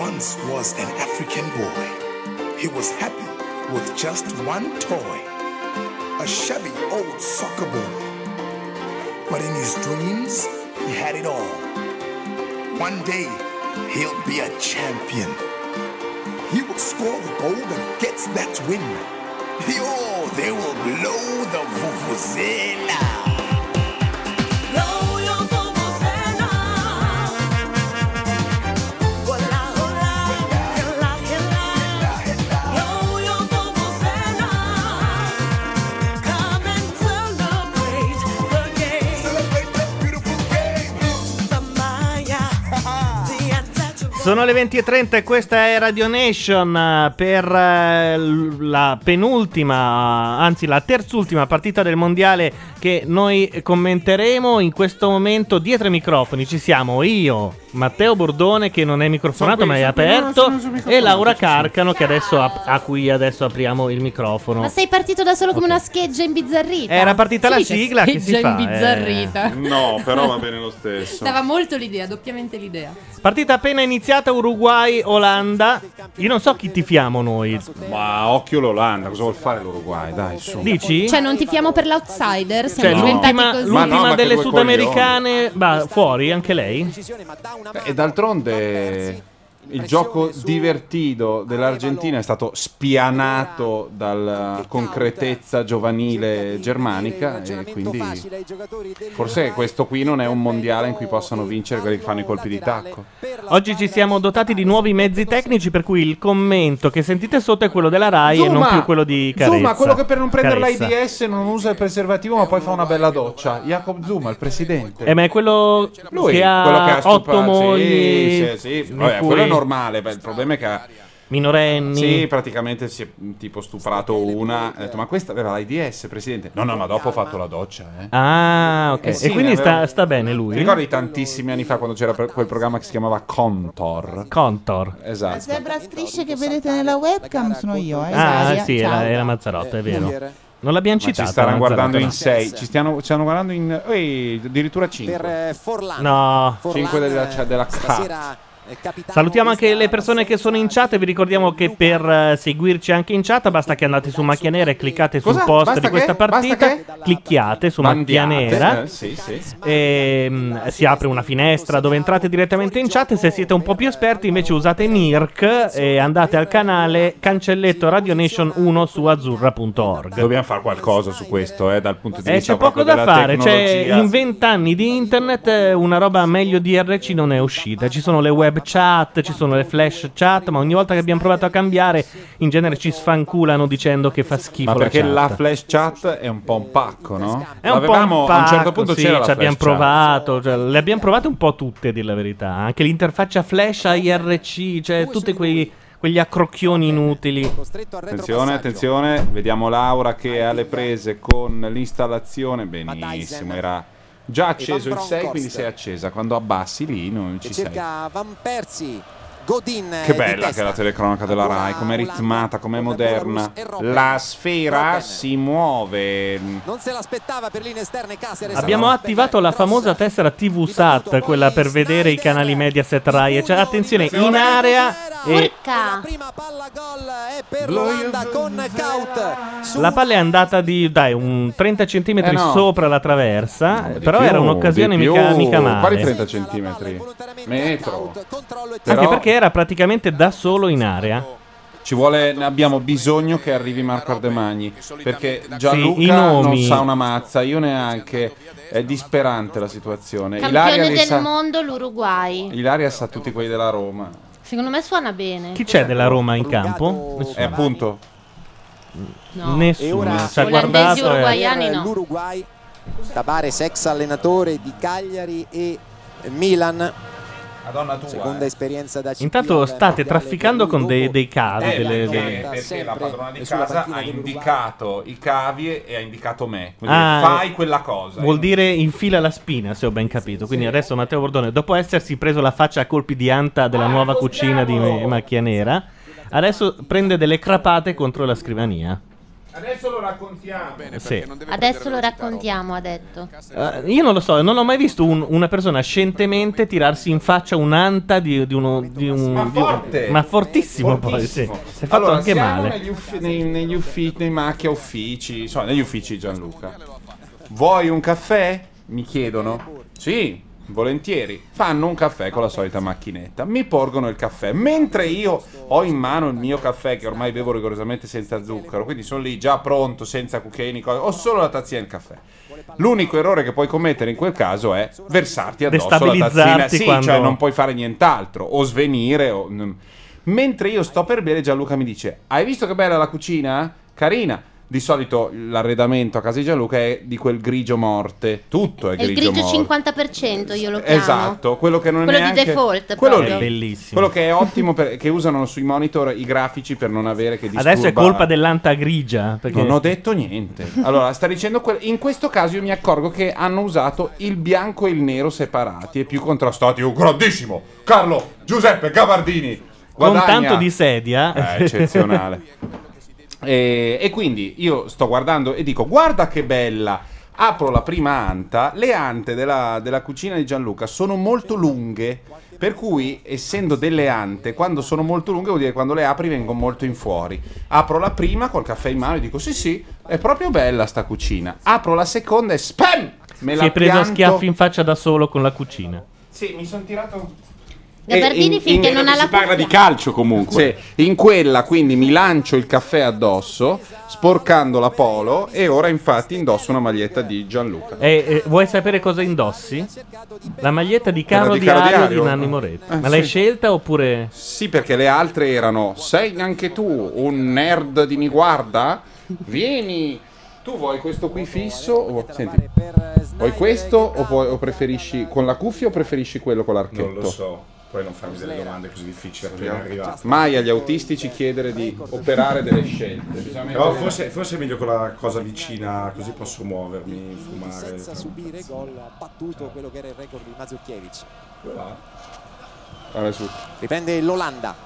once was an African boy. He was happy with just one toy, a shabby old soccer ball. But in his dreams, he had it all. One day, he'll be a champion. He will score the goal that gets that win. Yo, they will blow the vuvuzela. Sono le 20:30 e questa è Radio Nation per la penultima, anzi la terzultima partita del mondiale che noi commenteremo. In questo momento dietro i microfoni ci siamo io, Matteo Bordone, che non è microfonato ma è aperto, e Laura Carcano, che adesso a cui adesso apriamo il microfono. Ma sei partito da solo come una scheggia imbizzarrita? Era partita la sigla, che si fa? Imbizzarrita. No, però va bene lo stesso. Dava molto l'idea, doppiamente l'idea. Partita appena iniziata, Uruguay-Olanda. Io non so chi tifiamo noi. Ma occhio l'Olanda, cosa vuol fare l'Uruguay? Dai, su. Dici? Cioè non tifiamo per l'outsider, Cioè siamo diventati così. l'ultima ma delle che due sudamericane. Fuori anche lei? E d'altronde il gioco divertito dell'Argentina è stato spianato dalla concretezza giovanile germanica, e quindi forse questo qui non è un mondiale in cui possano vincere quelli che fanno i colpi di tacco. Oggi ci siamo dotati di nuovi mezzi tecnici, per cui il commento che sentite sotto è quello della Rai e non più quello di Carezza. Zuma, quello che per non prendere Carezza. l'AIDS non usa il preservativo ma poi fa una bella doccia. Jacob Zuma, il presidente. Ma è quello Lui, che ha, quello che ha 8 mogli. Sì. Vabbè, quello è normale. Beh, il problema è che ha minorenni. Sì, praticamente si è tipo stuprato una. Ha detto, ma questa aveva l'AIDS, presidente. No, ma dopo ho fatto la doccia. Ah, ok. Sì, e quindi aveva... sta bene lui? Ti ricordi tantissimi anni fa quando c'era quel programma che si chiamava Contor? Contor. Esatto. La zebra strisce che vedete nella webcam sono io. Sì, era Mazzarotta, è vero. Non l'abbiamo Ma citata. ci staranno guardando in Mazzarotta, 6. Ci stanno guardando in addirittura 5. Per Forlan. No. 5 della K. Salutiamo anche le persone che sono in chat e vi ricordiamo che per seguirci anche in chat basta che andate su Macchia Nera e cliccate sul post Basta di questa che? partita. Clicchiate su Macchia Nera sì. e si apre una finestra dove entrate direttamente in chat. Se siete un po' più esperti invece usate Mirk e andate al canale cancelletto Radio Nation 1 su azzurra.org. Dobbiamo fare qualcosa su questo dal punto di vista c'è poco proprio da della fare. tecnologia. In 20 anni di internet una roba meglio di RC non è uscita. Ci sono le web chat, ci sono le flash chat, ma ogni volta che abbiamo provato a cambiare in genere ci sfanculano dicendo che fa schifo. Ma perché la la flash chat è un po' un pacco, no? è un po' un pacco, a un certo punto sì, c'era la ci abbiamo flash chat. provato, le abbiamo provate un po' tutte, a dir la verità. Anche l'interfaccia flash a IRC, cioè tutti quegli accrocchioni inutili. Attenzione, vediamo Laura che è alle prese con l'installazione. Benissimo, era già acceso il 6, quindi sei accesa. Quando abbassi lì non ci sei. Cerca Van Persie. Godin Che bella che è la telecronaca della Rai, com'è ritmata, com'è moderna. La sfera si muove. Non se l'aspettava per linee esterne Caceres. Abbiamo attivato la famosa tessera TV-SAT, quella per vedere i canali Mediaset Rai. Cioè, attenzione, in area e Urca. Per l'Olanda con Kaut. la palla è andata di un 30 centimetri no. sopra la traversa, Di però più, era un'occasione di più. mica male. Quali 30 centimetri? Metro. Anche perché era praticamente da solo in area. Abbiamo bisogno che arrivi Marco Ardemagni, perché Sì, i Gianluca nomi. non sa una mazza, io neanche. È disperante la situazione. Campione del mondo l'Uruguay. Ilaria sa tutti quelli della Roma. Secondo me suona bene. Chi c'è della Roma in campo? Nessuno. Appunto. No. Nessuno. Ci ha Olandesi guardato. uruguaiani no. L'Uruguay. Tavares, ex allenatore di Cagliari e Milan. Madonna tua. Seconda esperienza da Intanto state trafficando con dei cavi. Perché la padrona di casa ha indicato i cavi e ha indicato me. Quindi Ah, fai quella cosa. Vuol dire infila la spina, se ho ben capito. Quindi adesso Matteo Bordone, dopo essersi preso la faccia a colpi di anta della nuova cucina di Macchia Nera, adesso prende delle crapate contro la scrivania. Adesso lo raccontiamo. Sì. Adesso lo raccontiamo, ha detto. Io non lo so, non ho mai visto una persona scientemente tirarsi in faccia un'anta di un... forte. Ma fortissimo poi, sì. Si è fatto anche siamo male. negli uffici, nei macchia uffici, insomma, negli uffici di Gianluca. Vuoi un caffè? Mi chiedono. Sì, volentieri. Fanno un caffè con la solita macchinetta. Mi porgono il caffè. Mentre io ho in mano il mio caffè, che ormai bevo rigorosamente senza zucchero, quindi sono lì già pronto, senza cucchiaini, ho solo la tazzina del caffè. L'unico errore che puoi commettere in quel caso è versarti addosso la tazzina. Destabilizzarti Sì, quando... cioè non puoi fare nient'altro, o svenire, Mentre io sto per bere, Gianluca mi dice: hai visto che bella la cucina? Carina. Di solito l'arredamento a casa di Gianluca è di quel grigio morte. Tutto è È il grigio grigio morte. 50%, io lo chiamo. Esatto, quello che non Quello è di neanche... default, quello proprio. lì, Bellissimo. quello che è ottimo che usano sui monitor i grafici per non avere che disturba. Adesso è colpa dell'anta grigia. Perché... Non ho detto niente. Allora, sta dicendo in questo caso io mi accorgo che hanno usato il bianco e il nero separati e più contrastati. Un grandissimo Carlo Giuseppe Gabardini. Con Guadagna. tanto di sedia. È eccezionale. E quindi io sto guardando e dico: guarda che bella. Apro la prima anta. Le ante della cucina di Gianluca sono molto lunghe, per cui, essendo delle ante, quando sono molto lunghe vuol dire che quando le apri vengono molto in fuori. Apro la prima col caffè in mano e dico: sì, è proprio bella sta cucina. Apro la seconda e spam! Me la Si è preso pianto. schiaffi in faccia da solo con la cucina. Sì, mi sono tirato... Gabardini finché non ha la Si parla di cuffia. calcio comunque. Sì, in quella quindi mi lancio il caffè addosso, sporcando la polo, e ora infatti indosso una maglietta di Gianluca. Vuoi sapere cosa indossi? La maglietta di Quella Caro di Caro Diario Diario? di Nanni Moretti. Ma sì. l'hai scelta oppure... Sì, perché le altre erano: sei anche tu un nerd di Mi Guarda? Vieni! Tu vuoi questo qui fisso? Senti, vuoi questo o preferisci con la cuffia o preferisci quello con l'archetto? Non lo so. Poi non farmi delle domande così difficili appena arrivato. Mai agli autistici chiedere di operare delle scelte. Bisogna Però mettere- forse è meglio con la cosa vicina, così posso muovermi, fumare. Senza subire gol, ha battuto quello che era il record di Mazzucchiewicz. Guarda su. Riprende l'Olanda.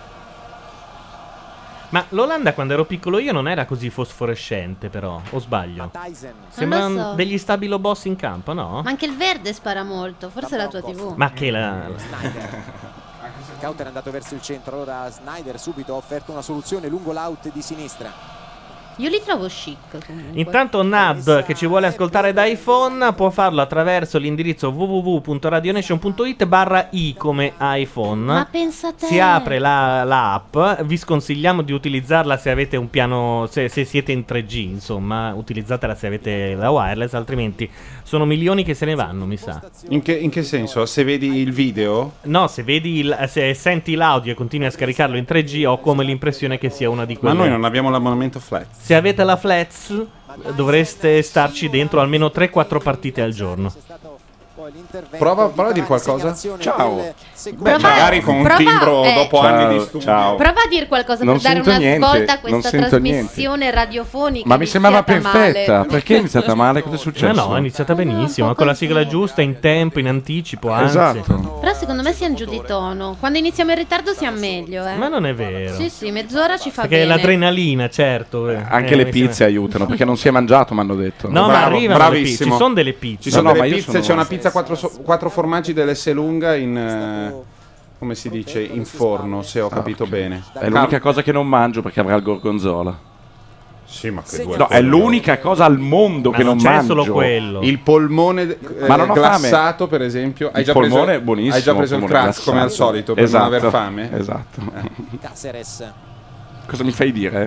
Ma l'Olanda quando ero piccolo io non era così fosforescente però, o sbaglio? Tyson. Sembrano Non lo so. degli stabilo boss in campo, no? Ma anche il verde spara molto, forse è la tua TV. Ma che la... Kauter è andato verso il centro, allora Snyder subito ha offerto una soluzione lungo l'out di sinistra. Io li trovo chic comunque. Intanto Nad, che ci vuole ascoltare da iPhone, può farlo attraverso l'indirizzo www.radionation.it/i come iPhone. Ma pensa a te. Si apre l'app, vi sconsigliamo di utilizzarla se avete un piano, se siete in 3G, insomma, utilizzatela se avete la wireless, altrimenti sono milioni che se ne vanno, mi sa. In che senso? Se vedi il video? No, se senti l'audio e continui a scaricarlo in 3G, ho come l'impressione che sia una di Ma quelle. noi non abbiamo l'abbonamento flat. Se avete la Flats, dovreste starci dentro almeno 3-4 partite al giorno. Prova a dire qualcosa. Ciao. Beh, magari con un timbro dopo anni di studio. Ciao. Prova a dire qualcosa Non per dare sento una niente, svolta a non questa sento trasmissione radiofonica. Ma mi sembrava iniziata perfetta. male. Perché è iniziata male? Cosa è Ma successo? no, è iniziata benissimo, con la sigla giusta, in tempo, in anticipo, anzi. Esatto. Però secondo me siamo giù di tono. Quando iniziamo in ritardo siamo meglio, Ma non è vero. Sì, mezz'ora ci fa Perché bene. l'adrenalina, certo. Anche le pizze aiutano, perché non si è mangiato, mi hanno detto. No, ma arrivano le pizze. Ci sono delle pizze. Ci sono No, ma delle io pizze, sono- c'è una pizza 4 formaggi dell'S lunga in come si dice, in forno, se ho capito bene. È l'unica cosa che non mangio perché avrà il gorgonzola. Sì, ma che due No, è l'unica cosa al mondo Ma che non non c'è mangio. solo quello. Il polmone Ma non ho glassato, per esempio. Il polmone è buonissimo. Hai già preso il polmone crack, come al glassato. solito, per Esatto, non aver fame? Esatto. Caceres. Cosa mi fai dire?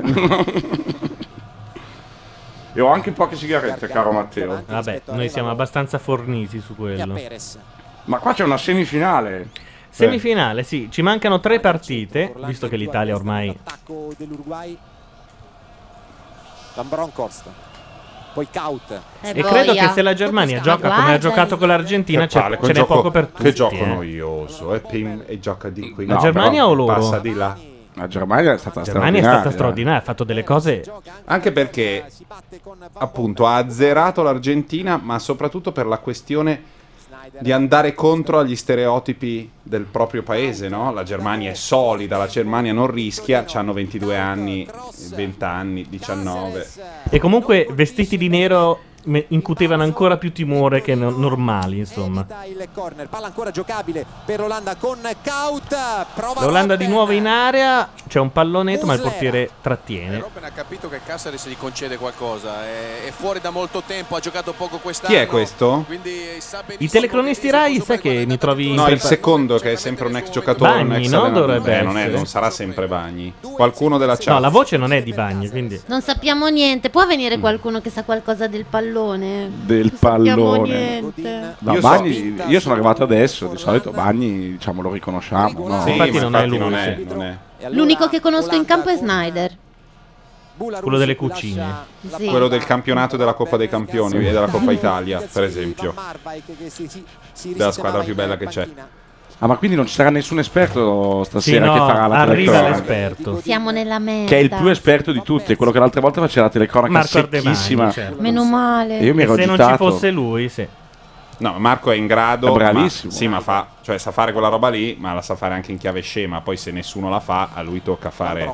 E ho anche poche sigarette, caro Matteo. Vabbè, noi siamo abbastanza forniti su E a quello. Perez. Ma qua c'è una semifinale. Semifinale, sì, ci mancano 3 partite, visto che l'Italia ormai... Attacco dell'Uruguay. Van Bronckhorst. Poi Kaut. E credo che se la Germania gioca come ha giocato con l'Argentina, ce n'è poco per tutti. Che gioco eh. noioso. E gioca di qui. La No, Germania però o loro? Passa di là. La Germania è stata La Germania è stata straordinaria. straordinaria, ha fatto delle cose... Anche perché, appunto, ha azzerato l'Argentina, ma soprattutto per la questione di andare contro agli stereotipi del proprio paese, no? La Germania è solida, la Germania non rischia, hanno 22 anni, 20 anni, 19. E comunque vestiti di nero incutevano ancora più timore che normali, insomma. Il corner, palla ancora giocabile per l'Olanda con Kaut. L'Olanda di nuovo in area, c'è un pallonetto ma il portiere trattiene. Robben ha capito che Caceres gli concede qualcosa, è fuori da molto tempo, ha giocato poco quest'anno. Chi è questo? I telecronisti Rai, sai che mi trovi... No, il secondo che è sempre un ex giocatore. Bagni, un ex no? Dovrebbe non sarà sempre Bagni. Qualcuno della chat. No, la voce non è di Bagni, quindi... Non sappiamo niente. Può venire qualcuno che sa qualcosa del pallone? Del Non sappiamo pallone. niente. No, io sono arrivato adesso, di solito Bagni, diciamo, lo riconosciamo, no? Sì, infatti non è lui, non sì. è. L'unico che conosco in campo è Snyder. Quello delle cucine. Sì. Quello del campionato della Coppa dei Campioni e della Coppa Italia, per esempio. Della squadra più bella che c'è. Ah, ma quindi non ci sarà nessun esperto Sì, stasera no, che farà la arriva telecronaca? l'esperto. Siamo nella merda. Che è il più esperto di tutti, è quello che l'altra volta faceva la telecronaca Marco Ardemagni, secchissima. certo. Meno male. E io mi ero Se non agitato. ci fosse lui, sì. No, Marco è in grado. È bravissimo. Sì, ma cioè sa fare quella roba lì, ma la sa fare anche in chiave scema. Poi se nessuno la fa, a lui tocca fare.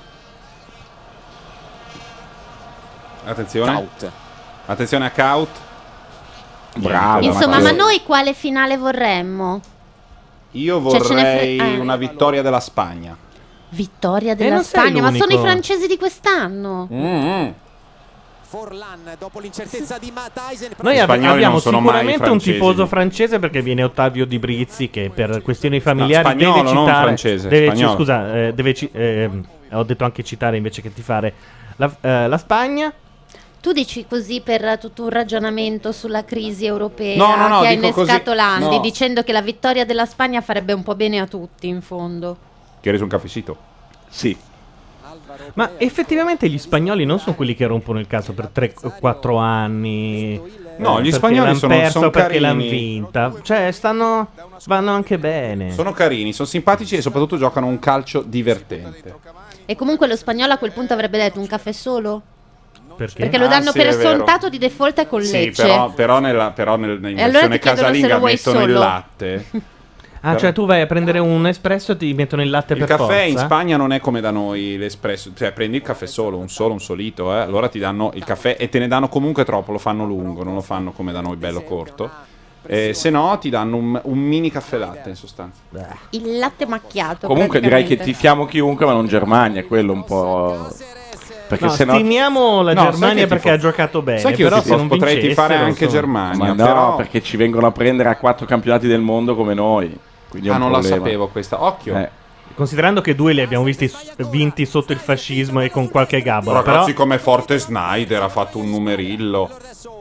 Attenzione. Attenzione a Kaut. Bravo. Insomma, Matteo. ma noi quale finale vorremmo? Io Cioè, ce ne vorrei una vittoria della Spagna. Vittoria della non sei Spagna, ma sono i l'unico. francesi di quest'anno. Forlan dopo l'incertezza di Tyson. Noi Gli spagnoli abbiamo non sono mai sicuramente un francesi. tifoso francese perché viene Ottavio Di Brizzi che per questioni familiari spagnolo, deve non citare francese, deve spagnolo. scusa, ho detto anche citare invece che tifare la Spagna. Tu dici così per tutto un ragionamento sulla crisi europea No, che ha dico innescato così. Landi, No. dicendo che la vittoria della Spagna farebbe un po' bene a tutti in fondo. Che eri su un caffeccito? Sì. Ma effettivamente gli spagnoli non sono quelli che rompono il cazzo per 3-4 anni. No, gli perché spagnoli l'han sono perso perché l'hanno carini. vinta. Cioè, vanno anche bene. Sono carini, sono simpatici e soprattutto giocano un calcio divertente. E comunque lo spagnolo a quel punto avrebbe detto un caffè solo? Perché lo Ah, danno sì, per è vero. scontato di default con Sì, Lecce. però in E allora versione ti chiedono se casalinga lo vuoi mettono il solo. latte. Ah, cioè tu vai a prendere un espresso e ti mettono il latte Il per caffè forza? in Spagna non è come da noi l'espresso, cioè prendi il caffè solo, un solito, allora ti danno il caffè e te ne danno comunque troppo, lo fanno lungo, non lo fanno come da noi bello corto. Se no ti danno un mini caffè latte in sostanza. Il latte macchiato. Comunque direi che praticamente. tifiamo chiunque, ma non Germania, quello un po'. Perché No, sennò. stimiamo la No, sai Germania che perché ha giocato bene. Sai che io però se non potrei vincesse, tifare non anche so. Germania, Ma no, però perché ci vengono a prendere a 4 campionati del mondo come noi. Quindi è un non la problema. sapevo questa. Occhio. Considerando che 2 li abbiamo vinti sotto il fascismo e con qualche gabola. Però Ragazzi, come forte Snyder ha fatto un numerillo.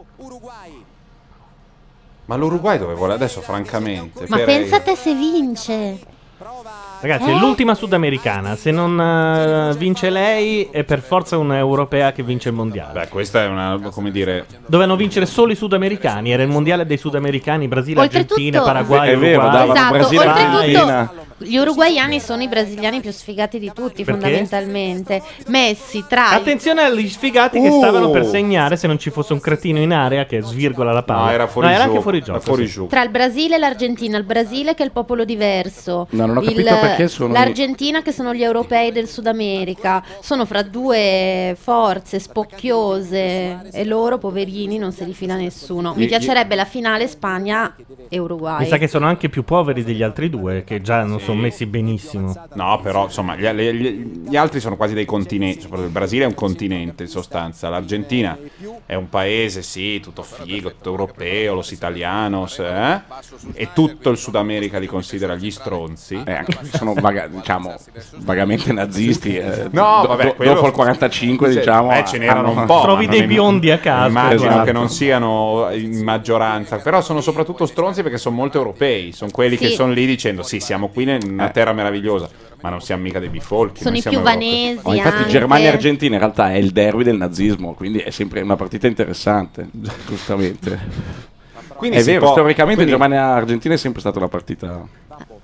Ma l'Uruguay dove vuole adesso, francamente? Ma pensa a te se vince. ragazzi, è l'ultima sudamericana. Se non vince lei è per forza un'europea che vince il mondiale. Beh, questa è una, come dire... Dovevano vincere solo i sudamericani. Era il mondiale dei sudamericani. Brasile, Oltretutto- Argentina, Paraguay, È vero, Uruguay. davano Brasile e Argentina. Gli uruguaiani sono i brasiliani più sfigati di tutti, Perché? fondamentalmente. Messi tra Attenzione agli sfigati che stavano per segnare se non ci fosse un cretino in area che svirgola la palla. No, era fuori era gioco, anche fuori gioco. era fuori sì. gioco. tra il Brasile e l'Argentina, il Brasile che è il popolo diverso, No, non ho capito perché sono l'Argentina che sono gli europei del Sud America, sono fra due forze spocchiose e loro poverini non se li fila nessuno. Mi piacerebbe la finale Spagna e Uruguay. Mi sa che sono anche più poveri degli altri due, che già non sono messi benissimo. No, però insomma, gli altri sono quasi dei continenti. Soprattutto il Brasile è un continente in sostanza. L'Argentina è un paese, sì, tutto figo, tutto europeo, los italianos, e tutto il Sud America li considera gli stronzi. Anche se sono diciamo vagamente nazisti. No, vabbè, quello- dopo il 45, Sì, diciamo. ce n'erano hanno- un po'. Trovi ma dei non biondi a caso. Immagino Esatto. che non siano in maggioranza, però sono soprattutto stronzi perché sono molto europei. Sono quelli che Sì. sono lì dicendo: sì, siamo qui in una terra meravigliosa, ma non siamo mica dei bifolchi. Sono noi i siamo più europei. vanesi Oh, infatti anche. Germania e Argentina in realtà è il derby del nazismo, quindi è sempre una partita interessante, giustamente. Quindi È si vero, può- storicamente quindi- Germania e Argentina è sempre stata una partita.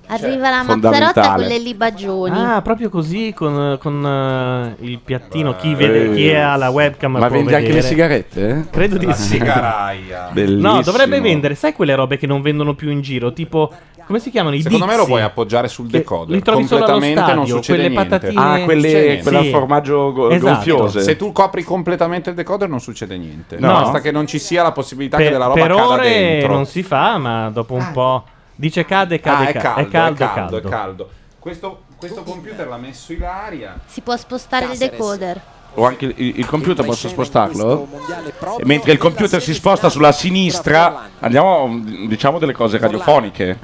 Arriva la fondamentale. Mazzarotta con le libagioni. Ah, proprio così con il piattino. Chi ha la webcam Ma può vendi anche le vedere. sigarette? Eh? Credo di La sì. sigaraia. Bellissimo. No, dovrebbe vendere, sai quelle robe che non vendono più in giro? Tipo, come si chiamano? I Secondo me lo Dixie. puoi appoggiare sul decoder. li trovi solo allo Completamente non stadio, succede quelle niente. patatine- Ah, Non quelle succede niente. quella Sì. formaggio Esatto. gonfiose. Se tu copri completamente il decoder non succede niente. No. Basta che non ci sia la possibilità che Per, della roba per cada ore dentro. non si fa, ma dopo un po'. Dice cade, Ah, cade, è caldo, è caldo, è caldo. Questo computer l'ha messo Ilaria. Si può spostare il decoder. O anche il computer posso spostarlo? E mentre il computer si sposta sulla sinistra, andiamo, diciamo delle cose radiofoniche.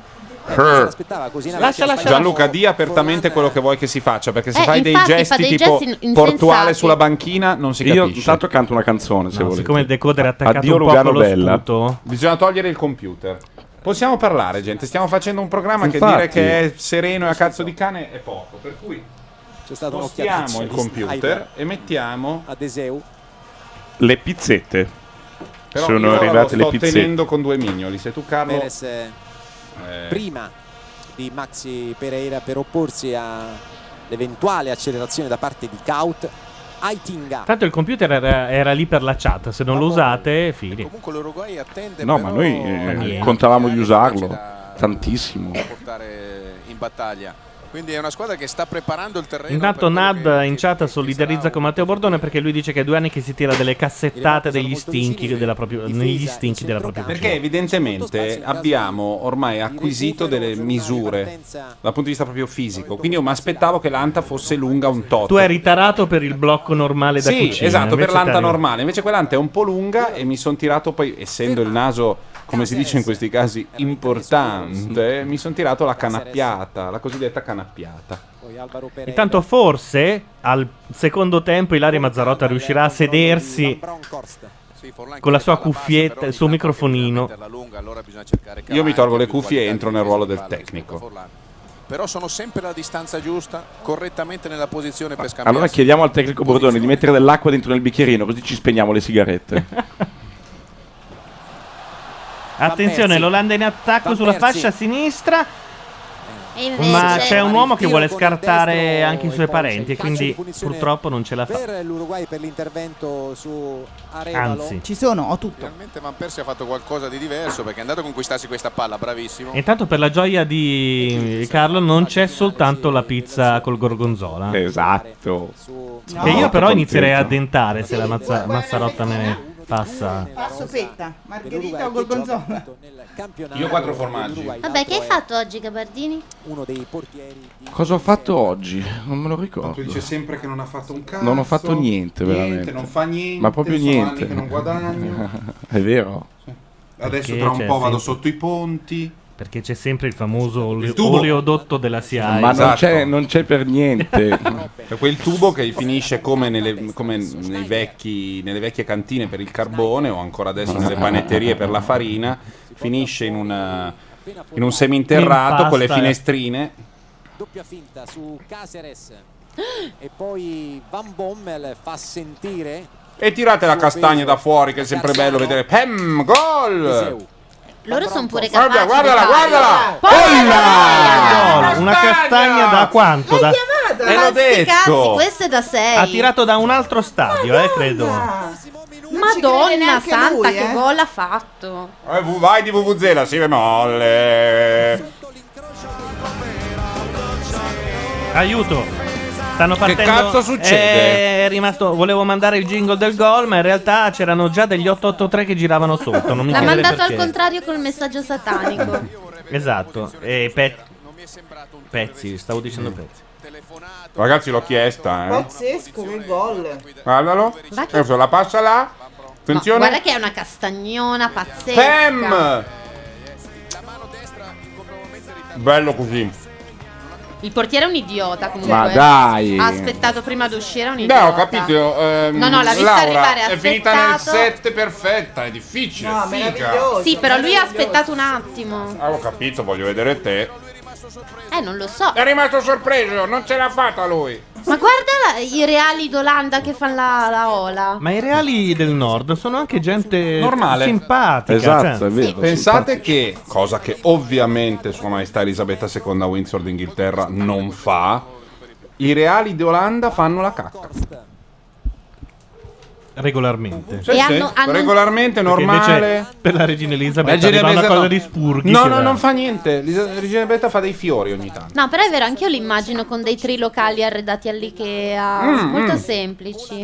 Lascia. Gianluca, di apertamente quello che vuoi che si faccia, perché se fai infatti, dei gesti fa dei tipo gesti insensati. portuale sulla banchina non si Io capisce. intanto canto una canzone, se No, volete. siccome il decoder è attaccato Addio un po' Lugano con lo Bella. sputo. Bisogna togliere il computer. Possiamo parlare, gente. Stiamo facendo un programma che Infatti. dire che è sereno e a cazzo di cane è poco. Per cui C'è stata un'occhiata spostiamo il computer e mettiamo. ad Eseu. Le pizzette. Però Sono io arrivate lo le sto pizzette. tenendo con due mignoli. Se tu, Carlo. Perez prima di Maxi Pereira per opporsi all'eventuale accelerazione da parte di Kaut. Aitinga. Tanto il computer era lì per la chat, se non lo usate, fine. Comunque l'Uruguay attende. No, ma noi niente. contavamo di usarlo tantissimo. Portare in battaglia. Quindi è una squadra che sta preparando il terreno. Intanto Nad in chat solidarizza con Matteo Bordone perché lui dice che è 2 anni che si tira delle cassettate negli stinchi della propria Perché evidentemente abbiamo ormai acquisito delle misure dal punto di vista proprio fisico. Quindi io mi aspettavo che l'anta fosse lunga un tot. Tu eri tarato per il blocco normale da Sì, cucina. esatto, per invece l'anta t'arriva- normale. Invece quell'anta è un po' lunga e mi sono tirato poi, essendo il naso, come si dice in questi casi, importante, mi sono tirato la canappiata, la cosiddetta canappiata. Intanto forse al secondo tempo Ilaria Mazzarotta riuscirà a sedersi con la sua cuffietta, il suo microfonino. Io mi tolgo le cuffie e entro nel ruolo del tecnico. Però sono sempre alla distanza giusta, correttamente nella posizione per scambiarsi. Allora chiediamo al tecnico Bordone di mettere dell'acqua dentro nel bicchierino, così ci spegniamo le sigarette. Attenzione, l'Olanda in attacco sulla fascia sinistra. Ma c'è un uomo che vuole scartare anche i suoi parenti e quindi purtroppo non ce la fa. Per l'Uruguay per l'intervento su Arevalo. Anzi. Ci sono, ho tutto. Finalmente Van Persie ha fatto qualcosa di diverso perché è andato a conquistarsi questa palla, bravissimo. E intanto per la gioia di Carlo non c'è soltanto la pizza col gorgonzola. Esatto. Che io però inizierei a dentare se la Mazzarotta me ne passa. Soppetta, margherita o gorgonzola? Io 4 formaggi. Vabbè, che hai fatto oggi, Gabardini? Uno dei portieri di Cosa ho fatto oggi? Non me lo ricordo. Tu dice sempre che non ha fatto un cazzo. Non ho fatto niente, veramente. Niente, non fa niente. Ma proprio sono niente. anni che non guadagno. È vero. Adesso Perché tra un c'è po' vado sempre- sotto i ponti. Perché c'è sempre il famoso tubo. oleodotto della SIAE. Ma Esatto. non c'è per niente. È quel tubo che finisce come nelle vecchie cantine per il carbone o ancora adesso nelle panetterie per la farina, finisce in un seminterrato con le Impasta, finestrine. doppia finta su Caceres e poi Van Bommel fa sentire E tirate la castagna da fuori che è sempre bello vedere. Gol! Eseu. Loro sono pure capaci. Guardala, di guardala! Gol, una castagna da quanto? Da... L'ho Sti cazzi, detto! questo è da 6. Ha tirato da un altro stadio, credo. Madonna ci crede neanche santa, lui, che gol ha fatto. Vai di Vuvuzela, si molle! Aiuto. Stanno partendo. cazzo succede? È rimasto. Volevo mandare il jingle del gol, ma in realtà c'erano già degli 883 che giravano sotto. Non mi L'ha chiedere mandato al perché. contrario col messaggio satanico. Esatto. E pezzi, stavo dicendo pezzi. Ragazzi, l'ho chiesta, Pazzesco, che gol. Guardalo. Va che- Adesso la passa là. No, Attenzione. guarda che è una castagnona pazzesca. Pam! Bello così. Il portiere è un idiota comunque. Ma dai. Ha aspettato prima di uscire, è un Beh, idiota. ho capito. No, no, l'ha vista Laura, arrivare è finita nel aspettato. 7 perfetta, è difficile. No, figa. meraviglioso. Sì, però lui ha aspettato un attimo. Ho capito, voglio vedere te. Non lo so. È rimasto sorpreso, non ce l'ha fatta lui. Ma guarda i reali d'Olanda che fanno la ola. Ma i reali del nord sono anche gente normale, simpatica. Esatto, cioè. è vero. Pensate che, cosa che ovviamente Sua Maestà Elisabetta II a Windsor d'Inghilterra non fa, i reali di Olanda fanno la cacca. Regolarmente. Sì, sì, regolarmente, Perché normale. invece per la regina Elisabetta La regina arriva una Elisabetta cosa no. di spurghi. No, che no, da- non fa niente. La regina Elisabetta fa dei fiori ogni tanto. No, però è vero, anch'io li immagino con dei trilocali arredati all'Ikea, molto semplici.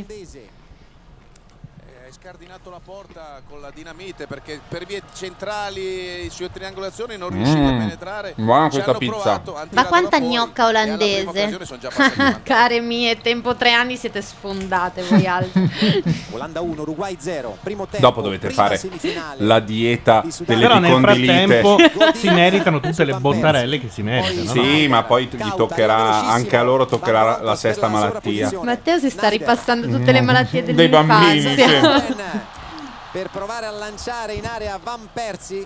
Hai scardinato la porta con la dinamite perché per vie centrali su triangolazioni non riuscivi a penetrare. Buona Ci questa hanno pizza. provato, hanno Ma tirato quanta da fuori gnocca e alla prima olandese. occasione sono già passati davanti. Care mie, tempo 3 anni siete sfondate voi altri. Olanda 1, Uruguay 0. Primo tempo. Dopo dovete fare la dieta delle Però nel bicondilite. frattempo si meritano tutte le bottarelle che si meritano. Sì, ma poi gli toccherà, anche a loro toccherà la sesta malattia. Matteo si sta ripassando tutte le malattie Dei bambini, dell'infanzia. Per provare a lanciare in area Van Persie.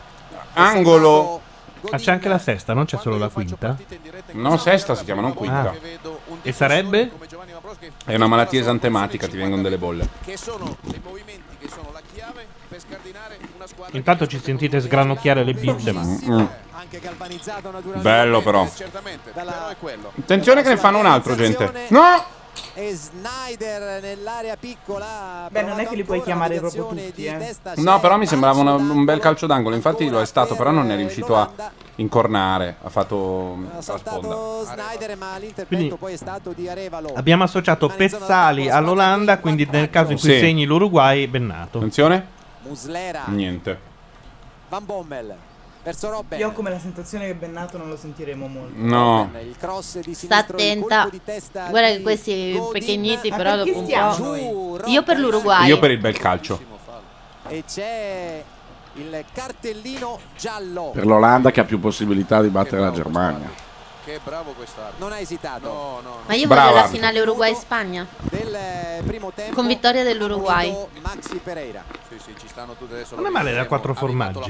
Angolo. Ah, c'è anche la sesta, non c'è solo la quinta? No, sesta si chiama, non quinta. Ah. E sarebbe? È una malattia esantematica, ti vengono delle bolle. Che sono dei movimenti che sono la chiave per scardinare una squadra. Intanto ci sentite sgranocchiare le bibite, ma... Anche galvanizzato naturalmente. Bello però. Certamente, però è quello. Attenzione che ne fanno un altro, gente. No! E Snyder nell'area piccola. Beh, non è che li puoi chiamare proprio tutti, No, però mi sembrava un bel calcio d'angolo. Infatti lo è stato, però non è riuscito a incornare. Ha fatto la sponda. Snyder, ma Quindi l'intervento poi è stato di Arevalo. abbiamo associato Pezzali all'Olanda, quindi nel caso in cui Sì. segni l'Uruguay, Bennato. Attenzione. Muslera. Niente. Van Bommel verso Robben. Io ho come la sensazione che Bennato non lo sentiremo molto. No. Il cross di Sta sinistro, il attenta. colpo di testa Guarda di che questi pequegniti, Ma però perché dopo un stiamo po'. noi? Io per l'Uruguay. Io per il bel calcio. E c'è il cartellino giallo. Per l'Olanda che ha più possibilità di battere la Germania. Che bravo quest'arbitro. Non ha esitato. No, no. Ma io Brava. voglio la finale Uruguay-Spagna. Del primo tempo. Con vittoria dell'Uruguay. Maxi Pereira. Sì, sì, ci stanno tutte adesso. Non è male da 4 formaggi.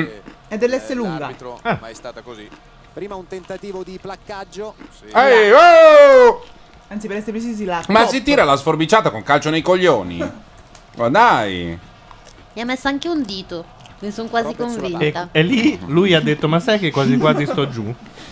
È dell'S lunga. Ma è stata così. Prima un tentativo di placcaggio. Ehi, oh! Anzi, per essere precisi, la Ma top. si tira la sforbiciata con calcio nei coglioni. Ma dai. Mi ha messo anche un dito. Ne sono quasi E, convinta. e lì lui ha detto: ma sai che quasi quasi sto giù?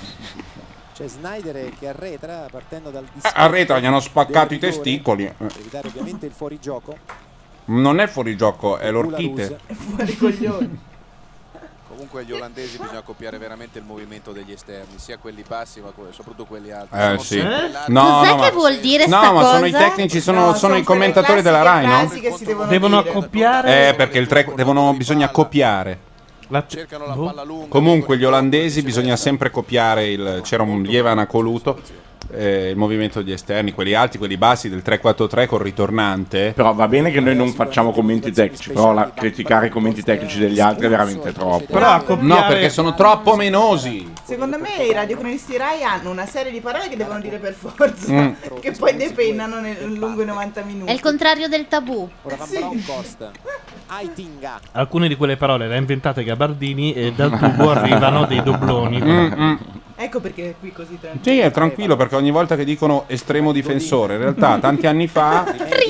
C'è Snyder che arretra partendo dal A Reta gli hanno spaccato i testicoli. per evitare ovviamente il fuorigioco. Non è fuorigioco, è l'orchite. È fuori coglioni. Comunque agli olandesi bisogna copiare veramente il movimento degli esterni, sia quelli bassi ma soprattutto quelli alti. Sono Sì. sempre larghi. No, Cos'è no, che ma... vuol dire No, sta ma cosa? sono i tecnici, sono i quelle commentatori della Rai, no? classiche frasi che si Devono dire. accoppiare. Perché bisogna copiare. Cercano la Boh. palla lunga. Comunque gli olandesi bisogna sempre copiare c'era un lieve anacoluto. Il movimento degli esterni, quelli alti, quelli bassi del 3-4-3 col ritornante. Però va bene che noi non facciamo commenti tecnici, però criticare i commenti tecnici degli altri è veramente troppo. Però accoppiare... No, perché sono troppo menosi. Secondo me i radiocronisti Rai hanno una serie di parole che devono dire per forza, che poi depennano lungo i 90 minuti. È il contrario del tabù. Ora Van Bronckhorst. Aitinga. Alcune di quelle parole le ha inventate Gabardini e dal tubo arrivano dei dobloni. Ecco perché è qui così tranquillo. Sì, è tranquillo perché ogni volta che dicono estremo difensore, in realtà tanti anni fa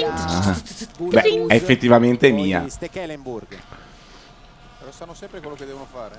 Beh, è effettivamente mia. Stekelenburg. Però sanno sempre quello che devono fare.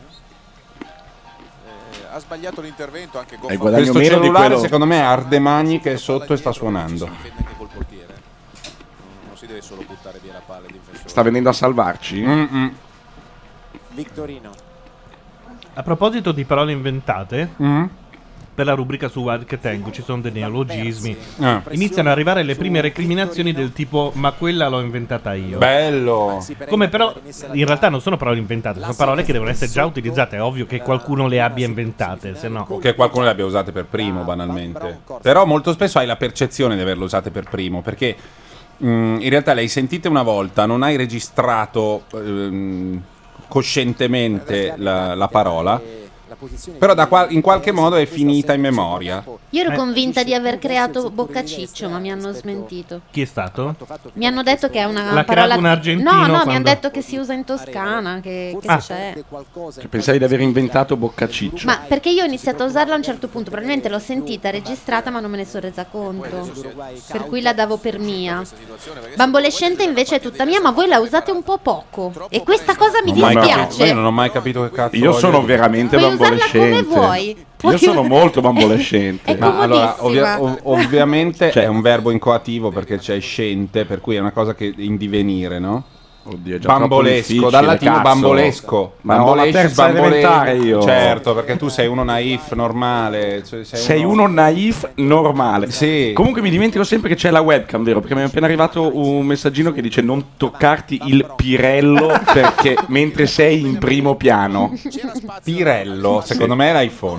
Ha sbagliato l'intervento anche con Hai guadagnato questo meno di cellulare quello. secondo me è Ardemagni che è sotto e sta suonando. Si difende anche col portiere. Non si deve solo buttare via la palla il difensore. Sta venendo a salvarci? Victorino. A proposito di parole inventate, per la rubrica su Wild Tango ci sono dei neologismi. Iniziano ad arrivare le prime recriminazioni del tipo: ma quella l'ho inventata io. Bello. Come però in realtà non sono parole inventate, sono parole che devono essere già utilizzate. È ovvio che qualcuno le abbia inventate, se no. O che qualcuno le abbia usate per primo, banalmente. Però molto spesso hai la percezione di averle usate per primo, perché in realtà le hai sentite una volta, non hai registrato coscientemente la parola, Però in qualche modo è finita in memoria. Io ero convinta di aver creato Boccaciccio, ma mi hanno smentito. Chi è stato? Mi hanno detto che è una L'ha parola. creato un argentino No, mi quando- hanno detto che si usa in Toscana, che c'è. Che pensavi di aver inventato Boccaciccio. Ma perché io ho iniziato a usarla a un certo punto, probabilmente l'ho sentita, registrata, ma non me ne sono resa conto. Per cui la davo per mia. Bambolescente invece è tutta mia, ma voi la usate un po' poco. E questa cosa mi Non ho mai capito- dispiace. io non ho mai capito che cazzo Io sono voglio dire. veramente Puoi usarla bambolescente. come vuoi. Io sono molto bambolescente. È Ma allora, comodissima. ovviamente è un verbo incoativo perché c'è scente, per cui è una cosa che in divenire, no? Oddio, è già troppo Bambolesco, difficile, dal latino cazzo. bambolesco. Ma ho la terza elementare io. Certo, perché tu sei uno naif normale. Cioè Sei uno naif normale. Sì. Comunque mi dimentico sempre che c'è la webcam, vero? Perché mi è appena arrivato un messaggino che dice non toccarti il pirello perché mentre sei in primo piano. Pirello, secondo me è l'iPhone.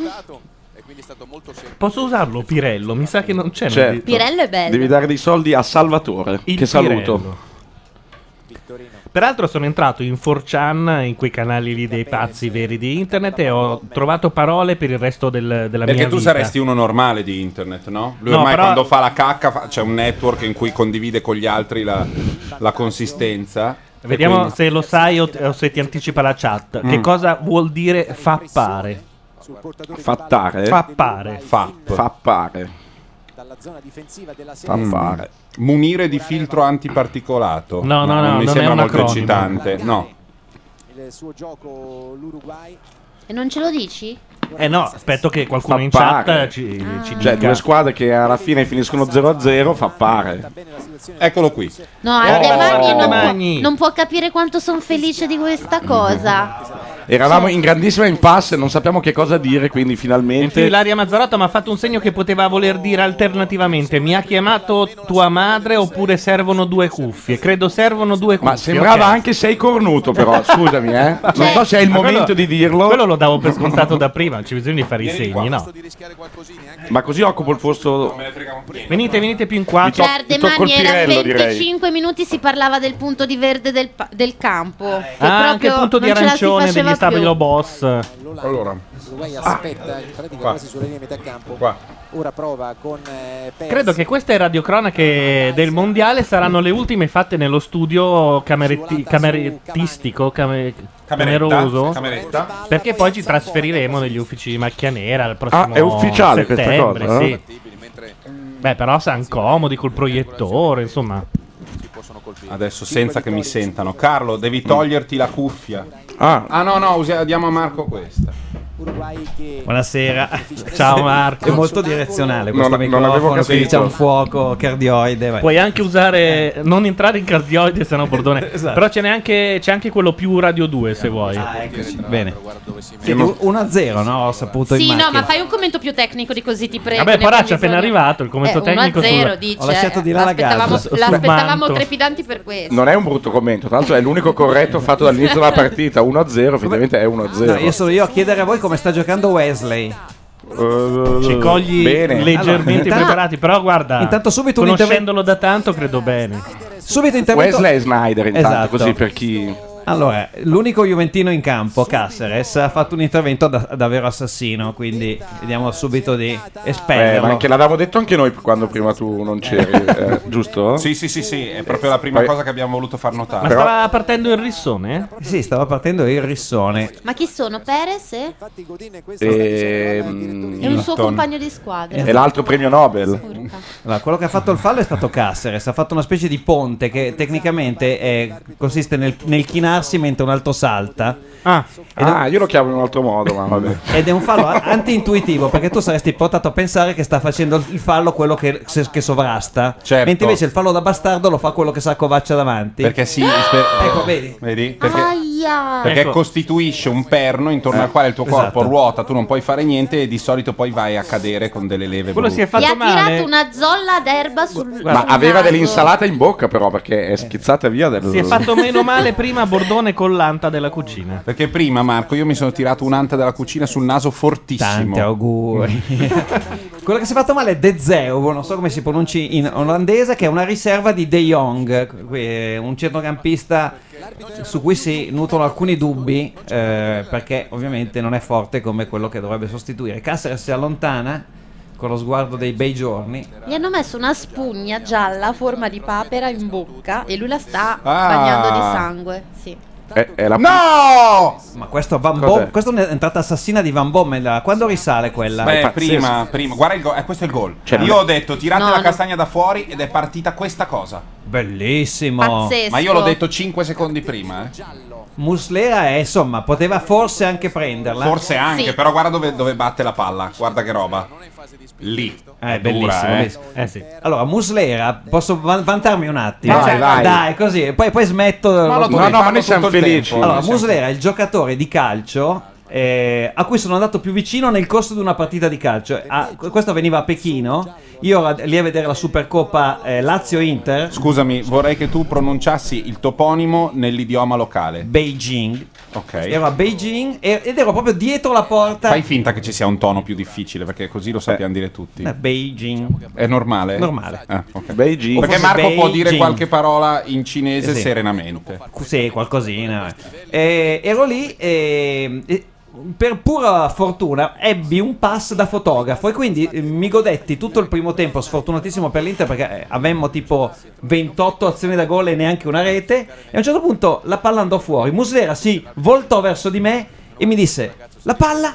Posso usarlo, Pirello? Mi sa che non c'è. Certo. Pirello è bello. Devi dare dei soldi a Salvatore, Il che saluto. Pirello. Peraltro sono entrato in 4chan, in quei canali lì dei pazzi veri di internet, e ho trovato parole per il resto della mia Perché tu vita. saresti uno normale di internet, no? Lui No, ormai però- quando fa la cacca c'è un network in cui condivide con gli altri la consistenza. E Vediamo quindi- se lo sai o se ti anticipa la chat. Che cosa vuol dire fappare? Fattare? Fappare. Fappare. Dalla zona difensiva della Fappare. Munire di filtro antiparticolato. No, no, no, non mi non è sembra un molto acronimo. eccitante. No. il suo gioco l'Uruguay. E non ce lo dici? No, aspetto che qualcuno in Fappare. chat ci Cioè, dica. due squadre che alla fine finiscono 0-0, fappare. Eccolo qui. No, Ardemagni Ardemagni. non può capire quanto sono felice di questa cosa. Eravamo in grandissima impasse, non sappiamo che cosa dire, quindi Infine finalmente... Ilaria Mazzarotta mi ha fatto un segno che poteva voler dire alternativamente: mi ha chiamato tua madre oppure servono due cuffie? Credo servono due cuffie. Ma sembrava ok. anche sei cornuto però, scusami non so se è il Ma momento quello- di dirlo. Quello lo davo per scontato da prima, non c'è bisogno di fare i segni, no? Ma così occupo il posto... Venite più in qua. Cioè, Ardemagni era Pirello, direi. 25 minuti si parlava del punto di verde del campo. Che Ah, anche il proprio punto di non ce la si arancione faceva degli stabilo più. boss. Allora. L'Uruguay aspetta, in pratica Qua. quasi sulla linea metà campo. Qua. Ora prova con Perez. Credo che queste radiocronache del mondiale saranno le ultime fatte nello studio camerettistico, cameroso. Cameretta. Perché poi ci trasferiremo negli uffici di Macchia Nera il prossimo è ufficiale questa settembre, cosa, sì. Beh, però siamo comodi col proiettore, insomma. Adesso senza che mi sentano. Carlo, devi toglierti la cuffia. Ah, no, diamo a Marco questa. Buonasera. Ciao Marco. È molto direzionale questo Non avevo microfono, capito. quindi c'è un fuoco cardioide. vai. Puoi anche usare, non entrare in cardioide, se no Bordone. Esatto. Però c'è anche quello più Radio 2 se vuoi. Bene. Senti, 1-0, no? Ho saputo Sì, in no, macchina. ma fai un commento più tecnico di così, ti prego. Vabbè, ne Poracci è abbiamo appena bisogno. arrivato, il commento tecnico 1-0, sul- dice. Ho lasciato di là la gazza. L'aspettavamo manto. trepidanti per questo. non è un brutto commento, tra l'altro è l'unico corretto fatto dall'inizio della partita, 1-0, effettivamente è 1-0. No, io sono io a chiedere a voi come sta giocando Wesley. Ci cogli bene. leggermente Allora, preparati, però guarda, intanto subito un conoscendolo da tanto credo bene. Subito intervento. Wesley Snyder intanto, Esatto. così per chi... Allora, l'unico juventino in campo, Caceres, ha fatto un intervento da vero assassino, quindi vediamo subito di ma espellerlo. anche l'avevamo detto anche noi quando prima tu non c'eri, giusto? Sì, è proprio la prima Poi- cosa che abbiamo voluto far Ma notare. Però- stava partendo il rissone? Sì, stava partendo il rissone. Ma chi sono? Perez? E, È un suo compagno di squadra. e l'altro premio Nobel. Urca. Allora, quello che ha fatto il fallo è stato Caceres, ha fatto una specie di ponte che tecnicamente consiste nel chinarsi mentre un altro salta. Io lo chiamo in un altro modo, ma vabbè. Ed è un fallo anti-intuitivo perché tu saresti portato a pensare che sta facendo il fallo quello che sovrasta, Certo. mentre invece il fallo da bastardo lo fa quello che sa Covaccia davanti. Perché sì, Ecco, vedi? Perché, Aia. perché Ecco. costituisce un perno intorno al quale il tuo corpo esatto. ruota, tu non puoi fare niente e di solito poi vai a cadere con delle leve Quello si è brutte. Gli fatto ha tirato male. una zolla d'erba sul Ma sul aveva naso. dell'insalata in bocca però, perché è schizzata via del... Si è fatto meno male prima Bordone con l'anta della cucina. Perché prima, Marco, io mi sono tirato un'anta della cucina sul naso Tanti fortissimo. auguri. Quello che si è fatto male è De Zeuw, non so come si pronunci in olandese, che è una riserva di De Jong, un centrocampista su cui si nutrono alcuni dubbi, perché ovviamente non è forte come quello che dovrebbe sostituire. Caceres si allontana con lo sguardo dei bei giorni. Gli hanno messo una spugna gialla a forma di papera in bocca e lui la sta bagnando di sangue. Sì. No! Ma questo Van Bommel, questa è un'entrata assassina di Van Bommel. Quando risale quella? Beh, prima, guarda il gol, questo è il gol. Cioè, io ho detto tirate la castagna da fuori ed è partita questa cosa. Bellissimo. Pazzesco. Ma io l'ho detto 5 secondi prima, Muslera insomma, poteva forse anche prenderla. Forse anche, però guarda dove batte la palla. Guarda che roba. Lì. Bellissimo, bellissimo. Sì. Allora, Muslera, posso vantarmi un attimo? Vai. Dai, così, poi smetto. No, ma noi siamo felici. Allora, Muslera è il giocatore di calcio a cui sono andato più vicino nel corso di una partita di calcio. Questo avveniva a Pechino. Io ero lì a vedere la Supercoppa Lazio-Inter. Scusami, vorrei che tu pronunciassi il toponimo nell'idioma locale. Beijing. Ok. Ero a Beijing ed ero proprio dietro la porta. Fai finta che ci sia un tono più difficile, perché così lo sappiamo dire tutti. Beijing. È normale? Normale. Okay. Beijing. Perché forse Marco può dire Beijing. qualche parola in cinese Sì. serenamente. Sì, qualcosina. Ero lì e per pura fortuna ebbi un pass da fotografo e quindi mi godetti tutto il primo tempo, sfortunatissimo per l'Inter perché avemmo tipo 28 azioni da gol e neanche una rete, e a un certo punto la palla andò fuori. Muslera si voltò verso di me e mi disse: la palla?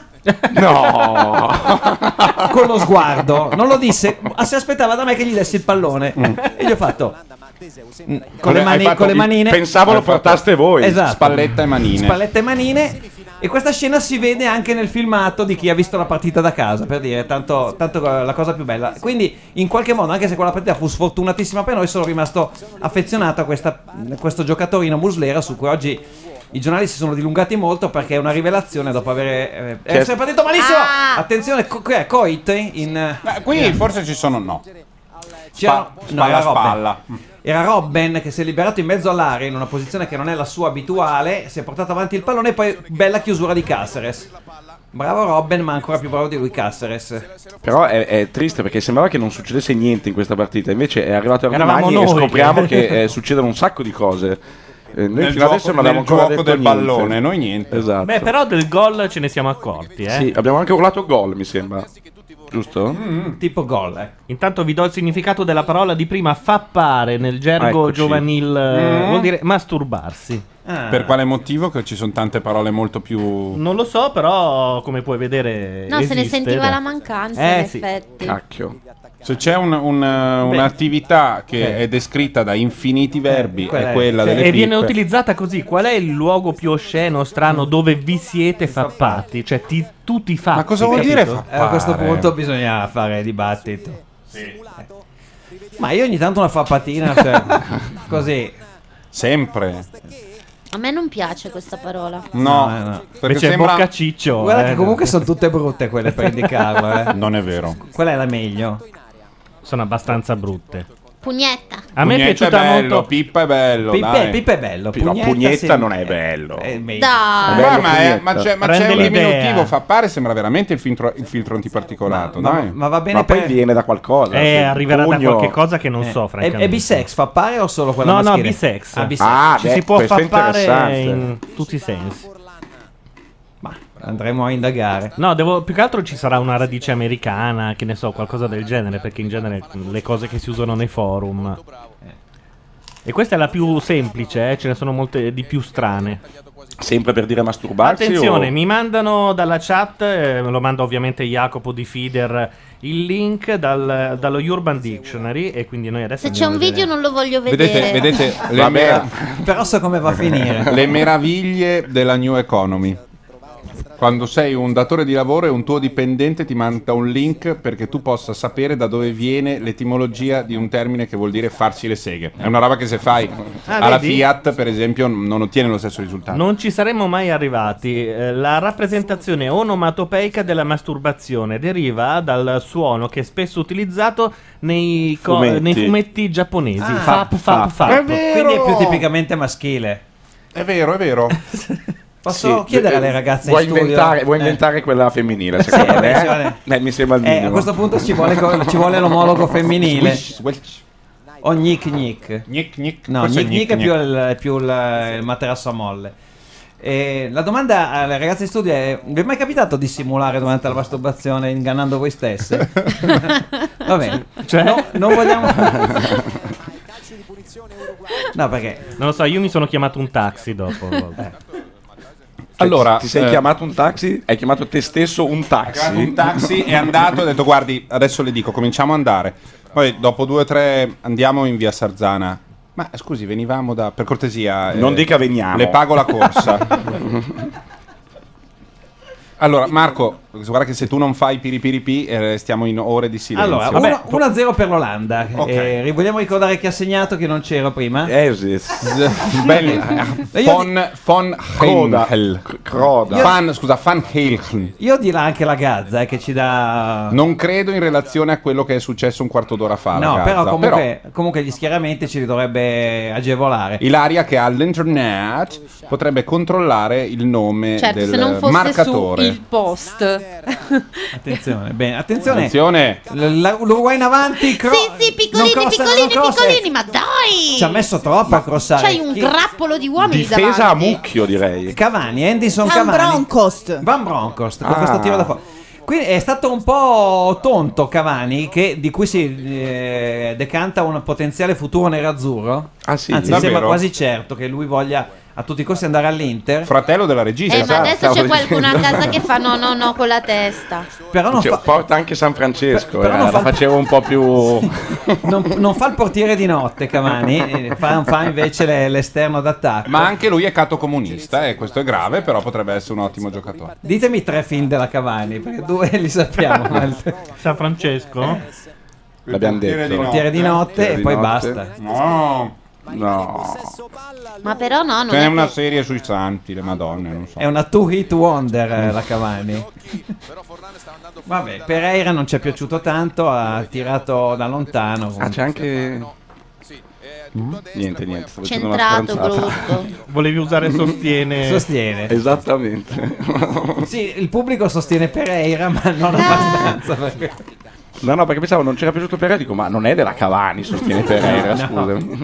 No. Con lo sguardo, non lo disse, si aspettava da me che gli dessi il pallone e gli ho fatto con le manine. Pensavo lo portaste voi. Esatto. Spalletta e manine. Spalletta e manine. E questa scena si vede anche nel filmato di chi ha visto la partita da casa, per dire, tanto la cosa più bella. Quindi, in qualche modo, anche se quella partita fu sfortunatissima per noi, sono rimasto affezionato a questo giocatorino Muslera, su cui oggi i giornali si sono dilungati molto perché è una rivelazione dopo aver... è partito malissimo! Attenzione, Coit qui forse ci sono... No. Era Spalla spalla. Era Robben che si è liberato in mezzo all'area in una posizione che non è la sua abituale, si è portato avanti il pallone e poi bella chiusura di Caceres. Bravo Robben, ma ancora più bravo di lui Caceres. Però è triste perché sembrava che non succedesse niente in questa partita, invece è arrivato a Eravamo Romagna e noi scopriamo che succedono un sacco di cose. Noi Nel fino adesso non abbiamo nel ancora gioco detto del niente. pallone, noi niente. Esatto. Beh, però del gol ce ne siamo accorti, Sì, abbiamo anche urlato gol, mi sembra. Giusto? Tipo gol, Intanto vi do il significato della parola di prima. Fappare nel gergo Eccoci. giovanil vuol dire masturbarsi. Per quale motivo? Che ci sono tante parole molto più... Non lo so, però come puoi vedere No, se ne esiste, sentiva dai. la mancanza, in sì. effetti. Cacchio. Se c'è un'attività che è descritta da infiniti verbi, è quella delle E viene pippe. utilizzata così. Qual è il luogo più osceno, strano, dove vi siete fappati? Cioè tu ti fappi. Ma cosa vuol dire capito? fappare? A questo punto bisogna fare dibattito. Ma io ogni tanto una fappatina, cioè, così. Sempre. A me non piace questa parola. No, perché Invece è sembra... boccaciccio. Guarda che comunque sono tutte brutte quelle per indicarlo. Non è vero. Quella è la meglio. Sono abbastanza brutte. Pugnetta. A me è Pugnetta piaciuta bello, molto. Pippa è bello, dai. Pippa è bello. No, Pugnetta sì, non è bello. è meglio. Dai. Bello Ma c'è Rende un l'idea. diminutivo, fappare sembra veramente il filtro antiparticolato, dai. Ma va bene Ma poi per... viene da qualcosa. Arriverà da Pugno. qualche cosa che non so, francamente. È bisex, fappare o solo quella No, maschile? bisex. Ah, bisex. Ah, Ci beh, si può questo è fappare interessante. in tutti i sensi. Andremo a indagare. No, più che altro ci sarà una radice americana, che ne so, qualcosa del genere, perché in genere le cose che si usano nei forum. E questa è la più semplice, ce ne sono molte di più strane. Sempre per dire masturbarsi? Attenzione, o... mi mandano dalla chat, me lo manda ovviamente Jacopo di Feeder, il link dallo Urban Dictionary, e quindi noi adesso Se c'è un andiamo a video vedere. non lo voglio vedere. Vedete Vabbè. Però so come va a finire. le meraviglie della New Economy. Quando sei un datore di lavoro e un tuo dipendente ti manda un link perché tu possa sapere da dove viene l'etimologia di un termine che vuol dire farsi le seghe. È una roba che se fai alla vedi? Fiat, per esempio, non ottiene lo stesso risultato. Non ci saremmo mai arrivati. La rappresentazione onomatopeica della masturbazione deriva dal suono che è spesso utilizzato nei fumetti giapponesi. Fap, fap, fap. È vero! Quindi è più tipicamente maschile. È vero, è vero. Posso chiedere alle ragazze vuoi in studio? inventare quella femminile, secondo me? Mi sembra il minimo. A questo punto ci vuole l'omologo femminile. O gnic. No, gnic è più il materasso a molle. La domanda alle ragazze in studio è: vi è mai capitato di simulare durante la masturbazione ingannando voi stesse? Va bene, non vogliamo. No, perché non lo so, io mi sono chiamato un taxi dopo. Allora, ti sei chiamato un taxi? Hai chiamato te stesso un taxi? Un taxi è andato e ha detto: guardi, adesso le dico, cominciamo a andare. Poi dopo 2 o 3 andiamo in via Sarzana. Ma scusi, venivamo da... Per cortesia... Non dica veniamo. Le pago la corsa. Allora, Marco, guarda che se tu non fai piripiripi stiamo in ore di silenzio. Allora, 1-0 per l'Olanda. Vogliamo ricordare chi ha segnato, che non c'era prima? Von Heimel. Van Heimel. Io dirò anche la Gazza che ci dà... Non credo in relazione a quello che è successo un quarto d'ora fa. No, però comunque gli schieramenti ci li dovrebbe agevolare. Ilaria, che ha l'internet, potrebbe controllare il nome del se non fosse marcatore. Su il post. Attenzione, bene, attenzione. L'Uruguay in avanti. Sì, piccolini, ma dai! Ci ha messo troppo a crossare. C'hai un grappolo di uomini Difesa davanti. a mucchio, direi. Cavani, Anderson Cavani. Van Bronckhorst con questo tiro da fuori. Quindi è stato un po' tonto Cavani, di cui si decanta un potenziale futuro nerazzurro. Sì, anzi, sembra quasi certo che lui voglia a tutti i costi andare all'Inter. Fratello della regista. Ma adesso c'è qualcuno a casa che fa no con la testa. Però non porta anche San Francesco, però non la facevo un po' più... non fa il portiere di notte Cavani, fa invece l'esterno d'attacco. Ma anche lui è catto comunista e questo è grave, però potrebbe essere un ottimo giocatore. Ditemi 3 film della Cavani, perché 2 li sappiamo. San Francesco? L'abbiamo detto. Portiere di notte e poi basta. No. Ma però non C'è è una che... serie sui santi, le madonne, non so. È una 2-hit wonder la Cavani. Vabbè, Pereira non ci è piaciuto tanto, ha tirato da lontano. C'è anche... Niente, sto facendo una Centrato, stronzata. brutto. Volevi usare sostiene. Esattamente. Sì, il pubblico sostiene Pereira, ma non abbastanza. Perché... No, perché pensavo non c'era piaciuto Pereira, dico, ma non è della Cavani, sostiene Pereira, No. scusami.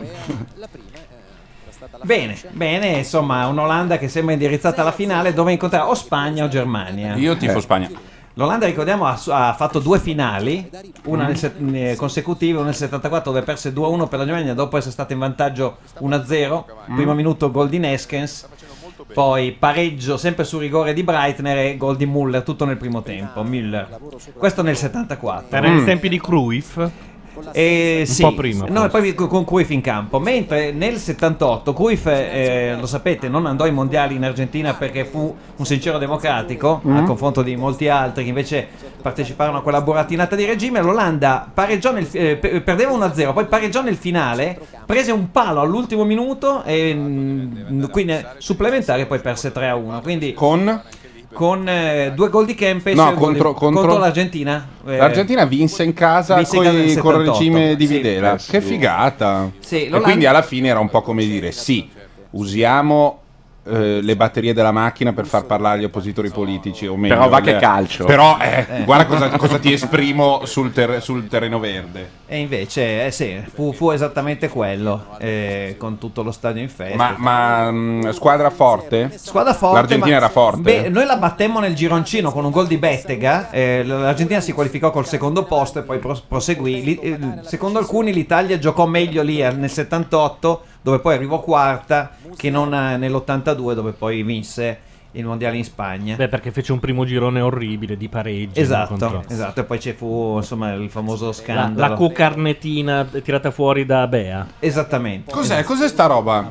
Bene, insomma, un'Olanda che sembra indirizzata alla finale, dove incontrerà o Spagna o Germania. Io tifo Spagna. L'Olanda, ricordiamo, ha fatto 2 finali, una consecutiva, una nel 74 dove perse 2-1 per la Germania, dopo essere stata in vantaggio 1-0, primo minuto gol di Neskens, poi pareggio sempre su rigore di Breitner e gol di Müller, tutto nel primo tempo. Müller. Questo nel 74. Era nei tempi di Cruyff. Sì, un po' prima. no, e poi con Cruyff in campo. Mentre nel 78 Cruyff, lo sapete, non andò ai mondiali in Argentina perché fu un sincero democratico al confronto di molti altri che invece parteciparono a quella buratinata di regime. L'Olanda pareggiò perdeva 1-0, poi pareggiò nel finale, prese un palo all'ultimo minuto e quindi supplementare, poi perse 3-1. Quindi con 2 gol di Kempes contro l'Argentina. L'Argentina vinse in casa con il regime di Videla. Che figata. Sì, e quindi alla fine era un po' come dire: sì, usiamo le batterie della macchina per far parlare gli oppositori politici, o meglio, però va che calcio. Però guarda cosa ti esprimo sul terreno verde. E invece sì, fu esattamente quello, con tutto lo stadio in festa. Ma squadra forte? Squadra forte. L'Argentina era forte. Beh, noi la battemmo nel gironcino con un gol di Bettega. L'Argentina si qualificò col secondo posto e poi proseguì. Secondo alcuni l'Italia giocò meglio lì nel 78, dove poi arrivò quarta, che non nell'82, dove poi vinse il mondiale in Spagna. Beh, perché fece un primo girone orribile di pareggi. Esatto. E poi ci fu insomma il famoso scandalo. La cucarnetina tirata fuori da Bea. Esattamente. Cos'è sta roba?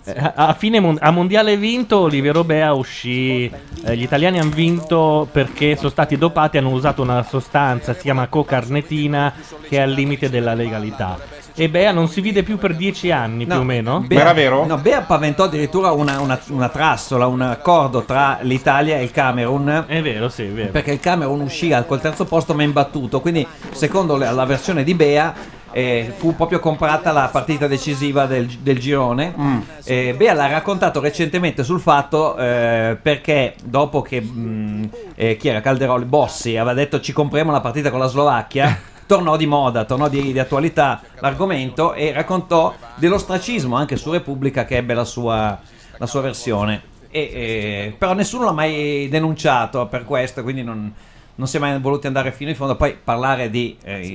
A mondiale vinto, Oliviero Bea uscì. Gli italiani hanno vinto perché sono stati dopati, hanno usato una sostanza, si chiama cocarnetina, che è al limite della legalità. E Bea non si vide più per 10 anni, più o meno. Bea, era vero? No, Bea paventò addirittura una trassola, un accordo tra l'Italia e il Camerun. È vero, sì, è vero. Perché il Camerun uscì col terzo posto ma imbattuto. Quindi, secondo la versione di Bea, fu proprio comprata la partita decisiva del girone. Bea l'ha raccontato recentemente sul fatto perché dopo che chi era Calderoli, Bossi aveva detto ci compriamo la partita con la Slovacchia, tornò di moda, tornò di attualità l'argomento e raccontò dell'ostracismo anche su Repubblica, che ebbe la sua versione. Però nessuno l'ha mai denunciato per questo, quindi non si è mai voluti andare fino in fondo. Poi parlare di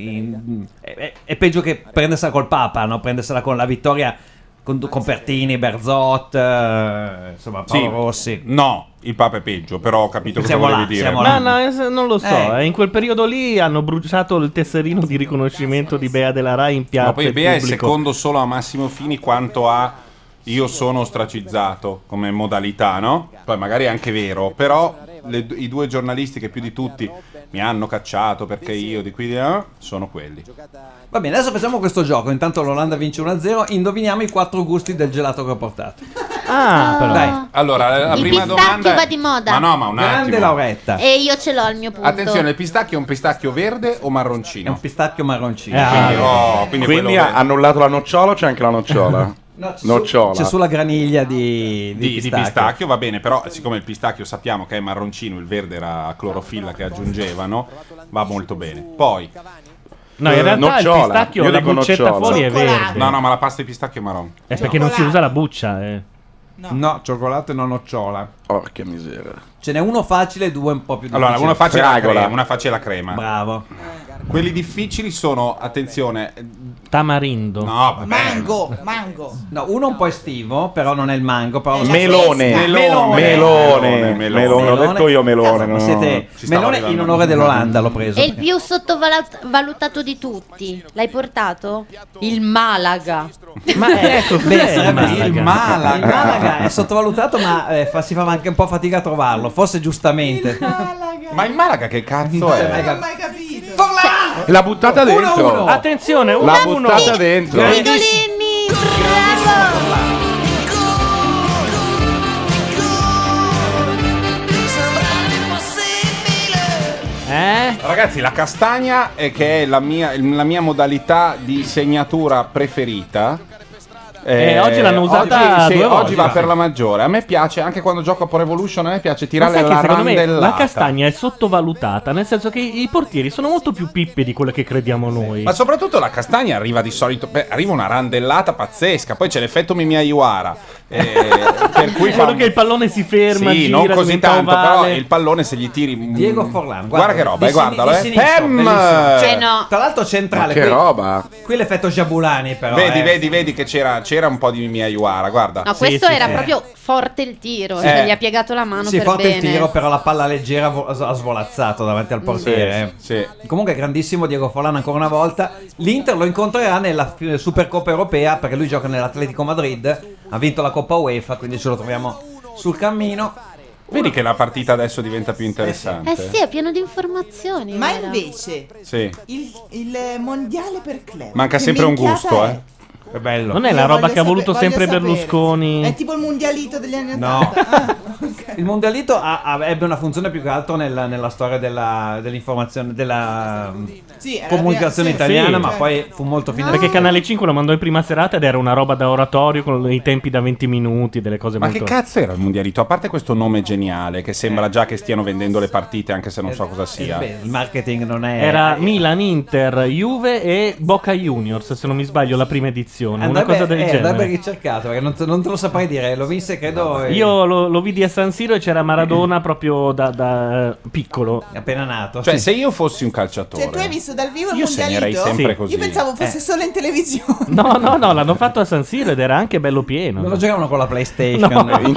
è peggio che prendersela col Papa, no? Prendersela con la vittoria con Pertini, Berzot, insomma Paolo Rossi. No, il Papa è peggio, però ho capito cosa Siamo volevi là, dire. siamo No, non lo so. In quel periodo lì hanno bruciato il tesserino di riconoscimento di Bea della Rai in piazza. Ma poi e Bea è pubblico. secondo solo a Massimo Fini quanto a io sono ostracizzato come modalità, no? Poi magari è anche vero, però i due giornalisti che più di tutti mi hanno cacciato perché io di qui di là sono quelli. Va bene, adesso facciamo questo gioco. Intanto l'Olanda vince 1-0. Indoviniamo i 4 gusti del gelato che ho portato. Però. Dai. Allora, la Il prima pistacchio domanda va di moda. Ma un Grande attimo. Lauretta. E io ce l'ho il mio punto. Attenzione, il pistacchio è un pistacchio verde o marroncino? È un pistacchio marroncino. Quindi Quindi quello ha annullato la nocciola o c'è anche la nocciola? No, Nocciola. c'è sulla graniglia di pistacchio, va bene, però siccome il pistacchio sappiamo che è marroncino, il verde era clorofilla che aggiungevano, va molto bene. Poi No, in realtà nocciola. il pistacchio, Io la dico buccetta nocciola. fuori è verde. No, ma la pasta di pistacchio è marron. È perché non si usa la buccia. No, cioccolato e non nocciola. Porca miseria. Ce n'è uno facile e due un po' più difficili. Allora, una facile è la Fragola. crema, una facile è la crema. Bravo. Quelli difficili sono, attenzione, Tamarindo. no, vabbè. Mango. No, uno un po' estivo, però non è il mango. Però Melone. Melone. Ho detto io melone. Ma no. siete Ci stava melone in arrivando. onore dell'Olanda l'ho preso. E il più sottovalutato di tutti. L'hai portato? Il Malaga. Ma ecco, Beh, cos'è sarebbe il il Malaga? Il Malaga è sottovalutato, ma si fa anche un po' fatica a trovarlo. Forse giustamente. Ma il Malaga che cazzo Non è? ho mai capito. L'ha buttata dentro. Attenzione, L'ha 1-1. buttata dentro. Guidolini, bravo! Ragazzi, la castagna è che è la mia modalità di segnatura preferita. Oggi l'hanno usata oggi, due volte. oggi va per la maggiore. A me piace, anche quando gioco a Pro Evolution, a me piace Ma tirare sai che la secondo me randellata. la castagna è sottovalutata, nel senso che i portieri sono molto più pippe di quelle che crediamo noi. Ma soprattutto la castagna arriva di solito, arriva una randellata pazzesca, poi c'è l'effetto Mimia Iwara, per cui fa Quello che il pallone si ferma, sì, gira, non così diventa tanto, ovale. però il pallone se gli tiri Diego Forlan, guarda che roba, guardalo, di sinistra, Pem! bellissimo. Cioè, no. Tra l'altro centrale. Che qui- roba. Qui l'effetto Jabulani, però. Vedi che c'era un po' di Mimia Iwara, guarda. No, questo era proprio forte il tiro. Cioè, gli ha piegato la mano Sì, per forte bene. il tiro, però la palla leggera ha svolazzato davanti al portiere. Sì. Comunque grandissimo Diego Forlan ancora una volta. L'Inter lo incontrerà nella Supercoppa europea, perché lui gioca nell'Atletico Madrid, ha vinto la Coppa UEFA, quindi ce lo troviamo sul cammino. Vedi che la partita adesso diventa più interessante. Sì, è pieno di informazioni. Ma guarda. invece Sì. il mondiale per club. Manca che sempre un minchiata gusto, è? È bello. Non è la Io roba voglio che ha voluto voglio sempre sapere. Berlusconi. È tipo il mondialito degli anni No. 80. Il mondialito ebbe una funzione più che altro nella storia dell'informazione, della Sì, era comunicazione sì, italiana, sì. ma poi fu molto fine. Perché Canale 5 lo mandò in prima serata ed era una roba da oratorio con i tempi da 20 minuti, delle cose Ma molto... che cazzo era il mondialito? A parte questo nome geniale che sembra già che stiano vendendo le partite anche se non so cosa sia. Beh, il marketing non è. Era Milan, Inter, Juve e Boca Juniors, se non mi sbaglio, la prima edizione. Una cosa del andrebbe genere. ricercato, perché non te lo saprei dire. Lo vinse, credo. Io lo vidi a San Siro e c'era Maradona proprio da piccolo. Appena nato. Cioè, sì. se io fossi un calciatore, Cioè, tu hai visto dal vivo il io segnerei mondialito? sempre Sì. così. Io pensavo fosse solo in televisione. No, l'hanno fatto a San Siro ed era anche bello pieno. Non lo giocavano con la PlayStation. No. In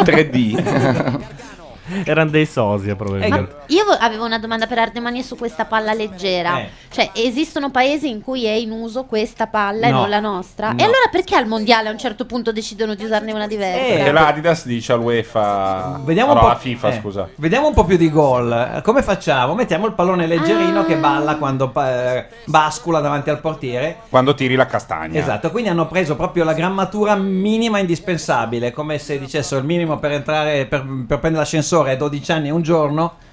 3D. Erano dei sosia, probabilmente. Io avevo una domanda per Ardemani su questa palla leggera. Cioè, esistono paesi in cui è in uso questa palla e No. non la nostra? No. E allora perché al mondiale a un certo punto decidono di usarne una diversa? Perché l'Adidas dice all'UEFA, Vediamo un no, po'. alla FIFA, scusa. Vediamo un po' più di gol. Come facciamo? Mettiamo il pallone leggerino che balla quando bascula davanti al portiere. Quando tiri la castagna. Esatto, quindi hanno preso proprio la grammatura minima indispensabile, come se dicessero il minimo per entrare, per prendere l'ascensore è 12 anni e un giorno.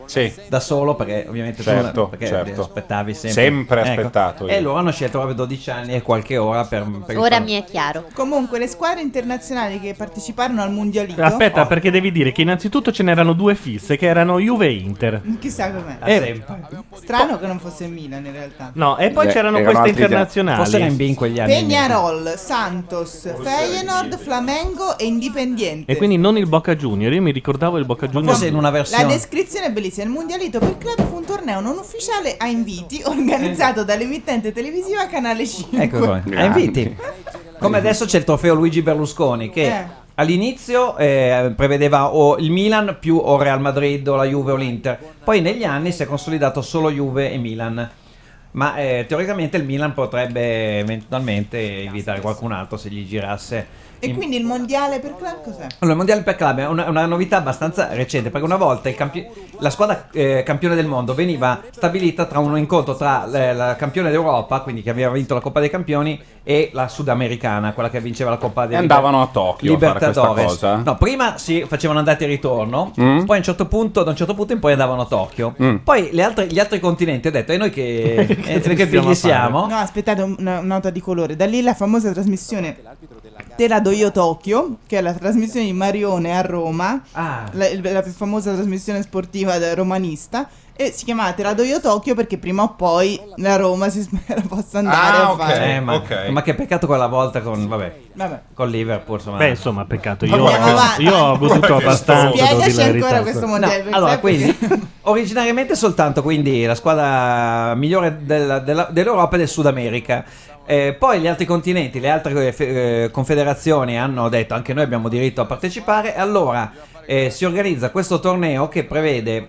da solo, perché ovviamente Certo, perché certo. aspettavi sempre. Sempre aspettato io. E loro hanno scelto proprio 12 anni e qualche ora per il Ora mi è chiaro. Comunque, le squadre internazionali che parteciparono al mondialito. Aspetta, perché devi dire che innanzitutto ce n'erano due fisse, che erano Juve e Inter. Chissà com'è. Strano che non fosse il Milan in realtà. No, e poi c'erano erano queste altri internazionali. Forse era in B in quegli anni. Peñarol, Santos, Feyenoord, Flamengo e Independiente. E quindi non il Boca Junior, io mi ricordavo il Boca Junior. forse in una La versione. descrizione è bellissima. Il mondialito per club fu un torneo non ufficiale a inviti organizzato dall'emittente televisiva Canale 5. Ecco qua, a inviti. Come adesso c'è il trofeo Luigi Berlusconi che all'inizio prevedeva o il Milan più o Real Madrid o la Juve o l'Inter. Poi negli anni si è consolidato solo Juve e Milan. Ma teoricamente il Milan potrebbe eventualmente invitare qualcun altro se gli girasse. E quindi il mondiale per club cos'è? Allora, il mondiale per club è una novità abbastanza recente, perché una volta la squadra campione del mondo veniva stabilita tra un incontro tra la campione d'Europa, quindi che aveva vinto la Coppa dei Campioni, e la sudamericana, quella che vinceva la Coppa dei andavano a Tokyo a fare questa Libertadores. cosa? No, prima si facevano andate e ritorno, poi da un certo punto in poi andavano a Tokyo. Poi gli altri continenti, ho detto, e noi che figli siamo? No, aspettate, una nota di colore. Da lì la famosa trasmissione Te la do io Tokyo, che è la trasmissione di Marione a Roma, la più famosa trasmissione sportiva romanista. E si chiamava Te la do io Tokyo perché prima o poi la Roma si spera possa andare a fare. Ma che peccato quella volta con con Liverpool, insomma. Beh, insomma, peccato. Io, Andiamo avanti. io ho goduto abbastanza. Spiegaci devo dire la ancora verità. questo mondiale. No, allora, quindi originariamente soltanto quindi la squadra migliore dell'Europa e del Sud America. Poi gli altri continenti, le altre confederazioni hanno detto anche noi abbiamo diritto a partecipare, e allora si organizza questo torneo che prevede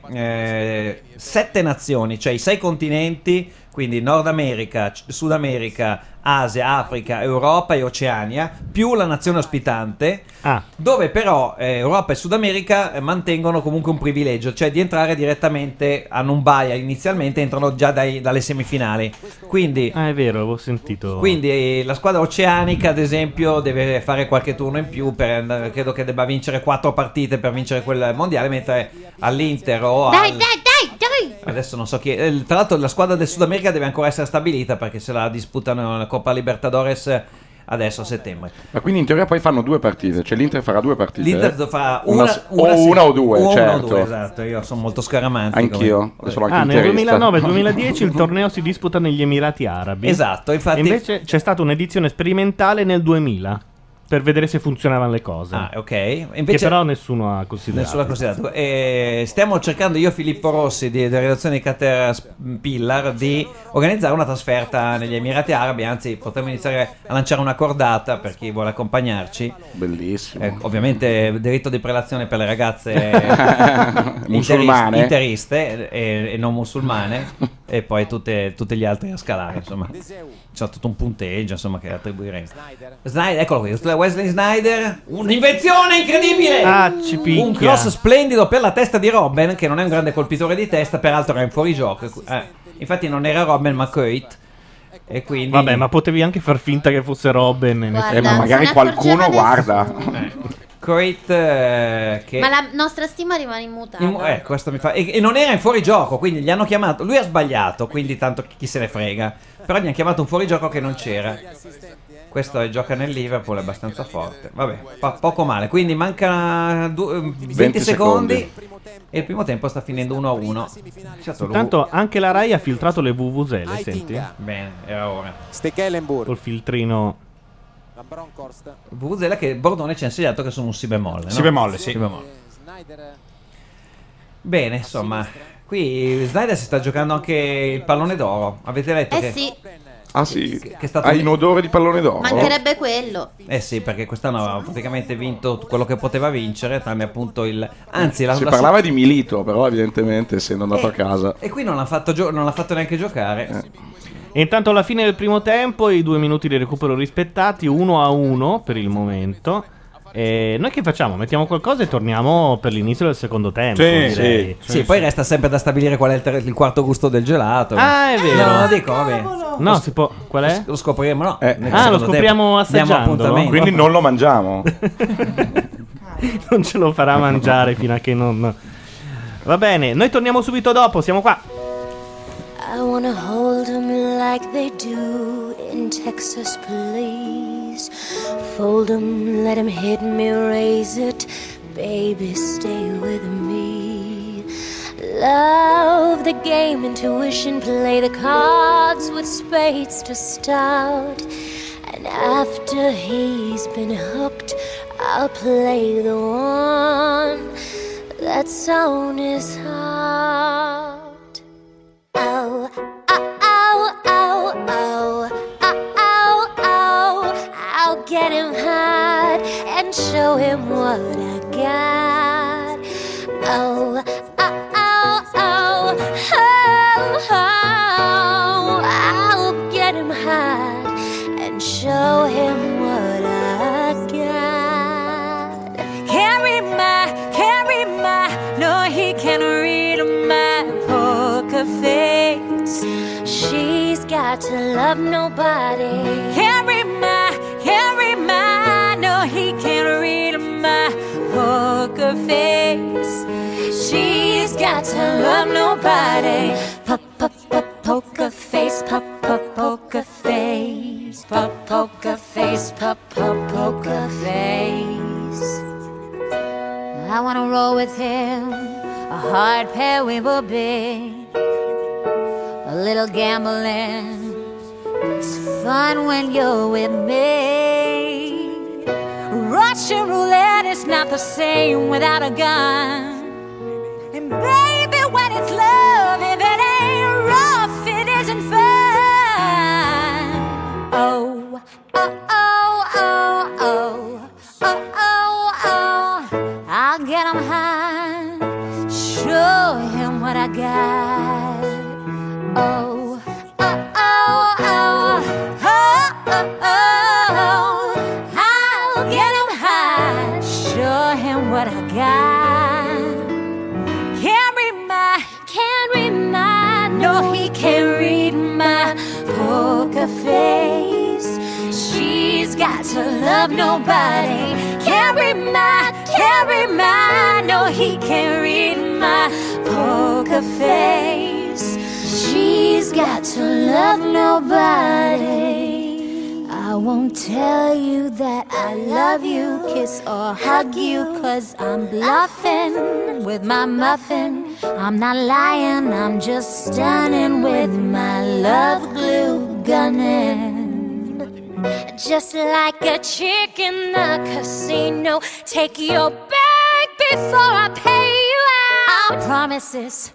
7 nazioni, cioè i 6 continenti, quindi Nord America, Sud America, Asia, Africa, Europa e Oceania, più la nazione ospitante, dove però Europa e Sud America mantengono comunque un privilegio, cioè di entrare direttamente, hanno un bye inizialmente, entrano già dalle semifinali. Quindi è vero, avevo sentito. Quindi la squadra oceanica, ad esempio, deve fare qualche turno in più per andare, credo che debba vincere 4 partite per vincere quel mondiale, mentre all'Inter o Dai. adesso non so chi è. Tra l'altro la squadra del Sud America deve ancora essere stabilita perché se la disputano la Coppa Libertadores adesso a settembre. Ma quindi in teoria poi fanno 2 partite, cioè l'Inter farà 2 partite. L'Inter farà una o due, certo. Esatto, io sono molto scaramantico. Anch'io, sono anche nel interista. 2009-2010 il torneo si disputa negli Emirati Arabi. Esatto, infatti. E invece c'è stata un'edizione sperimentale nel 2000 per vedere se funzionavano le cose. Ok. Invece, che però nessuno ha considerato. Stiamo cercando io e Filippo Rossi della redazione di Cater Pillar di organizzare una trasferta negli Emirati Arabi, anzi potremmo iniziare a lanciare una cordata per chi vuole accompagnarci. Bellissimo. Ovviamente diritto di prelazione per le ragazze musulmane, interiste e non musulmane, e poi tutti gli altri a scalare, insomma c'è tutto un punteggio insomma che attribuiremo. Snyder, eccolo qui, Wesley Snyder, un'invenzione incredibile, ci picchia. un cross splendido per la testa di Robben, che non è un grande colpitore di testa, peraltro era in fuorigioco, infatti non era Robben ma Coit, e quindi Vabbè, ma potevi anche far finta che fosse Robben. Guarda, ma magari qualcuno guarda. Coit che Ma la nostra stima rimane immutata. questo mi fa e non era in fuorigioco, quindi gli hanno chiamato, lui ha sbagliato, quindi tanto chi se ne frega, però gli hanno chiamato un fuorigioco che non c'era. Questo gioca nel Liverpool, è abbastanza forte. Vabbè, poco male. Quindi manca 20 secondi e il primo tempo sta finendo 1-1. Intanto anche la Rai ha filtrato le VVZele, senti? Bene, era ora. Col filtrino. VVZela che Bordone ci ha insegnato che sono un si bemolle, no? Si bemolle, sì. Si bemolle. Bene, insomma, qui Snyder si sta giocando anche il pallone d'oro. Avete letto che... Sì, Ah sì, che è stato ha in odore di pallone d'oro. mancherebbe quello. Sì, perché quest'anno aveva praticamente vinto quello che poteva vincere, tranne appunto il... Anzi, Si parlava di Milito, però evidentemente essendo andato a casa. E qui non l'ha fatto neanche giocare. E intanto alla fine del primo tempo i 2 minuti di recupero rispettati, 1-1 per il momento. E noi che facciamo? Mettiamo qualcosa e torniamo per l'inizio del secondo tempo. direi. Sì, poi resta sempre da stabilire qual è il quarto gusto del gelato. Ah, è vero. Non lo dico, vabbè. No, si può. Qual è? Lo scopriremo, no? Lo scopriamo assaggiando. Quindi non lo mangiamo. Non ce lo farà mangiare fino a che non Va bene, noi torniamo subito dopo, siamo qua. I wanna hold him like they do in Texas, please. Fold him, let him hit me, raise it. Baby, stay with me. Love the game, intuition, play the cards with spades to start. And after he's been hooked, I'll play the one that's on his heart. Oh, oh, oh, oh, oh, oh, oh, oh. I'll get him hard and show him what I got. Oh, oh, oh, oh, oh, oh. I'll get him hard and show him what I got. Carry my, no, he can read my poker face. She's got to love nobody. Carry my, no, he can't read my poker face. She's got to love nobody. Poker face, poker face, poker face, poker face. I wanna roll with him, a hard pair we will be. A little gambling, it's fun when you're with me. Russian roulette is not the same without a gun. And baby, when it's love, if it ain't rough, it isn't fun. Oh, oh, oh, oh, oh, oh, oh, oh. I'll get him high, show him what I got. Oh, oh, oh, oh, oh, oh, oh. I'll get him high, show him what I got. Can't read my, no, he can't read my poker face. She's got to love nobody. Can't read my, no, he can't read my poker face. She's got to love nobody. I won't tell you that I love you, kiss or hug you, 'cause I'm bluffing with my muffin. I'm not lying, I'm just stunning with my love glue gunning. Just like a chick in the casino, take your bag before I pay you out. I promise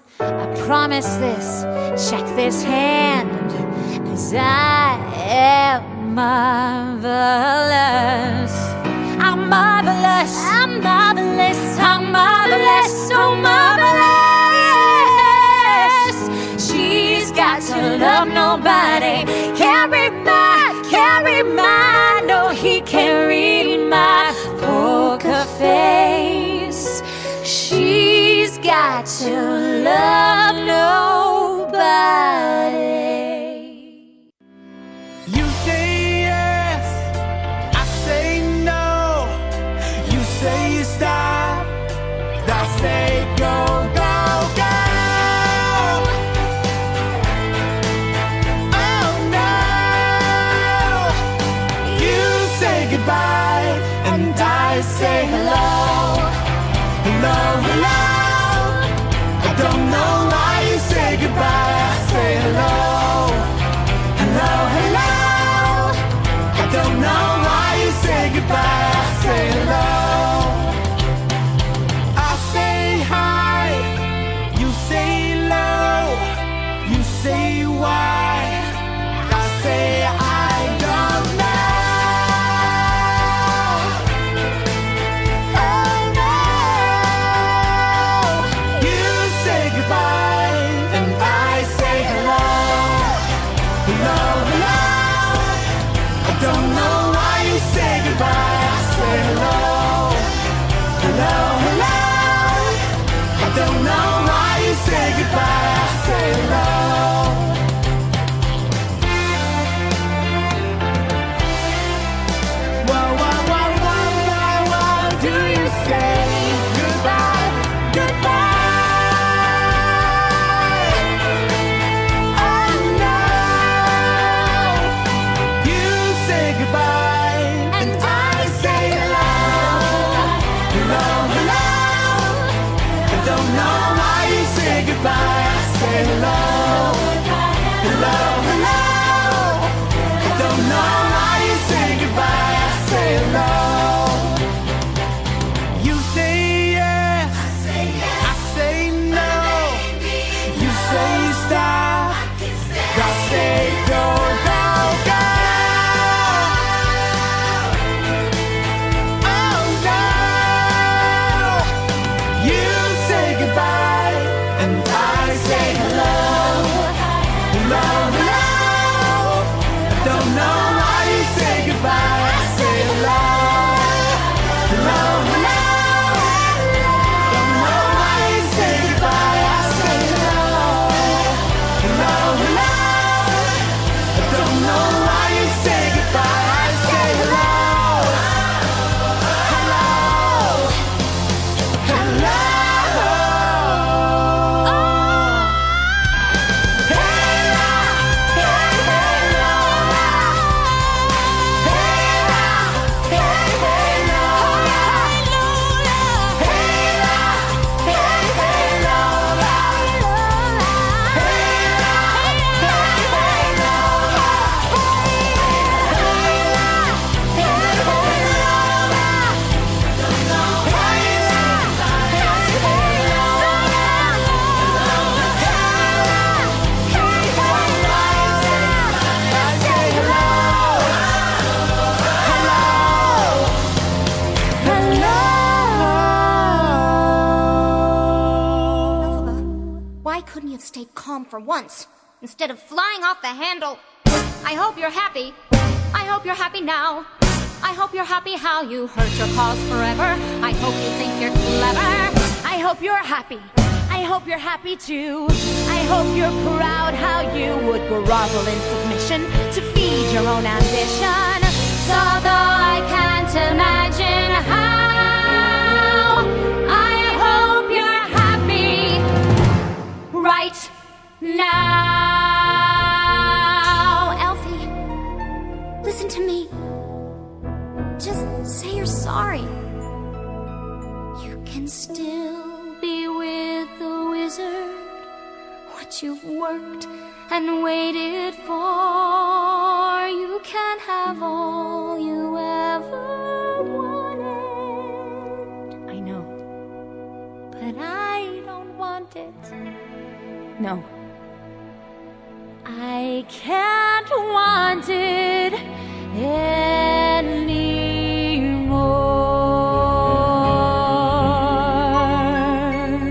this, check this hand, 'cause I am marvelous. I'm marvelous, I'm marvelous, I'm marvelous, so marvelous. She's got to love nobody. Carry my, no, he can't read my poker face. She's got to love nobody. You say yes, I say no. You say you stop, I say go, go, go. Oh no. You say goodbye and I say hello. Hello, hello. I don't know why you say goodbye, I say hello. Hello, hello. I don't know why you say goodbye, I say hello. I say hi, you say low, you say why, I say I don't know. Oh no. don't know why you say goodbye. I say hello, hello, hello. I don't know why you say goodbye. I say hello. You say yes, I say no. You say stop, I say go, go, go. Oh no. You say goodbye and I say hello, hello, hello. I don't know why you say goodbye. I say hello, hello, hello. Don't know why you say goodbye. I say hello, hello, hello. I don't know why you say goodbye. I say hello, hello, hello. Why couldn't you have stayed calm for once instead of flying off the handle? I hope you're happy. I hope you're happy now. I hope you're happy how you hurt your cause forever. I hope you think you're clever. I hope you're happy. I hope you're happy too. I hope you're proud how you would grovel in submission to feed your own ambition. So though I can't imagine how, I hope you're happy right now. Elfie, listen to me. Just say you're sorry. You can still be with the wizard. What you've worked and waited for, you can have all you ever wanted. I know, but I don't want it. No, I can't want it anymore.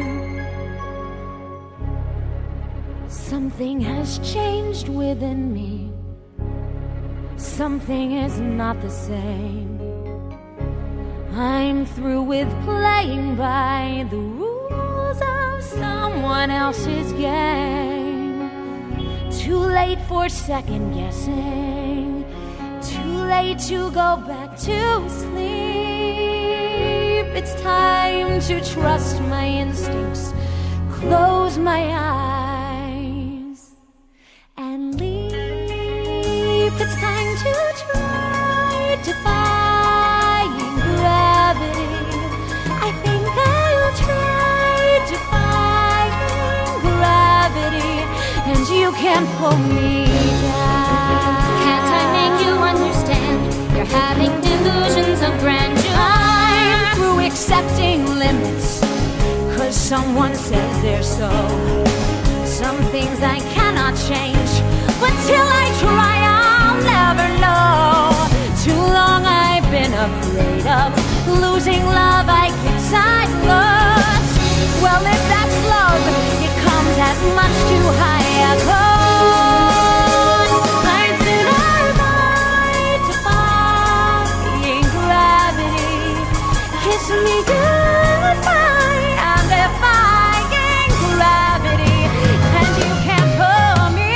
Something has changed within me. Something is not the same. I'm through with playing by the rules of someone else's game. Too late for second guessing. Too late to go back to sleep. It's time to trust my instincts, close my eyes, and leap. It's time to try defying gravity. I think I'll try defying gravity, and you can't pull me down. Can't I make you understand? You're having delusions of grandeur. I'm through accepting limits, 'cause someone says they're so. Some things I cannot change, but till I try I'll never know. Too long I've been afraid of losing love, I guess I lost. Well, if that's love, it comes at much too high a cost. I'm denied defying gravity. Kiss me goodbye, I'm defying gravity, and you can't pull me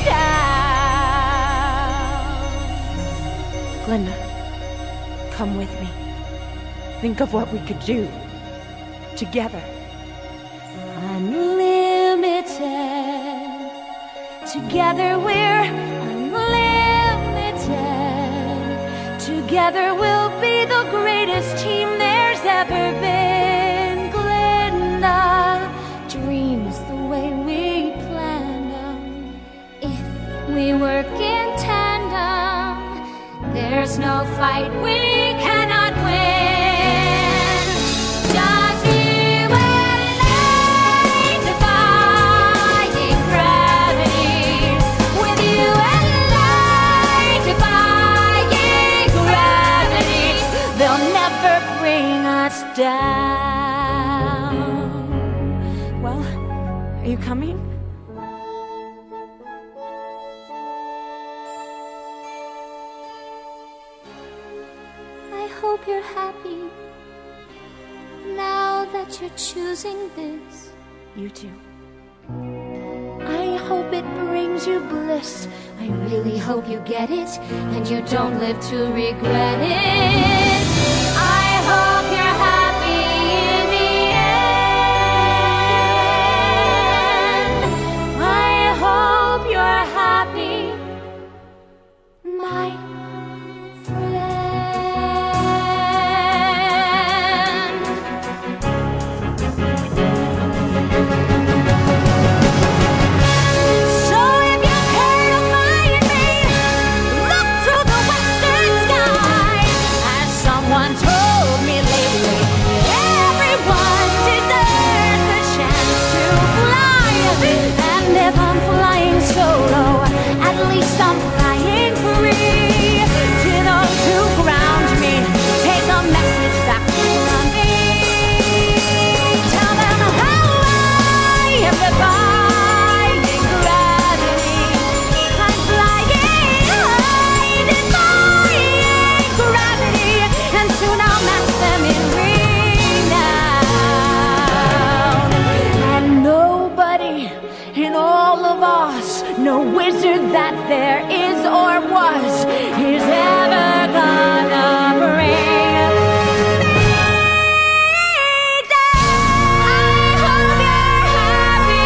down. Glenda, come with me. Think of what we could do together. Unlimited. Together we're unlimited. Together we'll be the greatest team there's ever been. Glenda, us down. Well, are you coming? I hope you're happy now that you're choosing this. You too. I hope it brings you bliss. I really hope you get it and you don't live to regret it. I hope you're happy in the end. I hope you're happy, my no wizard that there is or was is ever gonna bring me down. I hope you're happy.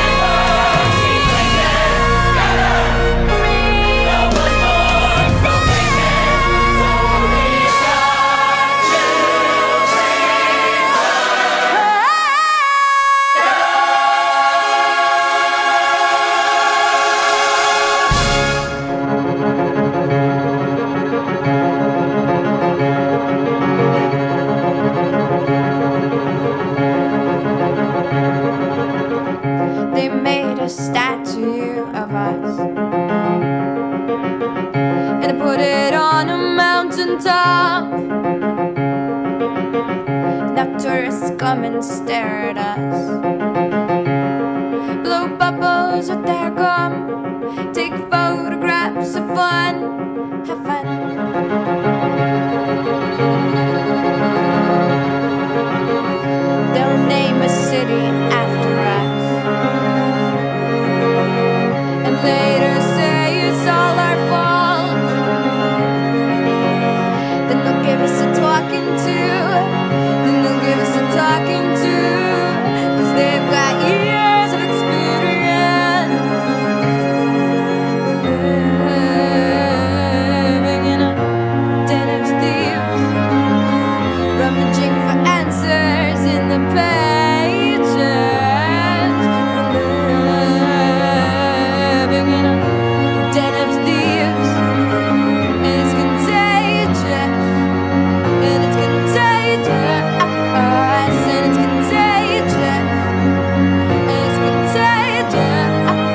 They made a statue of us and put it on a mountain top. Now tourists come and stare at us, blow bubbles with their gum, take photographs of fun, have fun. They'll name a city after us and later say it's all our fault. Then they'll give us a talking to, then they'll give us a talking to, 'cause they've got years of experience. Living in a den of thieves, rummaging for answers in the pages. Living in a den of thieves, and it's contagious, and it's contagious, and it's contagious, and it's contagious.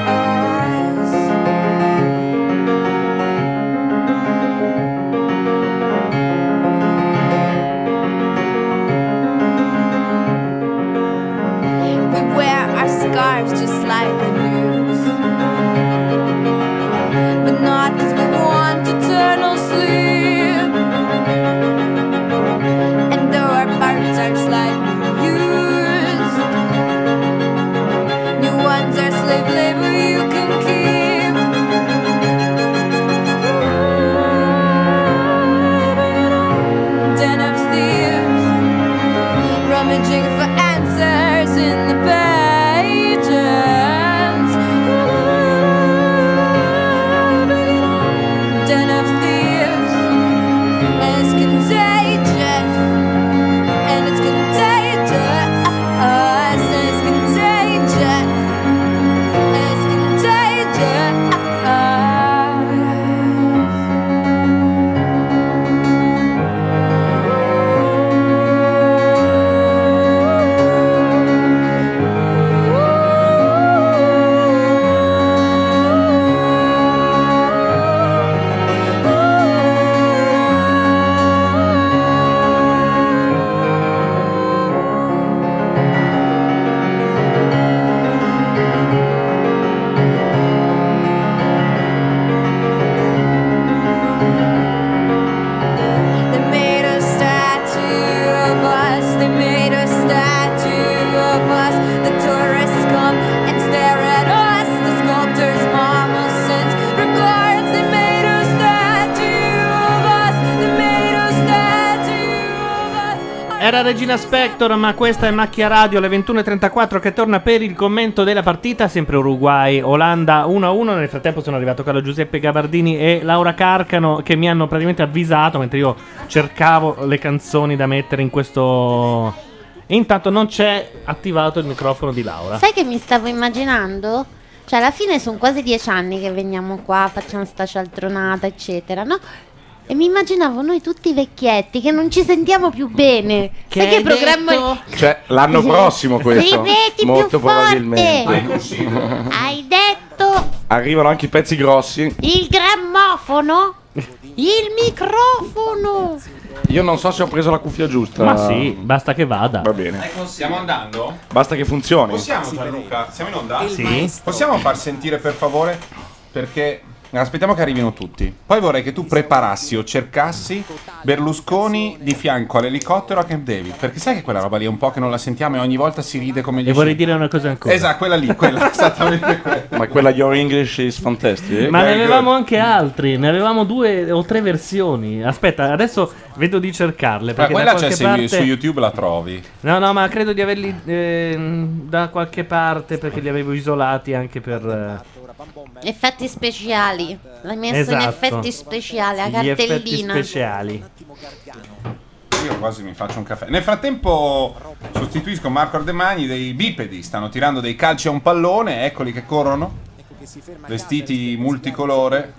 We wear our scarves just like the news, but not 'cause we want eternal sleep. And though our parts are slightly used, new ones are slave labor you can keep. Den of thieves, rummaging for answers in the pages. Den of thieves, and it's contagious, and it's contagious, and it's contagious, and it's contagious. Era Regina Spector, ma questa è Macchia Radio alle 21.34 che torna per il commento della partita. Sempre Uruguay-Olanda 1-1. Nel frattempo sono arrivato Carlo Giuseppe Gabardini e Laura Carcano che mi hanno praticamente avvisato mentre io cercavo le canzoni da mettere in questo. E intanto non c'è attivato il microfono di Laura. Sai che mi stavo immaginando? Cioè alla fine sono quasi 10 anni che veniamo qua, facciamo sta cialtronata eccetera, no? E mi immaginavo noi tutti vecchietti che non ci sentiamo più bene. Che sai che hai programma? detto? Cioè, l'anno prossimo questo. Ripeti molto più forte. probabilmente. Hai detto Arrivano anche i pezzi grossi. il grammofono? Il microfono? Io non so se ho preso la cuffia giusta. Ma sì, basta che vada. Va bene. Stiamo andando? Basta che funzioni. Possiamo, Gianluca? Siamo in onda? Sì. Possiamo far sentire per favore? Perché aspettiamo che arrivino tutti. Poi vorrei che tu preparassi o cercassi Berlusconi di fianco all'elicottero a Camp David. Perché sai che quella roba lì è un po' che non la sentiamo e ogni volta si ride come gli E vorrei dire una cosa ancora. Esatto, quella lì, quella, esattamente quella. Ma quella Your English is fantastic. Ma ne avevamo anche altri, ne avevamo 2 o 3 versioni. Aspetta, adesso vedo di cercarle. Ma Perché quella da c'è, qualche se parte. su YouTube la trovi. No, ma credo di averli da qualche parte perché li avevo isolati anche per. Effetti speciali. L'hai messo in Esatto. effetti speciali, a Gli effetti cartellina. speciali. Io quasi mi faccio un caffè. Nel frattempo sostituisco Marco Ardemagni. Dei bipedi stanno tirando dei calci a un pallone. Eccoli che corrono, vestiti multicolore.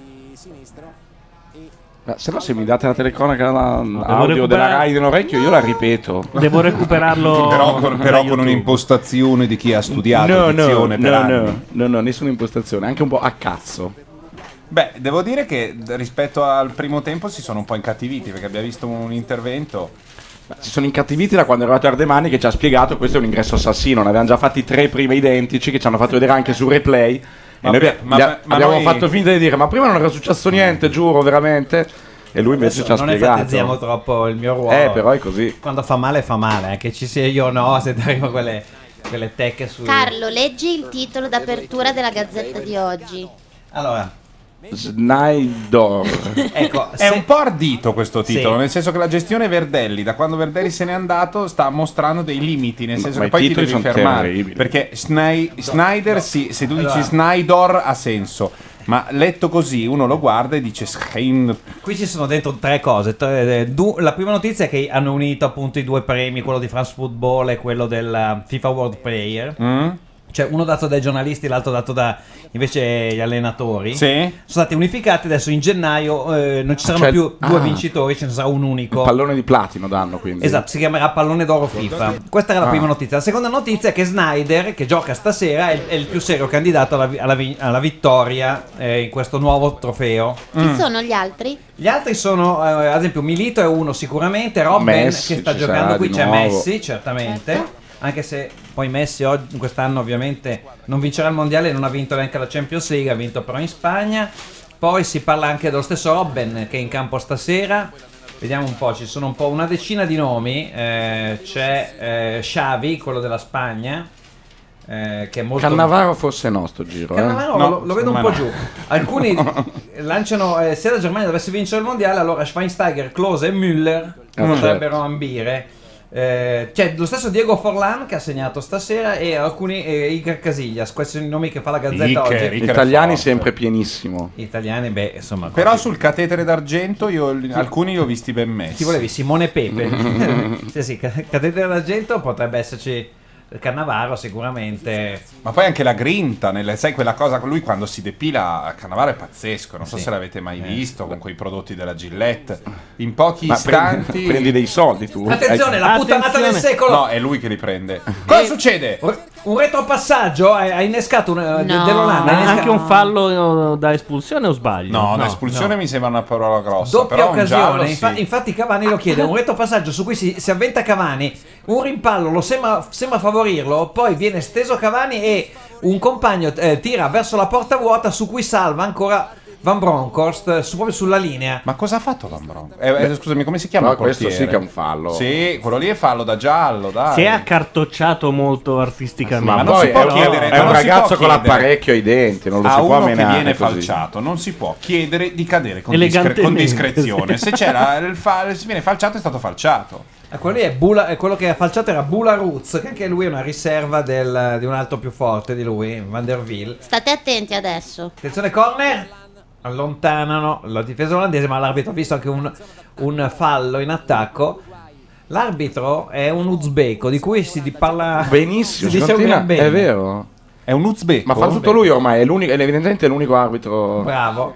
Ma se no, se mi date la telecronaca audio recuperare- della Rai in orecchio, io la ripeto. Devo recuperarlo. Però da con YouTube. un'impostazione di chi ha studiato edizione per anni. no, nessuna impostazione, anche un po' a cazzo. Beh, devo dire che rispetto al primo tempo si sono un po' incattiviti perché abbiamo visto un intervento. Si sono incattiviti da quando è arrivato Ardemani che ci ha spiegato questo è un ingresso assassino. Ne avevano già fatti 3 prima identici che ci hanno fatto vedere anche su replay. E noi abbiamo noi- fatto finta di dire ma prima non era successo niente, giuro, veramente. E lui invece ci ha non spiegato. enfatizziamo troppo il mio ruolo. Però è così. Quando fa male, che ci sia io o no, se ti arrivano quelle tecche su. Carlo, leggi il titolo d'apertura della Gazzetta di oggi. Allora, Snaidor. ecco, È un po' ardito questo titolo, Sì. nel senso che la gestione Verdelli, da quando Verdelli se n'è andato, sta mostrando dei limiti, nel senso ma che i poi ti titoli devi sono fermare. terribili. Perché Snyder, sì, se tu dici Allora. Snaidor ha senso, ma letto così uno lo guarda e dice qui ci sono dentro 3 cose. La prima notizia è che hanno unito appunto i 2 premi, quello di France Football e quello del FIFA World Player. Cioè uno dato dai giornalisti, l'altro dato da invece gli allenatori. Sì. Sono stati unificati, adesso in gennaio non ci saranno Cioè- più 2 vincitori, ce ne sarà un unico. Il pallone di platino danno quindi. Esatto, si chiamerà pallone d'oro FIFA. Questa era la prima notizia. La seconda notizia è che Snyder, che gioca stasera, è il più serio candidato alla vittoria in questo nuovo trofeo. Chi sono gli altri? Gli altri sono, ad esempio, Milito è uno sicuramente, Robben Messi, che sta ci giocando sarà qui, di c'è nuovo. Messi, certamente. Anche se poi Messi quest'anno ovviamente non vincerà il mondiale, non ha vinto neanche la Champions League, ha vinto però in Spagna. Poi si parla anche dello stesso Robben che è in campo stasera. Vediamo un po', ci sono un po' una decina di nomi. C'è Xavi, quello della Spagna, che è molto. Cannavaro forse no sto giro. Cannavaro No, lo vedo un ma po' no. giù. Alcuni lanciano se la Germania dovesse vincere il mondiale, allora Schweinsteiger, Klose e Müller potrebbero ambire. C'è lo stesso Diego Forlan che ha segnato stasera e alcuni Iker Casillas. Questi sono i nomi che fa la Gazzetta oggi. Iker Italiani forte. sempre pienissimo. Italiani, beh, insomma. Però sul catetere d'argento alcuni li ho visti ben messi. Chi volevi? Simone Pepe. sì, catetere d'argento potrebbe esserci. Cannavaro sicuramente. Ma poi anche la grinta, sai quella cosa, lui quando si depila, Cannavaro è pazzesco, non so Sì. se l'avete mai visto con quei prodotti della Gillette. In pochi Ma istanti. prendi dei soldi tu. Attenzione, la puttanata del secolo. No, è lui che li prende. Cosa succede? Un retropassaggio ha innescato dell'Olanda. ha innescato- Anche un fallo da espulsione o sbaglio? No, l'espulsione mi sembra una parola grossa. Doppia però un giallo occasione, sì. infatti Cavani lo chiede, un retropassaggio su cui si avventa Cavani, un rimpallo lo sembra favorirlo, poi viene steso Cavani e un compagno tira verso la porta vuota su cui salva ancora Van Bronckhorst proprio sulla linea. Ma cosa ha fatto Van Bronckhorst? Scusami, come si chiama No, il portiere? questo sì che è un fallo. Sì, quello lì è fallo da giallo, dai. Si è accartocciato molto artisticamente. Ma non poi si può è un, chiedere- è non un si può ragazzo con chiedere l'apparecchio ai denti, non lo a si può uno che menare viene così. falciato non si può chiedere di cadere con Elegantemente, discrezione. sì. Se c'era se viene falciato è stato falciato. Quello lì è quello che ha falciato era Bula Roots, che anche lui è una riserva di un altro più forte di lui, Van der Wiel. State attenti adesso. Attenzione, corner. Allontanano la difesa olandese, ma l'arbitro ha visto anche un fallo in attacco. L'arbitro è un uzbeko di cui si parla benissimo, si dice un gran bene. è vero. È un uzbeko. Ma fa tutto lui ormai, evidentemente è l'unico arbitro. Bravo.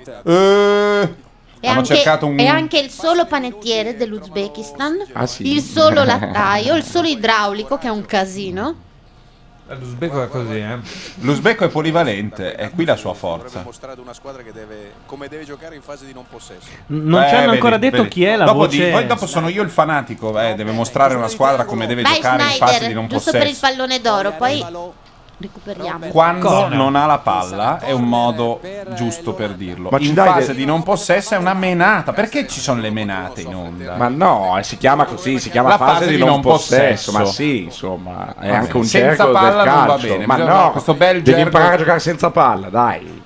È anche il solo panettiere dell'Uzbekistan, Ah, sì? il solo lattaio, il solo idraulico, che è un casino. L'uzbeko è così, L'uzbeko è polivalente, è qui la sua forza. Ha mostrato una squadra che come deve giocare in fase di non possesso. Non ci hanno ancora detto chi è la voce. Poi dopo sono io il fanatico, deve mostrare una squadra come deve giocare in fase di non giusto per il possesso. pallone d'oro, poi recuperiamo. Quando non ha la palla è un modo giusto per dirlo. Ma ci in dai fase di non possesso è una menata. Perché ci sono le menate in onda? Ma no, si chiama così, si chiama La fase di non possesso. possesso. Ma sì, insomma, è Va anche bene. un Senza gergo del palla non va calcio. bene, Ma bisogna no, questo bel devi gergo. imparare a giocare senza palla, dai.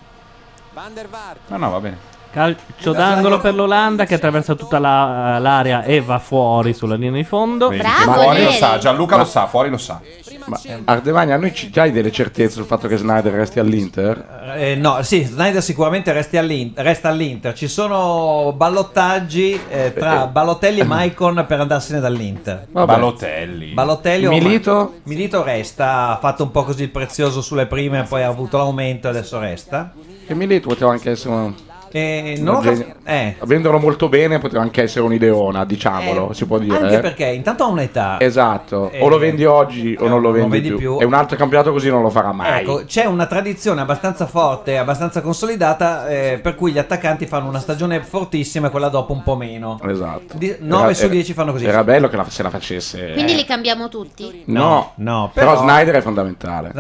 No, va bene. Calcio d'angolo per l'Olanda che attraversa tutta l'area e va fuori sulla linea di fondo. Fuori lo sa, Gianluca lo sa, fuori lo sa. Ma Ardemagna, a noi ci dai delle certezze sul fatto che Snyder resti all'Inter? No, sì, Snyder sicuramente resta all'Inter. Ci sono ballottaggi tra Balotelli e Maicon per andarsene dall'Inter. Balotelli. Milito resta, ha fatto un po' così il prezioso sulle prime, poi ha avuto l'aumento e adesso resta. E Milito poteva anche essere Avendolo molto bene poteva anche essere un'ideona, diciamolo, si può dire. Anche perché intanto ha un'età. Esatto, o lo vendi oggi o non lo vendi più. E un altro campionato così non lo farà mai. Ecco, c'è una tradizione abbastanza forte, abbastanza consolidata, per cui gli attaccanti fanno una stagione fortissima e quella dopo un po' meno. Esatto. 9 su 10 fanno così. Era bello che se la facesse. Quindi li cambiamo tutti? No, però Snyder è fondamentale.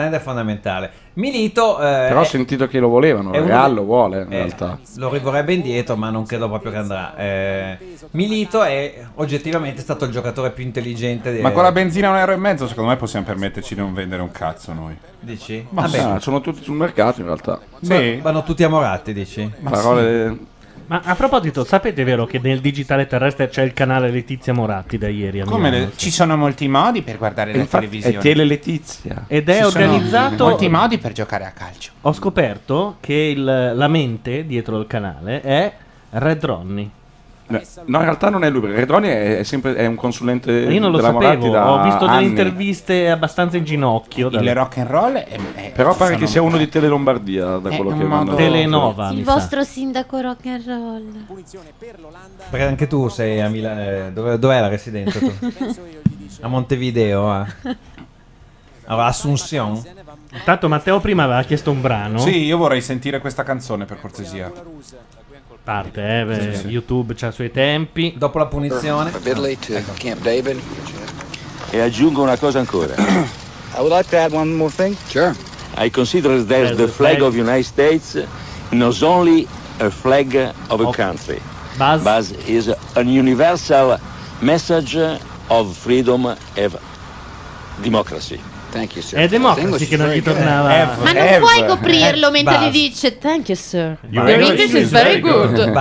Milito però ho sentito che lo volevano, il Real lo vuole in realtà. Lo rivorrebbe indietro, ma non credo proprio che andrà. Milito è oggettivamente stato il giocatore più intelligente. Ma con la benzina a €1,50 secondo me possiamo permetterci di non vendere un cazzo noi. Dici? Ma sono tutti sul mercato in realtà. Sì. Vanno tutti a Moratti, dici? Parole. Ma a proposito, sapete vero che nel digitale terrestre c'è il canale Letizia Moratti da ieri a Milano? Ci sono molti modi per guardare la televisione. È Tele Letizia. Ed è Ci sono organizzato. molti modi per giocare a calcio. Ho scoperto che la mente dietro il canale è Red Ronnie. No, in realtà non è lui, perché Redroni è un consulente Io non lo della Moratti sapevo, da ho visto delle anni. interviste abbastanza in ginocchio. Il rock and roll è Però pare che sia uno di Tele Lombardia, da quello che vanno. Telenova, Il vostro sindaco rock and roll. Perché anche tu sei a Milano. Dov'è la residenza tu? A Montevideo, a Asunción. Intanto Matteo prima aveva chiesto un brano. Sì, io vorrei sentire questa canzone per cortesia. Parte, Sì. YouTube c'ha i suoi tempi. Dopo la punizione. Camp David. E aggiungo una cosa ancora. I would like to add one more thing. Sure. I consider that the flag of the United States not only a flag of a country, but is a universal message of freedom and democracy. Thank you, sir. È Democracy che non gli tornava. Ma non puoi coprirlo mentre gli dice thank you sir. Your English is very good.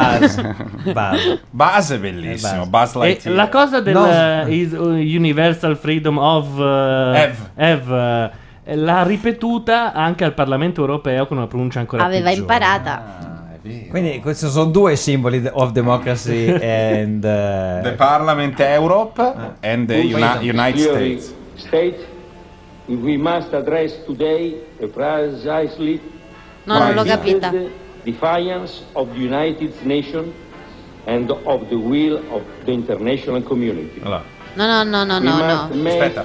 Buzz è bellissimo. Buzz E Lightyear. la cosa del Universal Freedom of Eve l'ha ripetuta anche al Parlamento europeo con una pronuncia ancora Aveva peggiore. imparata. Quindi questi sono due simboli of democracy and The Parliament Europe and the United States. State, we must address today a precisely No, non l'ho capita. defiance of the United Nations and of the will of the international community. No. Aspetta.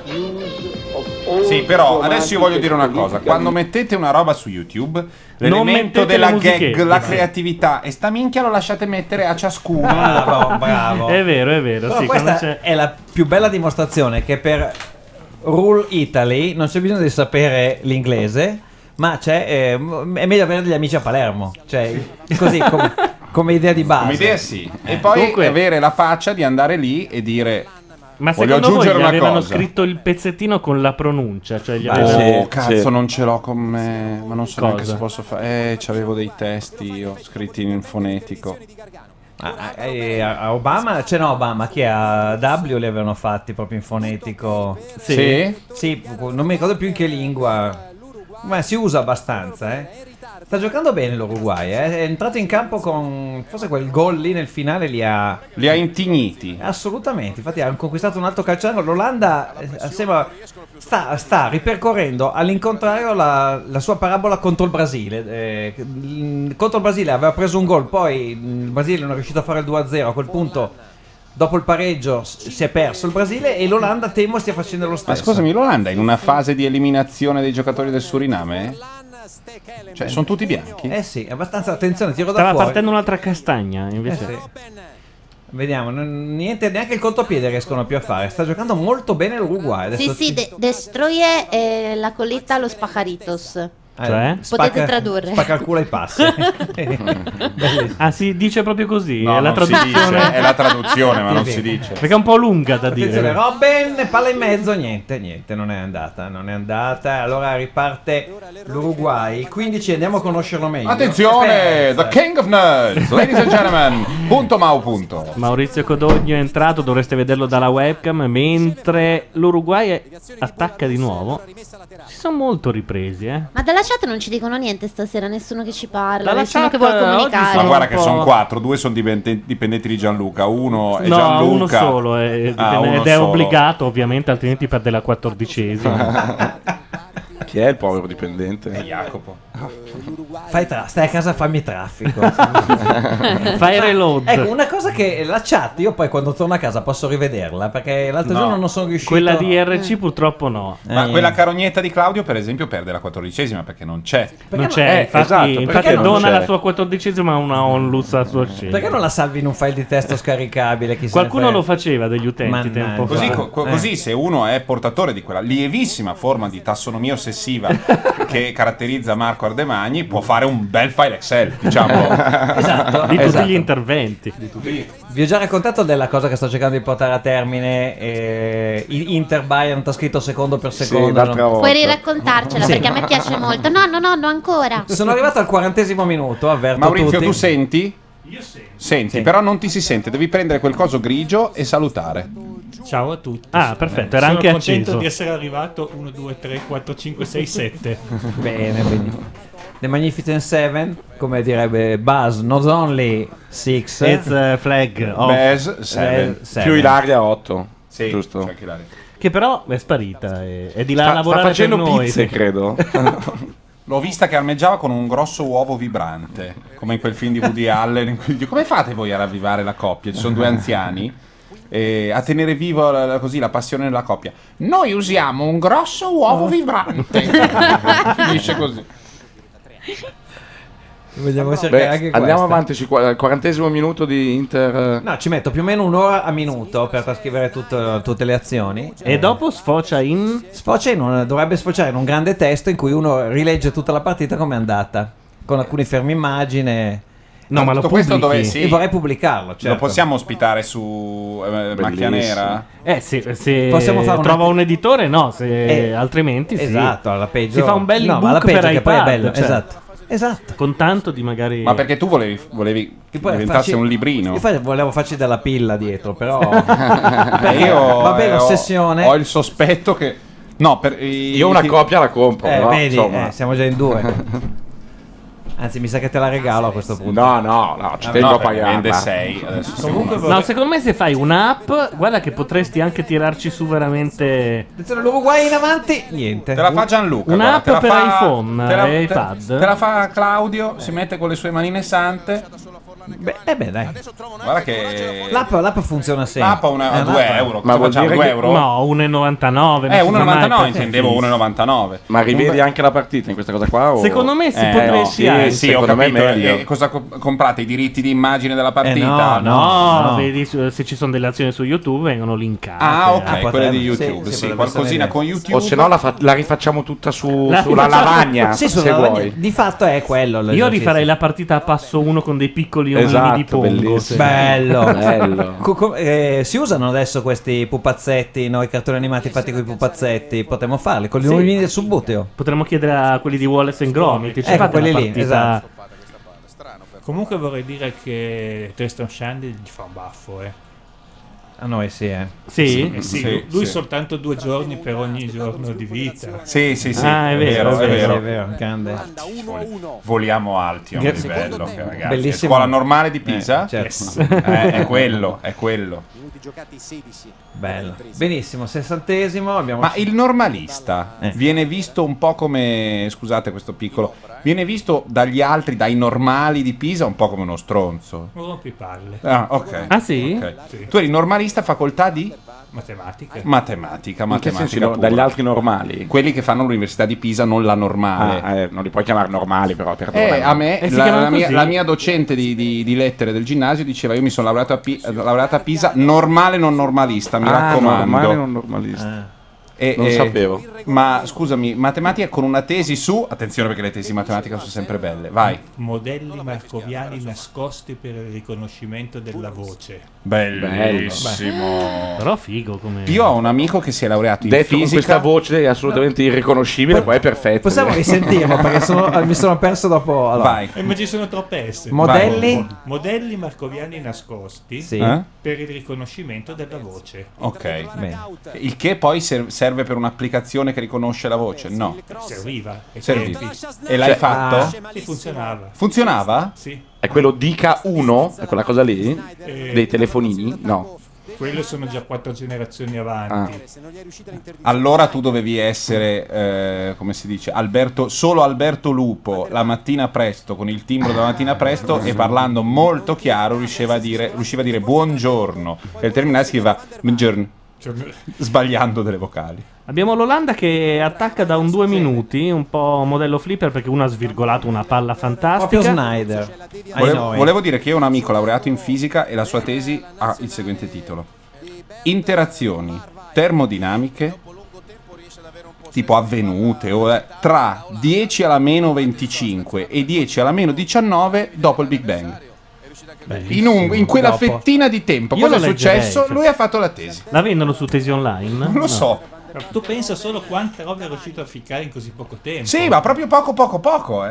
Sì, però adesso io voglio dire una cosa. Quando mettete una roba su YouTube, l'elemento mettete della le musichette. gag, la creatività e sta minchia lo lasciate mettere a ciascuno. Bravo. È vero, Però sì, questa quando c'è- è la più bella dimostrazione che per Rule Italy non c'è bisogno di sapere l'inglese, ma è meglio avere degli amici a Palermo. Cioè, così come idea di base. Come idea sì. E poi Comunque- avere la faccia di andare lì e dire Ma voglio secondo voi aggiungere gli una avevano cosa. scritto il pezzettino con la pronuncia? Cioè gli Oh, avevano... cazzo, non ce l'ho con me. Ma non so neanche Cosa? se posso fare. C'avevo dei testi io scritti in fonetico. A Obama, cioè no, Obama, chi è? A W li avevano fatti proprio in fonetico. Sì? Sì, non mi ricordo più in che lingua. Ma si usa abbastanza, Sta giocando bene l'Uruguay, È entrato in campo con forse quel gol lì nel finale li ha intigniti. Assolutamente, infatti hanno conquistato un altro calciano. L'Olanda sembra sta ripercorrendo all'incontrario la sua parabola contro il Brasile. Contro il Brasile aveva preso un gol, poi il Brasile non è riuscito a fare il 2-0. A quel punto, dopo il pareggio, si è perso il Brasile e l'Olanda temo stia facendo lo stesso. Ma scusami, l'Olanda è in una fase di eliminazione dei giocatori del Suriname? Cioè, sono tutti bianchi? Sì, abbastanza. Attenzione, tiro da Stava fuori. partendo un'altra castagna, invece. Sì. Vediamo, niente, neanche il contropiede riescono più a fare. Sta giocando molto bene l'Uruguay. Adesso Sì, destruye la colita a los pajaritos. Cioè? Potete tradurre. Spacca il culo ai passi. Ah, si dice proprio così? No, è la non si traduzione. dice, è la traduzione, ma non si dice. Perché è un po' lunga da Attenzione, dire. Robben, palla in mezzo, niente, non è andata. Allora riparte l'Uruguay. 15, andiamo a conoscerlo meglio. Attenzione, the king of nerds, ladies and gentlemen, punto Mau punto. Maurizio Codogno è entrato, dovreste vederlo dalla webcam, mentre l'Uruguay attacca di nuovo. Si sono molto ripresi, Ma dalla chat non ci dicono niente stasera, nessuno che ci parla, Dalla nessuno chat, che vuole comunicare. Ma guarda che sono 4, 2 sono dipendenti di Gianluca, uno è No, Gianluca. uno solo ed uno è solo. obbligato ovviamente, altrimenti perde la 14ª. Chi è il povero dipendente? È Jacopo. Stai a casa, fammi traffico. Fai reload. Ecco, una cosa che la chat, io poi quando torno a casa posso rivederla, perché l'altro No. giorno non sono riuscito. Quella di RC purtroppo no. Ma quella carognetta di Claudio, per esempio, perde la 14ª perché non c'è. Non c'è, infatti, infatti non dona c'è? la sua 14ª a una onlus al suo scelta. Perché non la salvi in un file di testo scaricabile? Chi se ne Qualcuno frega? lo faceva degli utenti tempo Così, fa. così se uno è portatore di quella lievissima forma di tassonomia ossessiva che caratterizza Marco Ardemagni, può fare un bel file Excel, diciamo. Esatto, Di tutti esatto. gli interventi. Vi ho già raccontato della cosa che sto cercando di portare a termine. Inter Bayern, scritto secondo per secondo. Puoi riraccontarcela Sì. perché a me piace molto. No, ancora. Sono arrivato al 40° minuto, avverto Maurizio, tutti. tu senti? Io sento. Senti, però non ti si sente, devi prendere quel coso grigio e salutare. Ciao a tutti. Ah, perfetto, era Sono anche contento acceso. di essere arrivato 1, 2, 3, 4, 5, 6, 7. Bene, benissimo. The Magnificent Seven, come direbbe Buzz, not only 6. It's a flag of Baz, seven. Più Ilaria 8. Sì, giusto? c'è anche Ilaria. Che però è sparita. È di là a Sta lavorare facendo per noi. pizze, credo. L'ho vista che armeggiava con un grosso uovo vibrante, come in quel film di Woody Allen. In cui dico, come fate voi a ravvivare la coppia? Ci sono due anziani. A tenere vivo così la passione della coppia. Noi usiamo un grosso uovo vibrante. Finisce così. Vogliamo cercare anche andiamo questa. avanti al 40° minuto di Inter. No, ci metto più o meno un'ora a minuto per trascrivere tutte le azioni. E dopo sfocia dovrebbe sfociare in un grande testo in cui uno rilegge tutta la partita come è andata, con alcuni fermi immagine. No, ma lo tutto questo pubblichi? dove sì. E vorrei pubblicarlo, certo. Lo possiamo ospitare su Macchia Nera? Se Possiamo fare trova un editore, no, se altrimenti sì. Esatto, alla peggio. Si fa un bel No, ma alla ebook peggio per che poi è iPad, bello, cioè, esatto. Esatto. con tanto di magari. Ma perché tu volevi Che poi diventasse farci- un librino? Io volevo farci della pilla dietro, però. Io vabbè, l'ossessione. ho il sospetto che no, Io una copia la compro, però, vedi, insomma. siamo già in due. Anzi, mi sa che te la regalo a questo punto. No, ci tengo a pagarla. Vende 6 adesso. Comunque No, secondo me se fai un'app, guarda che potresti anche tirarci su veramente. Attenzione, l'Uruguay in avanti. Niente. Te la fa Gianluca. Un'app guarda, te la per fa- iPhone te la- e te- iPad. Te la fa Claudio, si mette con le sue manine sante. Beh, dai. Guarda che L'app funziona sempre. l'app a 2 euro. Ma Cosa vuol facciamo, dire 2 che- euro? No, 1,99. 1,99 intendevo 1,99. Ma rivedi anche la partita in questa cosa qua? O... Secondo me si no, potresti anche. sì, ho secondo me è capito. meglio. E cosa comprate? I diritti di immagine della partita? No, vedi se ci sono delle azioni su YouTube vengono linkate. Ah, ok, potrebbe- quelle di YouTube. sì, Sì, potrebbe qualcosina essere con YouTube. O se no la rifacciamo tutta sulla rifacciamo- lavagna, Sì, se sulla lavagna. vuoi. Di fatto è quello. Io l'esercizio. rifarei la partita a passo 1 con dei piccoli omini Esatto, di Pongo. bellissimo. se- Bello. Bello. Si usano adesso questi pupazzetti, no? I cartoni animati fatti con i pupazzetti. Potremmo farli con gli omini del subbuteo. Potremmo chiedere a quelli di Wallace and Gromit. Ci Ecco, fate una quelli lì, partita esatto. Comunque vorrei dire che Tristan Shandy gli fa un baffo, A noi sì, Sì? Sì, lui soltanto 2 giorni per ogni giorno di vita. Sì. Ah, è vero. È vero, grande. Voliamo alti a un Grazie. livello, ragazzi. Bellissimo. Scuola normale di Pisa? Certo. È quello. Minuti giocati 16. Bello. Benissimo, 60esimo. Abbiamo Ma il normalista viene visto un po' come, scusate questo piccolo, viene visto dagli altri, dai normali di Pisa, un po' come uno stronzo. Non rompipalle. Ah, ok. Ah, sì? Ok. Sì. Tu eri normalista, facoltà di? Matematica. Matematica In che senso, pura. dagli altri normali? Quelli che fanno l'università di Pisa, non la normale. Non li puoi chiamare normali, però, perdona. A me si chiamano così? la mia docente di lettere del ginnasio diceva: io mi sono laureato a Pisa, normale non normalista, mi raccomando. Normale non normalista. Non sapevo. Ma scusami, matematica con una tesi su, attenzione perché le tesi di matematica sono sempre belle, vai. Modelli marcoviani nascosti per il riconoscimento della voce. Bellissimo. Però figo come... Io ho un amico che si è laureato in Detto con fisica. questa voce assolutamente irriconoscibile, poi è perfetto. Possiamo risentirlo perché mi sono perso dopo. Allora. Vai. Ma ci sono troppe S. Modelli? Modelli marcoviani nascosti per il riconoscimento della voce. Ok. Il che poi serve per un'applicazione che riconosce la voce? No. Serviva. Serviva. E l'hai fatto? Sì, funzionava. Funzionava? Sì. È quello Dica 1? È quella cosa lì? Dei telefonini? No. Quello sono già 4 generazioni avanti. Allora tu dovevi essere, come si dice, solo Alberto Lupo la mattina presto, con il timbro della mattina presto, e parlando molto chiaro riusciva a dire buongiorno. E il terminale scriveva buongiorno, sbagliando delle vocali. Abbiamo l'Olanda che attacca da un 2 minuti, un po' modello flipper perché uno ha svirgolato una palla fantastica. Proprio Snyder. Volevo dire che io ho un amico laureato in fisica e la sua tesi ha il seguente titolo: interazioni termodinamiche tipo avvenute tra 10 alla meno 25 e 10 alla meno 19 dopo il Big Bang. In quella fettina di tempo cosa è successo? Lui ha fatto la tesi. La vendono su Tesi Online? Non lo so. Tu pensa solo quante robe è riuscito a ficcare in così poco tempo. Sì, ma proprio poco,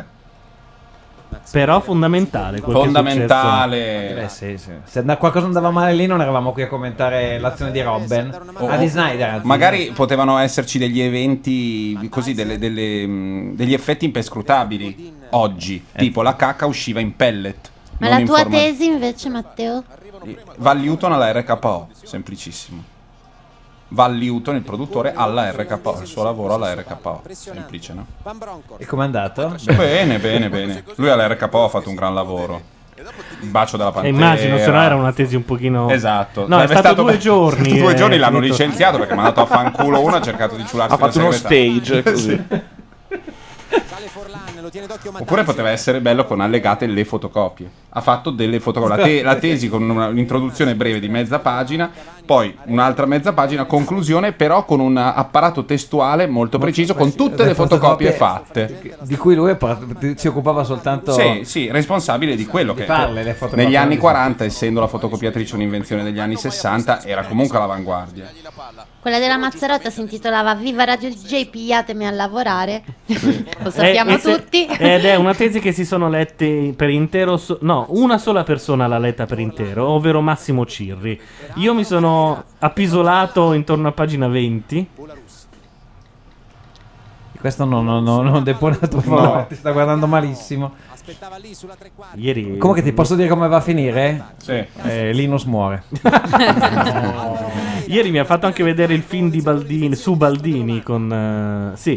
Però fondamentale. Fondamentale. Sì. Se qualcosa andava male lì non eravamo qui a commentare l'azione di Robben. Di Snyder. Magari potevano esserci degli eventi così, degli effetti imperscrutabili oggi. Tipo la cacca usciva in pellet. Ma la tua tesi invece, Matteo? Val Newton alla RKO, semplicissimo. Val Newton, il produttore, alla RKO, il suo lavoro alla RKO, semplice, no? E com'è andato? Bene. Lui alla RKO ha fatto un gran lavoro. Il bacio della pantera. Immagino, se no era una tesi un pochino... Esatto. No, è stato 2 giorni. 2 giorni l'hanno finito. licenziato perché mi ha dato a fanculo uno, ha cercato di ciularsi. Ha fatto uno stage così. Sì. Oppure poteva essere bello con allegate le fotocopie. Ha fatto delle fotocopie. La tesi con un'introduzione breve di mezza pagina, poi un'altra mezza pagina, conclusione, però con un apparato testuale molto preciso, con tutte le fotocopie fatte. Di cui lui si occupava soltanto. Sì, responsabile di quello che farle, le fotocopie. negli anni 40, essendo la fotocopiatrice un'invenzione degli anni 60, era comunque all'avanguardia. Quella della Mazzarotta si intitolava Viva Radio DJ, pigliatemi a lavorare. Lo sappiamo tutti. Ed è una tesi che si sono letti per intero. No, una sola persona l'ha letta per intero, ovvero Massimo Cirri. Io mi sono appisolato intorno a pagina 20. Questo non depone la tua favore, ti sta guardando malissimo. Ieri. Comunque ti posso dire come va a finire? Sì. Linus muore. Ieri mi ha fatto anche vedere il film di Baldini, su Baldini con... sì.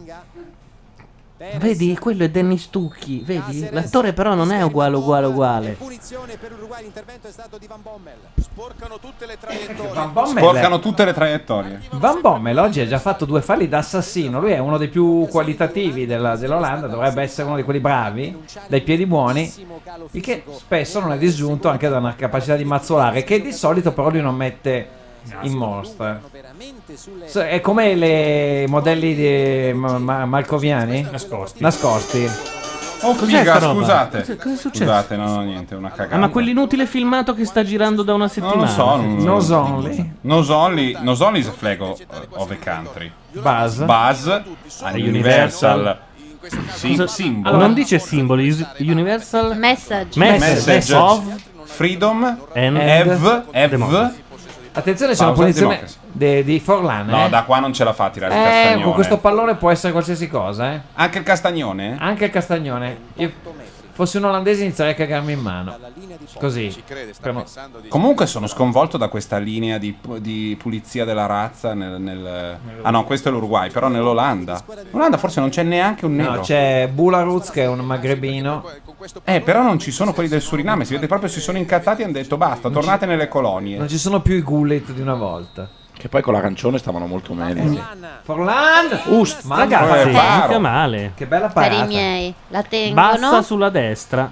Vedi, quello è Danny Stucchi, vedi? L'attore però non è uguale. Punizione per l'Uruguay, l'intervento è stato di Van Bommel. Sporcano tutte le traiettorie. Van Bommel oggi ha già fatto 2 falli da assassino. Lui è uno dei più qualitativi dell'Olanda, dovrebbe essere uno di quelli bravi, dai piedi buoni, il che spesso non è disgiunto anche da una capacità di mazzolare, che di solito però lui non mette in mostra. È come i modelli di malcoviani nascosti. Oh, figa, scusate. Cosa è successo? Scusate, no, niente, una cagata. Ma quell'inutile filmato che sta girando da una settimana. Non lo so. Nos only is a flag of a country. Buzz a Universal Simbolo. Allora, non dice simboli, Universal Message of Freedom and Ev. Attenzione, c'è una Pausa, punizione di Forlan. No, da qua non ce la fa a tirare il castagnone. Con questo pallone può essere qualsiasi cosa. Anche il castagnone? Anche il castagnone. Io fossi un olandese inizierei a cagarmi in mano. Così. Comunque sono sconvolto da questa linea di pulizia della razza Ah no, questo è l'Uruguay, però nell'Olanda. In Olanda forse non c'è neanche un nero. No, c'è Bularuz che è un magrebino. Però non ci sono quelli del Suriname, si vede proprio si sono incazzati e hanno detto basta, tornate nelle colonie. Non ci sono più i gullet di una volta. Che poi con l'arancione stavano molto meglio. Forlan! Ma ragazzi, mica male. Che bella Per parata. i miei, la tengono. Bassa sulla destra.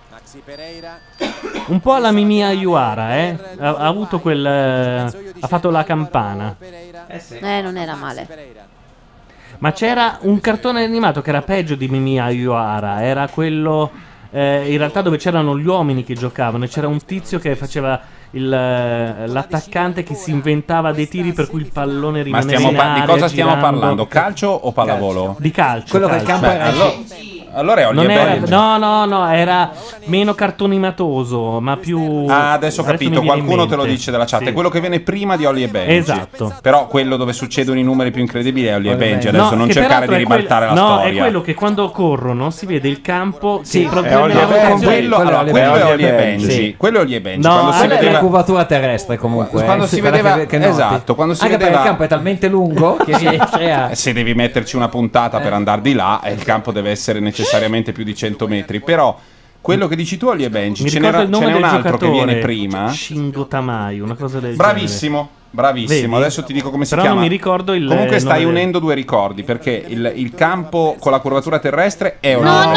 Un po' alla Mimì Ayuara, ha avuto quel ha fatto la campana. Non era male. Ma c'era un cartone animato che era peggio di Mimì Ayuara, era quello in realtà dove c'erano gli uomini che giocavano e c'era un tizio che faceva l'attaccante che si inventava dei tiri per cui il pallone rimaneva in aria. Di cosa stiamo girando. parlando? Calcio o pallavolo? Di calcio. Quello che il campo era allora è Ollie non e era, Benji. no, era meno cartonimatoso, ma più. Adesso ho capito, mi viene in qualcuno te lo mente. dice dalla chat. Sì. È quello che viene prima di Ollie e Benji. Esatto. Però quello dove succedono i numeri più incredibili è Ollie e Benji. Adesso No, non che cercare di peraltro è ribaltare la no, storia. è quello che quando corrono si vede il campo. Sì, che proprio è Ollie nella e Benji. rotazione- Quello è Ollie e Benji. Benji. Quello è Ollie e Benji. No, Quando si è la vedeva curvatura terrestre comunque. Quando si quella vedeva- che noti. esatto, quando si Anche vedeva- perché il campo è talmente lungo che riesce a. Se devi metterci una puntata per andare di là, il campo deve essere necessariamente più di 100 metri. Però quello che dici tu, Ollie e Benji, Mi ce ricordo n'è il nome un del altro che giocatore, viene prima. Shingo Tamai, una cosa del Bravissimo. Bravissimo, Vedi? adesso ti dico come si Però chiama. non mi ricordo il Comunque stai nome del- unendo due ricordi perché il campo con la curvatura terrestre è un No.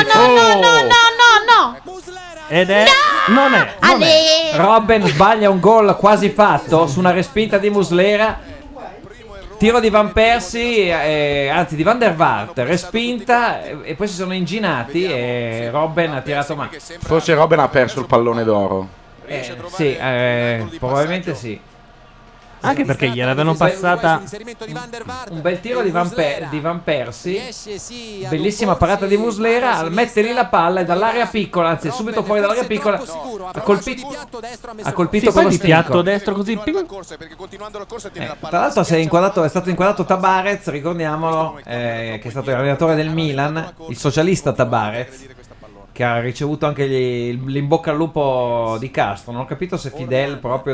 Ed è non è. Ale. Robben sbaglia un gol quasi fatto su una respinta di Muslera. Tiro di Van Persie, anzi di Van der Vaart, respinta e poi si sono inginati e Robben ha tirato ma. Forse Robben ha perso il pallone d'oro. Sì, probabilmente sì. Anche perché gliel'avevano passata. Un bel tiro di Van Persie, bellissima parata di Muslera, mette lì la palla e dall'area piccola, anzi subito fuori dall'area piccola, ha colpito Sì, con poi lo di piatto stinco. destro così. Tra l'altro è stato inquadrato Tabarez, ricordiamolo, che è stato l'allenatore del Milan, il socialista Tabarez, che ha ricevuto anche l'imbocca al lupo di Castro. Non ho capito se Fidel proprio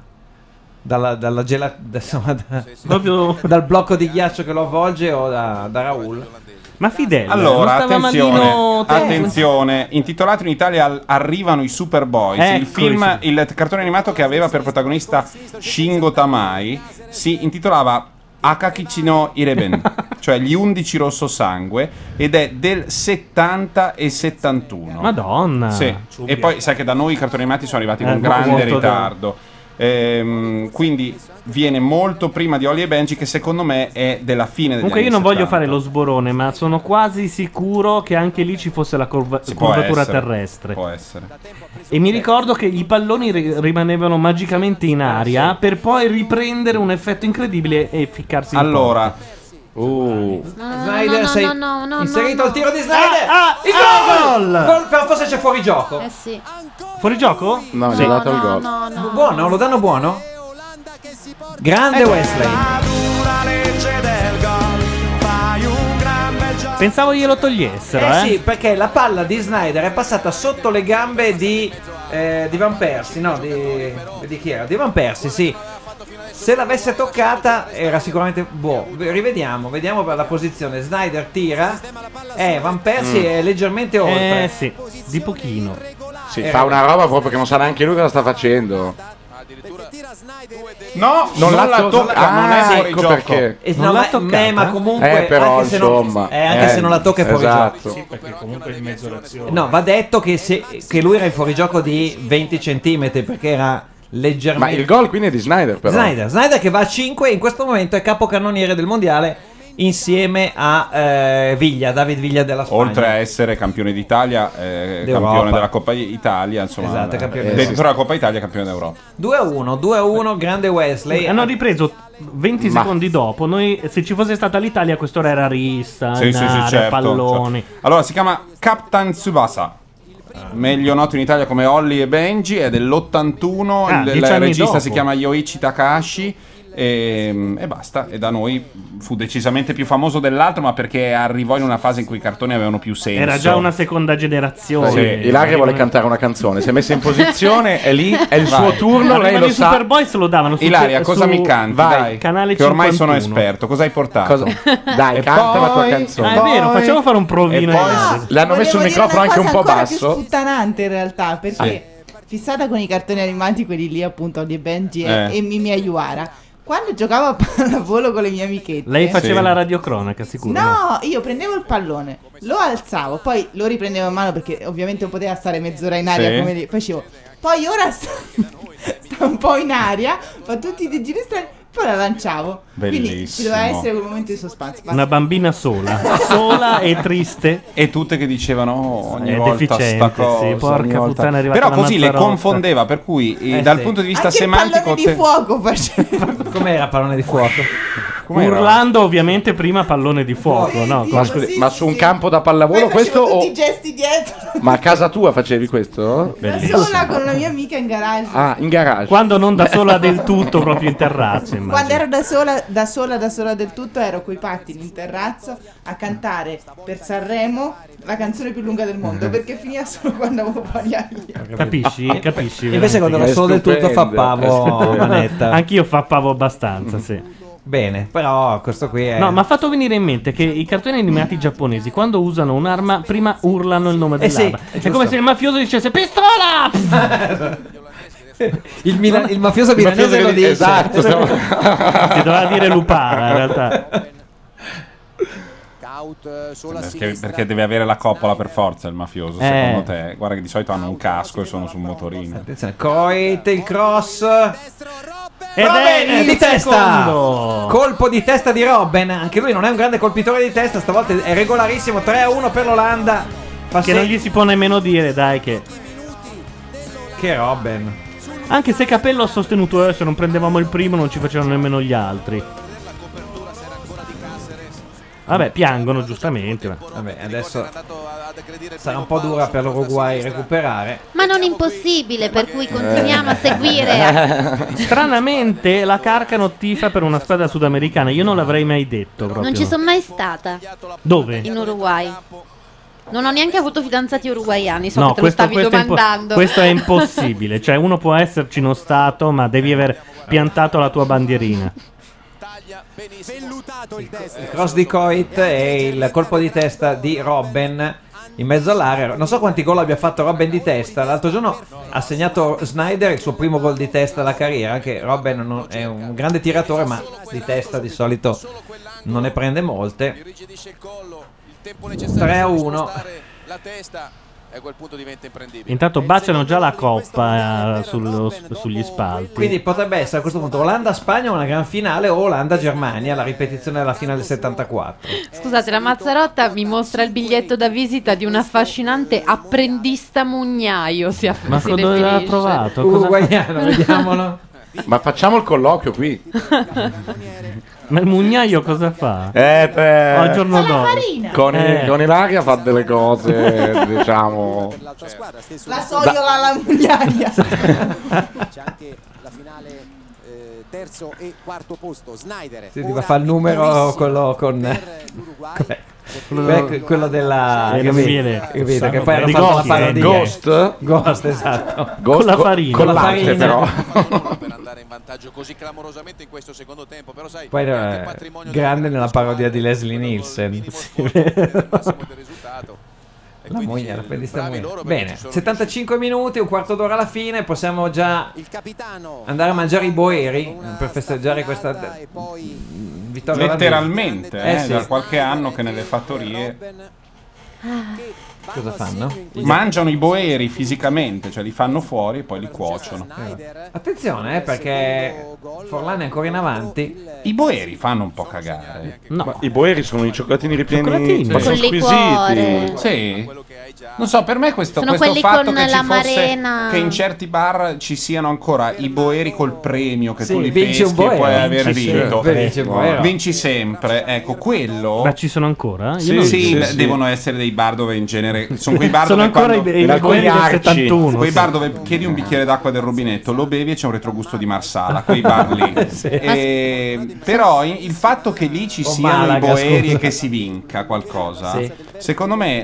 dal blocco di ghiaccio che lo avvolge o da Raul. Ma Fidel Allora, non stava malino attenzione, intitolato in Italia Arrivano i Superboys, il Ecco, film, il cartone animato che aveva per protagonista Shingo Tamai si intitolava Akakichi no Ireben, cioè gli 11 rosso sangue, ed è del 70 e 71. Madonna. Sì. E poi sai che da noi i cartoni animati sono arrivati con molto grande dopo. ritardo. Quindi viene molto prima di Ollie e Benji, che secondo me è della fine degli Comunque io anni non voglio 70. fare lo sborone, ma sono quasi sicuro che anche lì ci fosse la Può curvatura essere, terrestre. Può essere. E mi ricordo che i palloni rimanevano magicamente in aria per poi riprendere un effetto incredibile e ficcarsi in Allora, Snyder sei no, inserito no. il tiro di Snyder. Il gol! Gol, però forse c'è fuori gioco. Sì. Fuori gioco? No, gli ha dato il gol. No. Buono, lo danno buono? Grande Wesley. Pensavo glielo togliessero, Sì, perché la palla di Snyder è passata sotto le gambe di Van Persie, no, di chi era? Di Van Persie, sì. Se l'avesse toccata era sicuramente rivediamo, vediamo per la posizione. Snyder tira, Van Persie è leggermente oltre. Sì, di pochino. Sì, fa una roba proprio che non sa neanche lui cosa sta facendo. no, Non la tocca. non è fuori ecco gioco. perché. No, ma comunque però, anche se non la tocca è fuori esatto. gioco. Sì, perché comunque in mezzo all'azione. No, va detto che lui era in fuorigioco di 20 centimetri perché era leggermente. Ma il gol quindi è di Snyder però. Snyder che va a 5 e in questo momento è capocannoniere del mondiale insieme a David Villa della Spagna. Oltre a essere campione d'Italia, campione della Coppa Italia, insomma, esatto, campione dentro la Coppa Italia, campione d'Europa. 2-1, grande Wesley. Hanno ripreso 20 secondi dopo. Noi, se ci fosse stata l'Italia, quest'ora era rissa, Sì, certo, palloni. certo. Allora, si chiama Captain Tsubasa, meglio noto in Italia come Holly e Benji, è dell'81, il regista dopo. si chiama Yoichi Takahashi e basta. E da noi fu decisamente più famoso dell'altro, ma perché arrivò in una fase in cui i cartoni avevano più senso. Era già una seconda generazione. Sì, Ilaria vuole cantare una canzone, si è messa in posizione, è lì, è il suo turno, Prima lei lo di sa. Superboy se lo davano su Ilaria, cosa mi canti? Vai, dai, canale che ormai 51. sono esperto. Cosa hai portato? Dai, E canta la tua poi- canzone. È vero, facciamo fare un provino. E poi le hanno messo il microfono anche un po' più basso. sputtanante in realtà, perché fissata con i cartoni animati, quelli lì appunto di Benji e Mimi Ayuara. Quando giocavo a pallavolo con le mie amichette, Lei faceva la radiocronaca, sicuro? no, io prendevo il pallone, lo alzavo, poi lo riprendevo in mano perché ovviamente non poteva stare mezz'ora in aria come lì. Facevo. Poi ora sta un po' in aria, fa tutti dei giri strani, poi la lanciavo. Quindi ci doveva essere quel momento di suspense. Una bambina sola e triste. E tutte che dicevano ogni volta deficiente, sta cosa, sì, porca ogni volta. puttana, è arrivata Però la così le Mazzarotta. confondeva, per cui dal punto di vista Anche semantico il pallone di fuoco faceva. Com'era pallone di fuoco? Urlando ovviamente prima pallone di fuoco, no? Ma, scusi, ma su un campo da pallavolo Poi questo facevo o... tutti i gesti dietro. Ma a casa tua facevi questo? Da sola con una mia amica in garage. Ah, in garage. Quando non da sola del tutto, proprio in terrazzo, immagino. Quando ero da sola del tutto, ero coi pattini in terrazzo a cantare per Sanremo la canzone più lunga del mondo, perché finiva solo quando avevo voglia io. Capisci? Invece quando era solo del tutto fappavo manetta. Anch'io fappavo abbastanza, sì. Bene, però questo qui è... No, mi ha fatto venire in mente che i cartoni animati giapponesi, quando usano un'arma, prima urlano il nome dell'arma. sì, è è come se il mafioso dicesse pistola! il mafioso milanese lo dice. Esatto, Si doveva dire lupara, in realtà. perché deve avere la coppola per forza il mafioso, secondo te? Guarda che di solito hanno un casco e sono sul motorino. Attenzione, Coit, il cross. Ed è di il testa. secondo. Colpo di testa di Robben. Anche lui non è un grande colpitore di testa, stavolta è regolarissimo. 3-1 per l'Olanda. Che non gli si può nemmeno dire, dai, che Robben. anche se Capello ha sostenuto se non prendevamo il primo non ci facevano nemmeno gli altri. Vabbè, piangono giustamente. Vabbè, adesso sarà un po' dura per l'Uruguay recuperare. Ma non impossibile, per cui continuiamo a seguire. Stranamente la Carcano tifa per una squadra sudamericana. Io non l'avrei mai detto proprio. Non ci sono mai stata Dove? in Uruguay. Non ho neanche avuto fidanzati uruguaiani, so No, che te lo stavi domandando. questo è impossibile. Cioè, uno può esserci in uno stato, ma devi aver piantato la tua bandierina. Il cross di Coit e il colpo di testa di Robben in mezzo all'area. Non so quanti gol abbia fatto Robben di testa. L'altro giorno ha segnato Snyder il suo primo gol di testa alla carriera. Anche Robben non è un grande tiratore, ma di testa di solito non ne prende molte. 3-1. e a quel punto diventa imprendibile. Intanto baciano già la coppa sugli spalti. Quindi potrebbe essere a questo punto Olanda-Spagna una gran finale o Olanda-Germania, la ripetizione della finale del 74. Scusate, la Mazzarotta mi mostra il biglietto da visita di un affascinante apprendista mugnaio. Ma si dove l'ha definisce. trovato? Uruguaiano, vediamolo. Ma facciamo il colloquio qui. Ma il mugnaio cosa fa? Il giorno dopo. Con Ilaria fa delle cose, diciamo. La sogliola alla mugnaia. C'è anche la finale terzo e quarto posto. Snyder. Si va a fare il numero quello con quello della non mi viene. capito, che poi hanno Di fatto Ghost, la parodia. Ghost, esatto. Con la farina. Con la farina però. Per andare in vantaggio così clamorosamente in questo secondo tempo, però sai, poi grande nella parodia di Leslie Nielsen. La moglie, la pedista moglie. Bene, 75 minuti, un quarto d'ora alla fine, possiamo già andare a mangiare i boeri per festeggiare questa vittoria. Letteralmente, sì. da qualche anno che nelle fattorie Cosa fanno? Mangiano i boeri fisicamente, cioè li fanno fuori e poi li cuociono. Attenzione, perché Forlani è ancora in avanti. I boeri fanno un po' cagare. No. Ma i boeri sono i cioccolatini ripieni, Cioccolatini. ma sono Con liquore. squisiti. Sì. Non so, per me questo Sono quelli fatto con che ci la fosse marena. che in certi bar ci siano ancora i boeri col premio che Sì, tu li vinci un peschi e boero. puoi aver Vinci vinto. sempre. Vinci un boero. Vinci sempre, ecco quello. Ma ci sono ancora? Io Sì, non- sì, beh, devono essere dei bar dove in genere sono quei bar Sono dove ancora quando, i boeri del 71. quei sì. bar dove chiedi un bicchiere d'acqua del rubinetto, lo bevi e c'è un retrogusto di Marsala, quei bar lì. Però il fatto che lì ci O siano Malaga, i boeri scusa. e che si vinca qualcosa, Sì. secondo me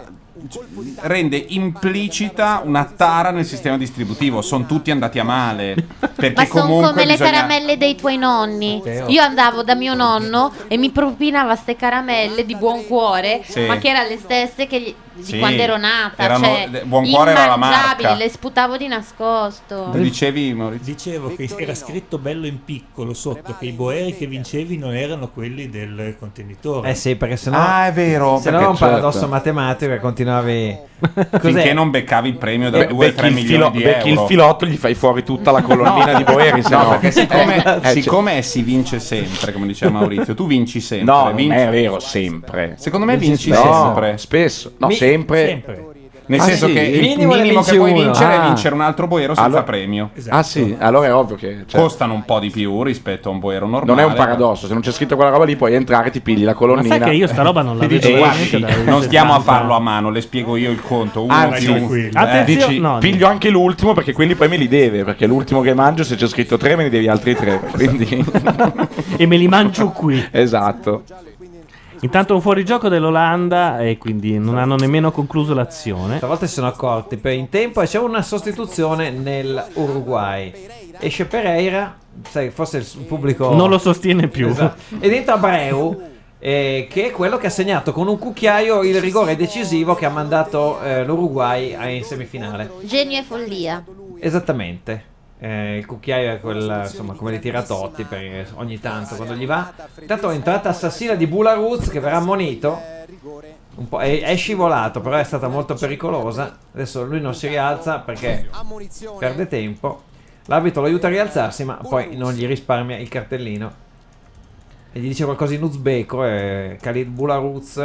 rende implicita una tara nel sistema distributivo. Sono tutti andati a male perché Ma sono comunque come le bisogna... caramelle dei tuoi nonni. Io andavo da mio nonno e mi propinava ste caramelle di buon cuore, Sì. ma che erano le stesse di Sì, quando ero nata. erano- Cioè, Buon Cuore era la immangiabili, marca. le sputavo di nascosto. Tu dicevi, Maurizio? Dicevo che era scritto bello in piccolo sotto che i boeri che vincevi non erano quelli del contenitore. Eh sì, perché sennò. Ah, è vero, Se no perché è un paradosso certo. matematico che continuavi. Finché non beccavi il premio da 2-3 milioni di becchi il euro. filotto, gli fai fuori tutta la colonnina di boeri, se no. perché siccome, cioè- siccome si vince sempre, come diceva Maurizio, tu vinci sempre. No, non vinci- è vero, sempre. Secondo me vinci No, sempre. spesso. No, sempre. Nel Ah, senso sì? che il Minimo minimo ne che puoi vinci uno. vincere è Ah. vincere un altro boero senza Allora- premio. Ah sì, allora è ovvio che Costano un po' di più rispetto a un boero normale. non è un paradosso, se non c'è scritto quella roba lì puoi entrare, ti pigli la colonnina. Ma sai che io sta roba non la Ti vedo dici, veramente guardi, da- non stiamo a 70. farlo a mano, le spiego io il conto. Uno Anzi, più dici, piglio anche l'ultimo perché quelli poi me li deve, perché l'ultimo che mangio se c'è scritto 3 me ne devi altri 3, quindi E me li mangio qui. Esatto. Intanto un fuorigioco dell'Olanda e quindi non hanno nemmeno concluso l'azione. Stavolta si sono accorti in tempo e c'è una sostituzione nell'Uruguay. Esce Pereira, sai, forse il pubblico Non lo sostiene più. Esatto. Ed entra Abreu, che è quello che ha segnato con un cucchiaio il rigore decisivo che ha mandato l'Uruguay in semifinale. Genio e follia. Esattamente. Il cucchiaio è quel, insomma, come li tira Totti per ogni tanto quando gli va. Intanto è entrata assassina di Bularuz che verrà ammonito. Un po', è scivolato, però è stata molto pericolosa. Adesso lui non si rialza perché perde tempo. L'arbitro lo aiuta a rialzarsi, ma poi non gli risparmia il cartellino. E gli dice qualcosa in uzbeko e Khalid Bularuz.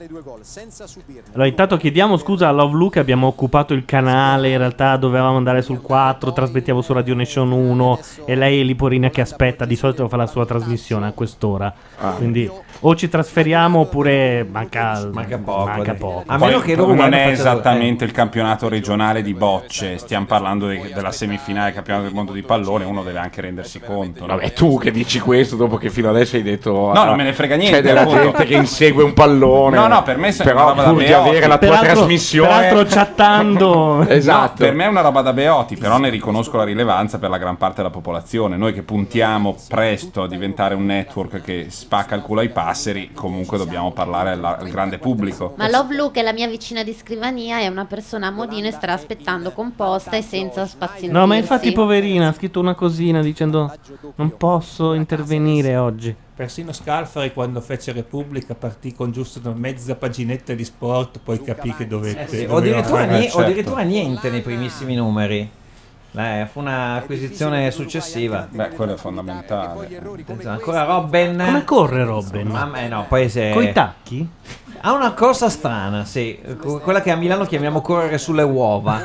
Allora, intanto chiediamo scusa a Love Lu che abbiamo occupato il canale. In realtà dovevamo andare sul 4, trasmettiamo su Radio Nation 1 e lei è Liporina che aspetta, di solito fa la sua trasmissione a quest'ora. Quindi o ci trasferiamo oppure manca poco. A meno che l'Uruguay non non è faccia esattamente il campionato regionale di bocce, stiamo parlando della semifinale del campionato del mondo di pallone, uno deve anche rendersi conto. No? Vabbè, tu che dici questo dopo che fino adesso hai detto No, non me ne frega niente, c'è della appunto. gente che insegue un pallone. No, per me è una però roba da pur di beoti. avere la tua trasmissione. Peraltro chattando. Esatto. No, per me è una roba da beoti, però ne riconosco la rilevanza per la gran parte della popolazione. Noi che puntiamo presto a diventare un network che spacca il culo ai passeri, comunque dobbiamo parlare al grande pubblico. Ma Love Lu, che è la mia vicina di scrivania, è una persona a modino e starà aspettando composta e senza spazi. No, ma infatti poverina ha scritto una cosina dicendo non posso intervenire oggi. Persino Scalfari quando fece Repubblica partì con giusto una mezza paginetta di sport, poi capì che dovette... Sì, o doveva addirittura, fare- o addirittura niente nei primissimi numeri. Fu un'acquisizione successiva. Beh, quello è fondamentale. Attenzione, ancora Robben. Come corre Robben? No, poi se... Coi tacchi? Ha una corsa strana, sì. Quella che a Milano chiamiamo correre sulle uova.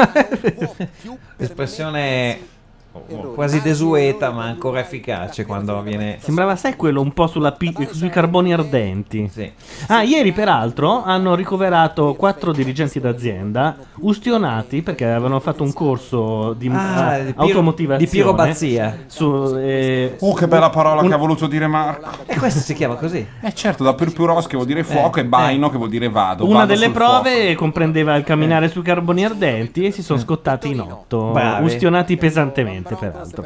Espressione quasi desueta, ma ancora efficace quando viene. Sembrava, sai, quello un po' sui carboni ardenti. Sì. Ah, ieri peraltro hanno ricoverato 4 dirigenti d'azienda ustionati perché avevano fatto un corso di di piro- automotivazione di pirobazia. Che bella parola che ha voluto dire Marco. E questo si chiama così. Certo, da Purpuros che vuol dire fuoco e Baino che vuol dire vado. Una vado delle sul prove comprendeva il camminare sui carboni ardenti e si sono scottati in 8, Bravi. ustionati pesantemente peraltro.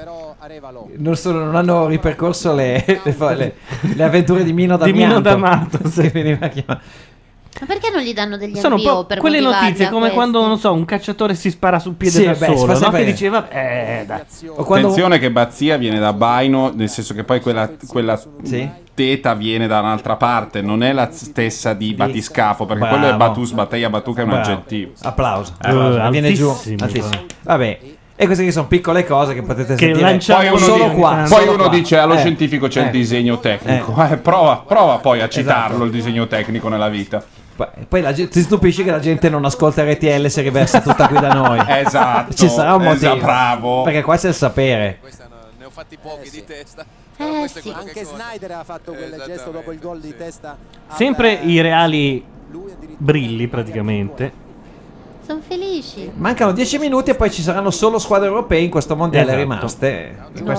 Non hanno ripercorso le avventure di Mino Di Mino D'Amianto. D'Amato, sì. Che veniva chiamato. Ma perché non gli danno degli Sono un avvio po' per quelle motivarli notizie a come questi? quando, non so, un cacciatore si spara sul piede Sì, da beh, solo, si fa no? sempre- Che diceva dai. O quando- Attenzione che Bazzia viene da Baino, nel senso che poi quella Sì. batteta viene da un'altra parte, non è la stessa di batiscafo, perché Bravo. quello è batus, batteia, batuca, è un Bravo. aggettivo. Applauso. Viene giù. Altissimo. Vabbè. E queste qui sono piccole cose che potete sentire solo qua. Poi uno dice allo scientifico c'è il disegno tecnico. Prova poi a citarlo Esatto. il disegno tecnico nella vita. Poi ti stupisce che la gente non ascolta RTL se riversa tutta qui da noi. Esatto. Ci sarà un motivo. Bravo. Perché qua c'è il sapere. Ne ho fatti pochi di testa. Sì. Anche Snyder ha fatto quel gesto dopo il gol di testa. Sempre i reali brilli praticamente. Sono felici. Mancano 10 minuti e poi ci saranno solo squadre europee in questo mondiale Esatto. rimaste.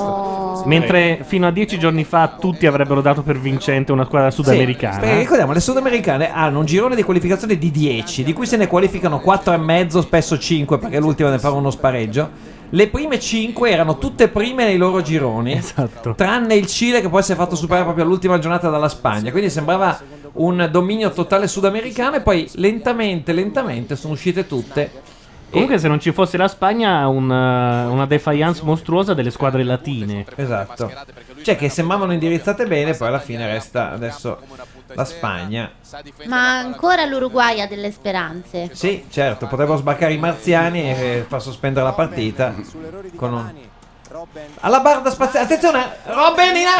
Mentre fino a 10 giorni fa tutti avrebbero dato per vincente una squadra sudamericana. Perché ricordiamo, le sudamericane hanno un girone di qualificazione di 10, di cui se ne qualificano 4,5, spesso 5, perché l'ultima ne fa uno spareggio. Le prime 5 erano tutte prime nei loro gironi, tranne il Cile che poi si è fatto superare proprio all'ultima giornata dalla Spagna. Quindi sembrava un dominio totale sudamericano e poi lentamente sono uscite tutte. Comunque se non ci fosse la Spagna una defiance mostruosa delle squadre latine. Esatto. Cioè che sembravano indirizzate bene, poi alla fine resta adesso la Spagna. Ma ancora l'Uruguay ha delle speranze. Sì, certo, potrebbero sbarcare i marziani e far sospendere la partita con un... alla barda spaziale, attenzione, Robben in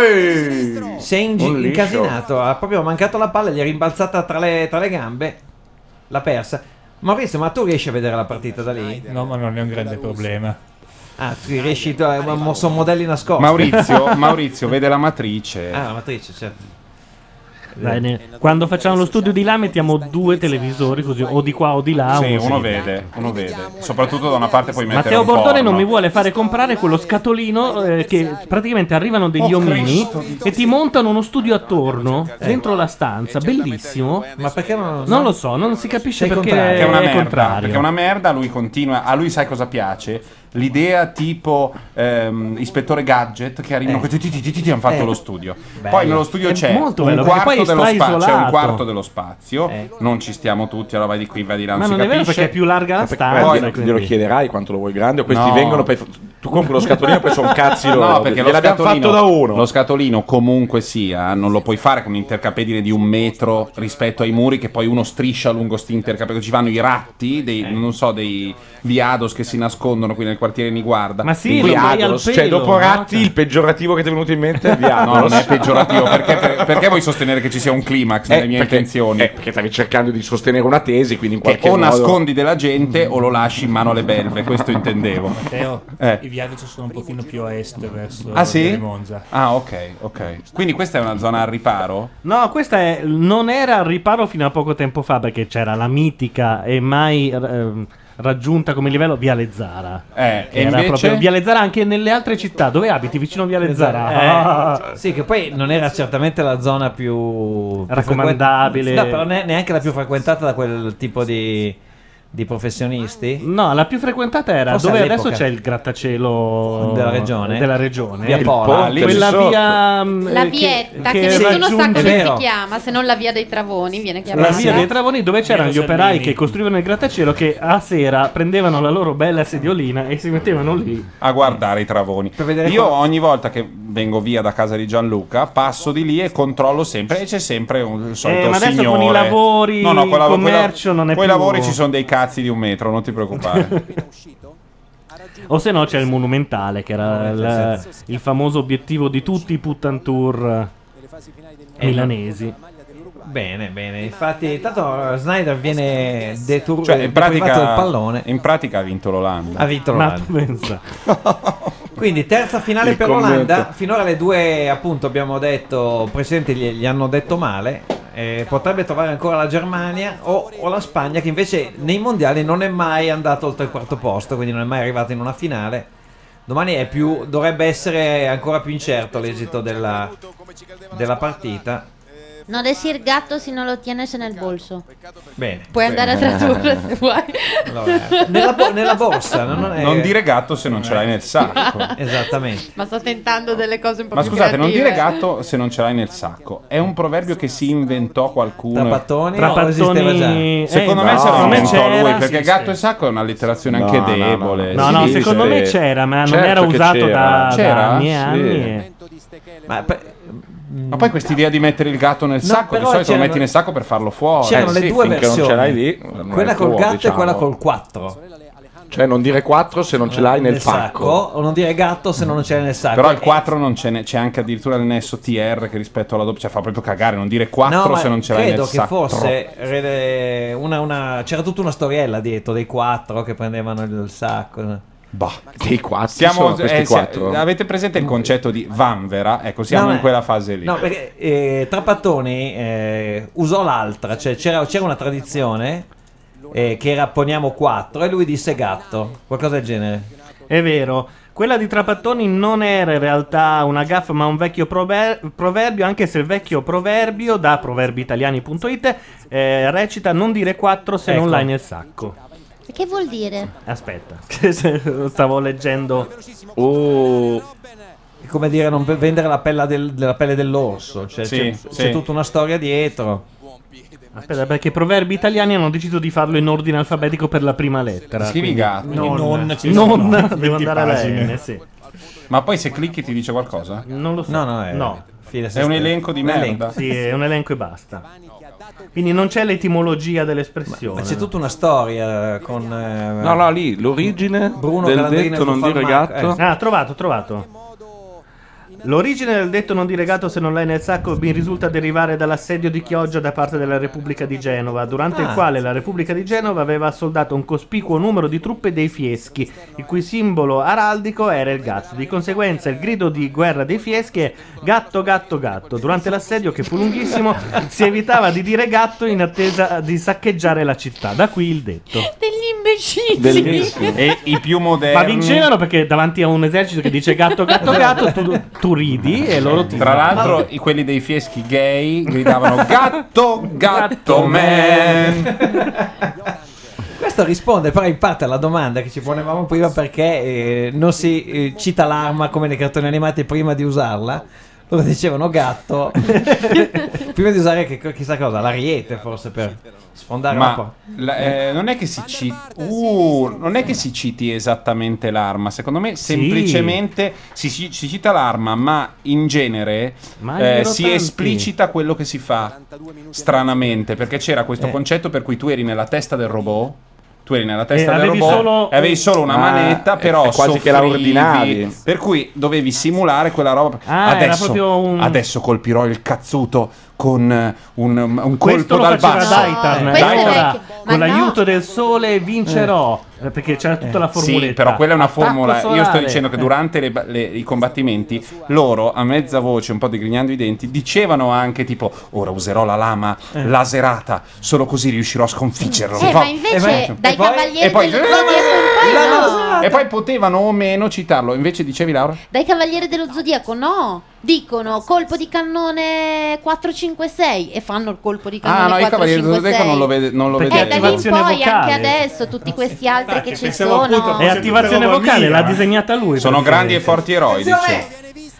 aria. Si è incasinato, ha proprio mancato la palla, gli è rimbalzata tra le gambe, l'ha persa. Maurizio, ma tu riesci a vedere la partita da lì? No, ma non è un grande problema. Ah, tu riesci, sono modelli nascosti. Maurizio vede la matrice. Ah, la matrice, certo. Bene. Quando facciamo lo studio di là mettiamo 2 televisori così o di qua o di là. Sì, uno vede. Soprattutto da una parte puoi mettere Matteo un Bordone porno. non mi vuole fare comprare quello scatolino che praticamente arrivano degli omini e ti montano uno studio attorno dentro la stanza, bellissimo. Ma perché non lo so, non si capisce perché Perché è una è merda. contrario. Perché è una merda, lui continua. A lui sai cosa piace? L'idea tipo Ispettore Gadget che arrivano questi ti hanno fatto lo studio. Bello. Poi nello studio È c'è molto un bello, perché poi quarto dello stai spazio. C'è un isolato. quarto dello spazio. Non ci stiamo tutti, allora vai di qui, vai di là. Ma non non si è vero capisce. perché è più larga la stanza. Poi quindi- glielo chiederai quanto lo vuoi grande o questi No. vengono tu compri lo scatolino e poi sono cazzi loro. No, perché lo gliel'abbiamo scatolino, fatto da uno. lo scatolino comunque sia non lo puoi fare con un intercapedine di 1 metro rispetto ai muri che poi uno striscia lungo sti intercapedini. Ci vanno i ratti non so, dei viados che si nascondono qui nel quartiere Niguarda. Ma sì, Quindi lo fai al Viados, pelo, Cioè, dopo no? Ratti, il peggiorativo che ti è venuto in mente è Viados. No, non è peggiorativo. Perché vuoi sostenere che ci sia un climax nelle mie intenzioni? Perché stavi cercando di sostenere una tesi, quindi in Che qualche o modo... nascondi della gente o lo lasci in mano alle belve. Questo intendevo. Matteo, i viadi sono un pochino più a est verso Ah sì? Monza. Ah ok. Quindi questa è una zona al riparo? No, questa non era al riparo fino a poco tempo fa perché c'era la mitica e mai raggiunta come livello Viale Zara. E Era invece? proprio Viale Zara anche nelle altre città. Dove abiti? Vicino a Viale Zara? Sì, che poi non era certamente la zona più Raccomandabile. No, però neanche la più frequentata da quel tipo di professionisti. No, la più frequentata era Forse dove all'epoca. adesso c'è il grattacielo Della regione? Via Pola. Quella via La vietta che nessuno sa come si chiama, se non la via dei Travoni viene La chiamata. via dei Travoni dove c'erano gli operai che costruivano il grattacielo che a sera prendevano la loro bella sediolina e si mettevano lì A guardare i travoni. vedere Io come- ogni volta che vengo via da casa di Gianluca passo di lì e controllo sempre e c'è sempre il solito ma adesso signore. con i lavori, no, il commercio non è quei più- lavori ci sono dei cazzi di 1 metro, non ti preoccupare. o se no c'è il monumentale che era il famoso obiettivo di tutti i puttan tour milanesi. Bene, infatti tanto Snyder viene deprivato Cioè, del pallone. in pratica ha vinto l'Olanda. Ha vinto Ma l'Olanda. tu pensa. Quindi terza finale Il per commento. l'Olanda. Finora le due, appunto, abbiamo detto precedenti gli hanno detto male. Potrebbe trovare ancora la Germania o la Spagna, che invece nei mondiali non è mai andato oltre il quarto posto, quindi non è mai arrivato in una finale. Domani dovrebbe essere ancora più incerto l'esito della partita. No decir gato si non lo tienes en el bolso. Bene. Puoi andare a tradurre se vuoi. Allora, nella borsa Non dire gatto se non ce l'hai nel sacco. Esattamente. Ma sto tentando delle cose un po' Ma più scusate, non dire creative. gatto se non ce l'hai nel sacco. È un proverbio che si inventò qualcuno. Trapattoni Trapattoni- o esisteva già? Secondo me no, se lo secondo me inventò c'era, lui, perché sì, gatto e sacco è un'allitterazione anche No, no, no. debole. No, Sì, secondo me sì. c'era, ma non Certo era che usato c'era. da C'era? anni e Sì. anni. Ma Ma poi quest'idea di mettere il gatto nel sacco, di però solito lo c'erano- metti nel sacco per farlo fuori. C'erano le due finché versioni. non ce l'hai lì, non quella è col tuo, gatto diciamo. e quella col 4. Cioè non dire 4 se non ce l'hai nel pacco. O non dire gatto se non ce l'hai nel sacco. Però il 4 non c'è, c'è anche addirittura il nesso TR che rispetto alla doppia, cioè fa proprio cagare non dire 4 No, se non ce l'hai nel credo che sacco. forse c'era tutta una storiella dietro dei 4 che prendevano il sacco. Bah, dei 4 siamo, questi 4. avete presente il concetto di vanvera? Ecco, siamo in quella fase lì. No, perché Trapattoni usò l'altra, cioè c'era una tradizione che era poniamo 4 e lui disse gatto, qualcosa del genere. È vero. Quella di Trapattoni non era in realtà una gaffa ma un vecchio proverbio, anche se il vecchio proverbio da proverbiitaliani.it recita non dire 4 se non l'hai nel sacco. Che vuol dire? Aspetta, stavo leggendo. È come dire non vendere la pelle dell'orso, cioè c'è tutta una storia dietro. Aspetta, perché i proverbi italiani hanno deciso di farlo in ordine alfabetico per la prima lettera. Scrivi gatto. Non devo andare alla N, sì. Ma poi se clicchi ti dice qualcosa? Non lo so. No. È un elenco di merda. Sì, è un elenco e basta. Quindi non c'è l'etimologia dell'espressione. Ma c'è tutta una storia con No, lì l'origine Bruno del Galandrini detto non dire gatto. Ah, trovato. L'origine del detto non dire gatto se non l'hai nel sacco mi risulta derivare dall'assedio di Chioggia da parte della Repubblica di Genova, durante il quale la Repubblica di Genova aveva assoldato un cospicuo numero di truppe dei Fieschi, il cui simbolo araldico era il gatto. Di conseguenza il grido di guerra dei Fieschi è gatto, gatto, gatto. Durante l'assedio, che fu lunghissimo, si evitava di dire gatto in attesa di saccheggiare la città. Da qui il detto. Degli imbecilli. E i più moderni. Ma vincevano perché davanti a un esercito che dice gatto, gatto, gatto, tu ridi e loro ti Tra l'altro quelli dei Fieschi gay gridavano gatto, gatto man. Questo risponde però in parte alla domanda che ci ponevamo prima, perché non si cita l'arma come nei cartoni animati prima di usarla. Loro dicevano gatto prima di usare chissà cosa, l'ariete forse per sfondare un po'. Non è che si citi esattamente l'arma, secondo me semplicemente si cita l'arma, ma in genere si esplicita quello che si fa stranamente, perché c'era questo concetto per cui tu eri nella testa del robot. Tu eri nella testa del robot e avevi solo una manetta, però è quasi che la ordinavi. Per cui dovevi simulare quella roba. era proprio Adesso colpirò il cazzuto con un Questo colpo lo dal faceva basso. Daitar, con l'aiuto del sole vincerò, perché c'era tutta la formuletta. Sì, però quella è una formula. Attacco Io sto solare. dicendo che durante i combattimenti loro a mezza voce, un po' digrignando i denti, dicevano anche tipo ora userò la lama laserata, solo così riuscirò a sconfiggerlo. Ma invece dai Cavalieri dello Zodiaco in poi no. E poi potevano o meno citarlo. Invece dicevi, Laura? Dai Cavalieri dello Zodiaco no. Dicono colpo di cannone 456 e fanno il colpo di cannone 456. I Cavalieri dello Zodiaco non lo vedevo. Da lì in poi anche adesso tutti questi altri che ci sono. È attivazione vocale, l'ha disegnata lui. Sono grandi e forti eroi, dice.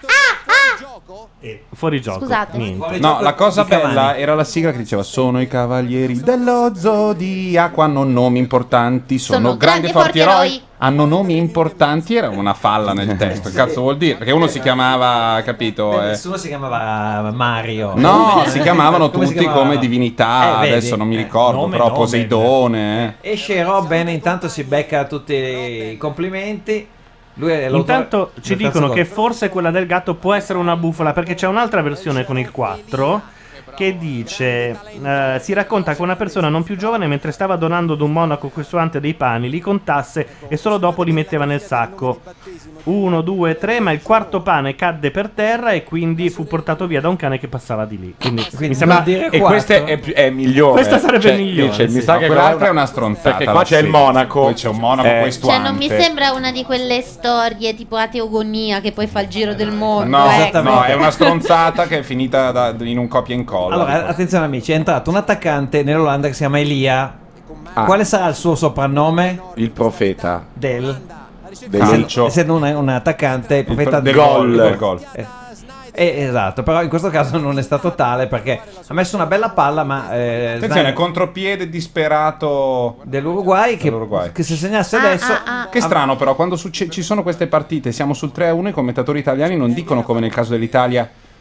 Fuori gioco. Scusate. Niente. No, la cosa bella era la sigla che diceva sono i Cavalieri dello Zodiaco, hanno nomi importanti, sono grandi e forti eroi. Hanno nomi importanti, era una falla nel testo. Che cazzo vuol dire? Perché uno si chiamava, capito? Nessuno si chiamava Mario. No, si chiamavano Come si tutti chiamava? come divinità. Vedi? Adesso non mi ricordo, Nome, però nome. Poseidone. Esce Robben, intanto si becca tutti i complimenti. Lui è Intanto ci del dicono terzo che gol. forse quella del gatto può essere una bufala, perché c'è un'altra versione con il 4 che dice si racconta che una persona non più giovane, mentre stava donando ad un monaco questuante dei pani, li contasse e solo dopo li metteva nel sacco. 1, 2, 3, ma il quarto pane cadde per terra e quindi fu portato via da un cane che passava di lì. Quindi mi sembra E questo è migliore. Questa sarebbe migliore, dice, sì. mi sa No, che quell'altra è una stronzata. Perché qua la c'è il sigla. monaco. Poi c'è un monaco questuante. Cioè non mi sembra una di quelle storie tipo ateogonia che poi fa il giro del mondo. No, ecco. no, è una stronzata che è finita in un copia e incolla. Allora, attenzione amici, è entrato un attaccante nell'Olanda che si chiama Elia. Quale sarà il suo soprannome? Il profeta Del calcio. Essendo un attaccante, il profeta del gol. Esatto, però in questo caso non è stato tale perché ha messo una bella palla, ma Attenzione, contropiede disperato dell'Uruguay che se segnasse adesso Che strano però, quando ci sono queste partite, siamo sul 3-1, i commentatori italiani non dicono come nel caso dell'Italia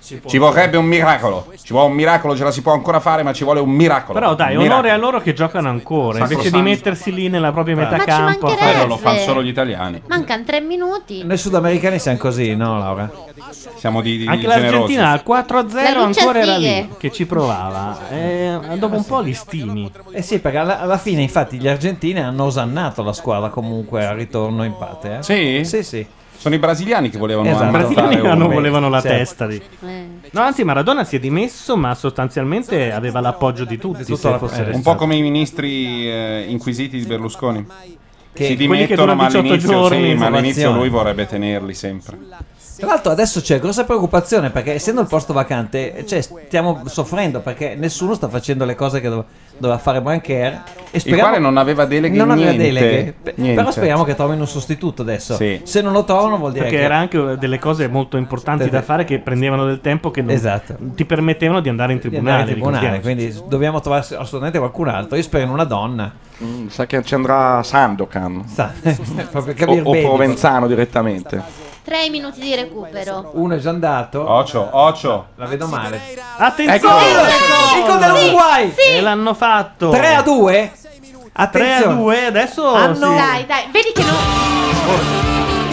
Ci vorrebbe un miracolo. Ci vuole un miracolo, ce la si può ancora fare, ma ci vuole un miracolo. Però dai, Un miracolo. onore a loro che giocano ancora, invece di mettersi lì nella propria metà Ma ci campo. mancherebbe. Quello lo fanno solo gli italiani. Mancano 3 minuti. Noi sudamericani siamo così, no Laura? Siamo di Anche generosi. l'Argentina al 4-0 La luce ancora era fighe. lì che ci provava. Dopo un po' li stimi. Eh sì, perché alla fine infatti gli argentini hanno osannato la squadra comunque al ritorno in parte. Sì? Sì, sì. Sono i brasiliani che volevano I ammazzare brasiliani uno. volevano la Sì. testa di... No, anzi Maradona si è dimesso, ma sostanzialmente aveva l'appoggio di tutti. Se fosse Un restato. po' come i ministri inquisiti di Berlusconi. Che Si quelli che dimettono, ma durano 18 all'inizio, giorni, sì, ma all'inizio innovazione. lui vorrebbe tenerli sempre. Tra l'altro adesso c'è grossa preoccupazione perché essendo il posto vacante, cioè, stiamo soffrendo perché nessuno sta facendo le cose che doveva fare Brancher. E Il quale non aveva deleghe, non aveva niente, deleghe. niente. Però speriamo che trovino un sostituto adesso. Sì. Se non lo trovano vuol dire Perché che era anche delle cose molto importanti da fare che prendevano del tempo che non Esatto. ti permettevano di andare in di andare tribunale. in tribunale, quindi dobbiamo trovare assolutamente qualcun altro. Io spero in una donna. Sa che ci andrà Sandokan. Proprio capire o bene. Provenzano direttamente. 3 minuti di recupero. Uno è già andato. Ocio. La vedo male. Attenzione! Ecco, il gol dell'Uruguay. E l'hanno fatto 3-2. Attenzione. 3-2 adesso Hanno- Dai, vedi che non.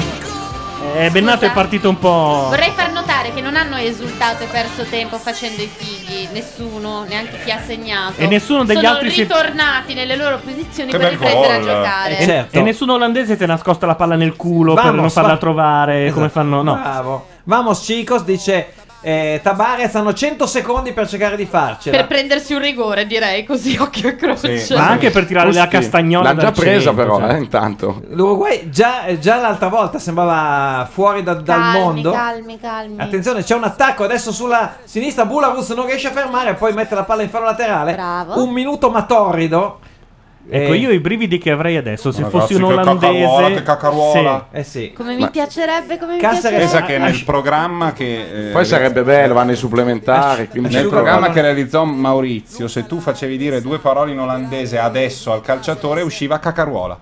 Bennato è partito un po'. Vorrei far notare che non hanno esultato e perso tempo facendo i fighi, nessuno, neanche chi ha segnato. E nessuno degli Sono altri si- ritornati nelle loro posizioni Che per bel riprendere a gol. giocare. Certo. E nessun olandese ti ha nascosto la palla nel culo per non farla trovare. Esatto. Come fanno? No. Bravo. Vamos chicos, dice Tabarez, hanno 100 secondi per cercare di farcela. Per prendersi un rigore, direi così, occhio e croce. Ma anche per tirare la castagnola L'hanno già dal presa centro, però, cioè. intanto. L'Uruguay già l'altra volta sembrava fuori dal mondo. Calmi. Attenzione, c'è un attacco adesso sulla sinistra. Bularus non riesce a fermare, poi mette la palla in fallo laterale. Bravo. Un minuto ma torrido. Ecco, io i brividi che avrei adesso, se Ragazzi, fossi un che olandese. cacaruola, che cacaruola. Sì. Come mi piacerebbe, come mi Caceres- piacerebbe. Pensa che nel programma che Poi sarebbe bello, vanno ai supplementari. quindi nel ci programma provano. che realizzò Maurizio, se tu facevi dire 2 parole in olandese adesso al calciatore, usciva cacaruola.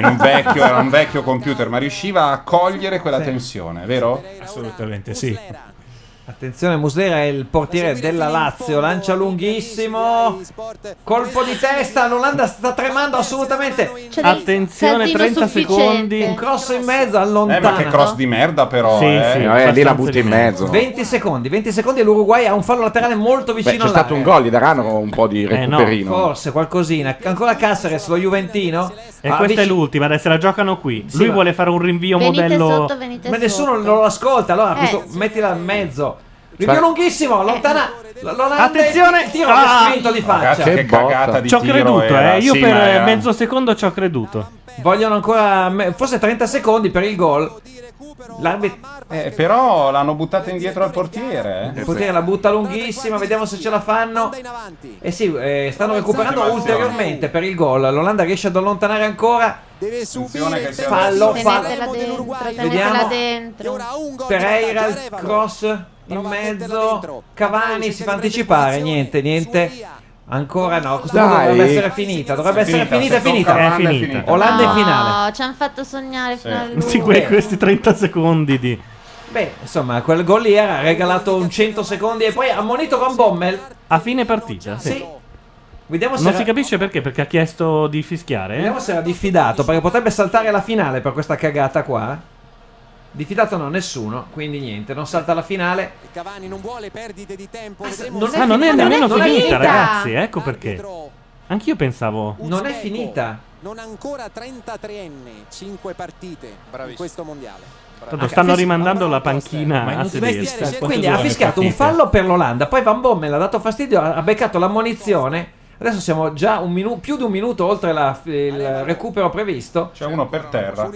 Era un vecchio computer, ma riusciva a cogliere quella tensione, vero? Assolutamente sì. Attenzione, Muslera è il portiere della Lazio, lancia lunghissimo, colpo di testa, l'Olanda sta tremando assolutamente. Attenzione, 30 secondi. Un cross in mezzo, allontana. Ma che cross di merda però, Sì, lì la butti in mezzo. 20 secondi e l'Uruguay ha un fallo laterale molto Beh, vicino c'è stato un all'area. gol, gli daranno un po' di recuperino. Forse qualcosina. Ancora Caceres, lo Juventino. E questa è l'ultima, adesso la giocano qui. Sì, Lui ma- vuole fare un rinvio modello. Ma nessuno lo ascolta, allora mettila in mezzo. Rinvio lunghissimo, lontana. Attenzione! Il tiro è spinto di faccia. Ragazzi, che cagata di Ci ho tiro creduto, era. Io Sì, per ma era- mezzo secondo ci ho creduto. Vogliono ancora forse 30 secondi per il gol. L'arbitro però l'hanno buttata indietro al portiere. il portiere la butta lunghissima, vediamo se ce la fanno. Eh sì, stanno recuperando ulteriormente per il gol. L'Olanda riesce ad allontanare ancora. Deve subire il Fallo. Tenetela dentro, tenetela Vediamo. dentro. Pereira, il cross in mezzo. Cavani si fa anticipare. Niente. Ancora no, questa Dai. dovrebbe essere finita. Dovrebbe essere finita. È finita. Olanda in finale. No, ci hanno fatto sognare fino all'ultimo. Sì, questi 30 secondi di. Beh, insomma, quel gol lì era regalato un 100 secondi e poi ammonito Van Bommel. A fine partita, sì. Sì. Vediamo se Non era- si capisce perché ha chiesto di fischiare. Vediamo se era diffidato, perché potrebbe saltare la finale per questa cagata qua. Diffidato no, nessuno, quindi niente, non salta la finale. Cavani non vuole perdite di tempo. Non è nemmeno non è finita, finita. ragazzi. Ecco perché. Anch'io pensavo. Non è finita. Non ancora 33enne, 5 partite in questo mondiale. Tanto stanno rimandando la panchina a sedere. Quindi ha fischiato un fallo per l'Olanda, poi Van Bommel ha dato fastidio, ha beccato l'ammonizione. Adesso siamo già più di un minuto oltre il recupero previsto. C'è uno per terra.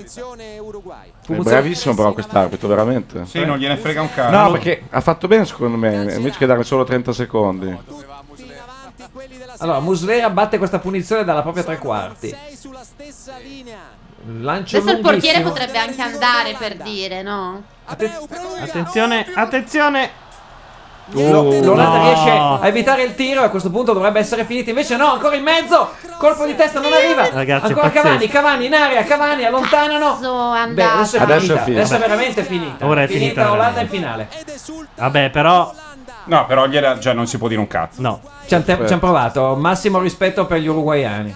È bravissimo però quest'arbitro, veramente. Sì, non gliene frega un cazzo. No, perché ha fatto bene secondo me, invece che dare solo 30 secondi. Allora, Muslera batte questa punizione dalla propria tre quarti. Lancio Adesso il portiere lunghissimo. potrebbe anche andare per dire, no? Attenzione. L'Olanda riesce a evitare il tiro e a questo punto dovrebbe essere finita. Invece no, ancora in mezzo. Colpo di testa non arriva. Ragazzi, ancora è pazzesco. Cavani in area, Cavani allontanano. Beh, adesso è finita. Adesso è veramente finita. Ora è finita l'Olanda in finale. Vabbè, però No, però cioè, non si può dire un cazzo. No. Ci hanno provato. Massimo rispetto per gli uruguaiani.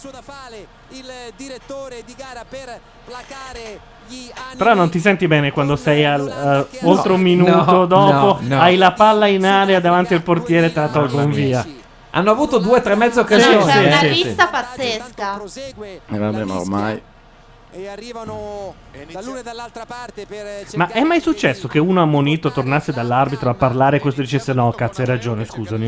Il direttore di gara per placare gli animi. Però non ti senti bene quando sei oltre un minuto dopo, no. hai la palla in area davanti al portiere, te la tolgono via. Hanno avuto 2 o 3 mezze occasioni. C'è una lista pazzesca. Vabbè, ma ormai. E arrivano dall'una e dall'altra parte per Ma è mai successo che uno ammonito tornasse dall'arbitro a parlare e questo dicesse no, cazzo, hai ragione, scusami.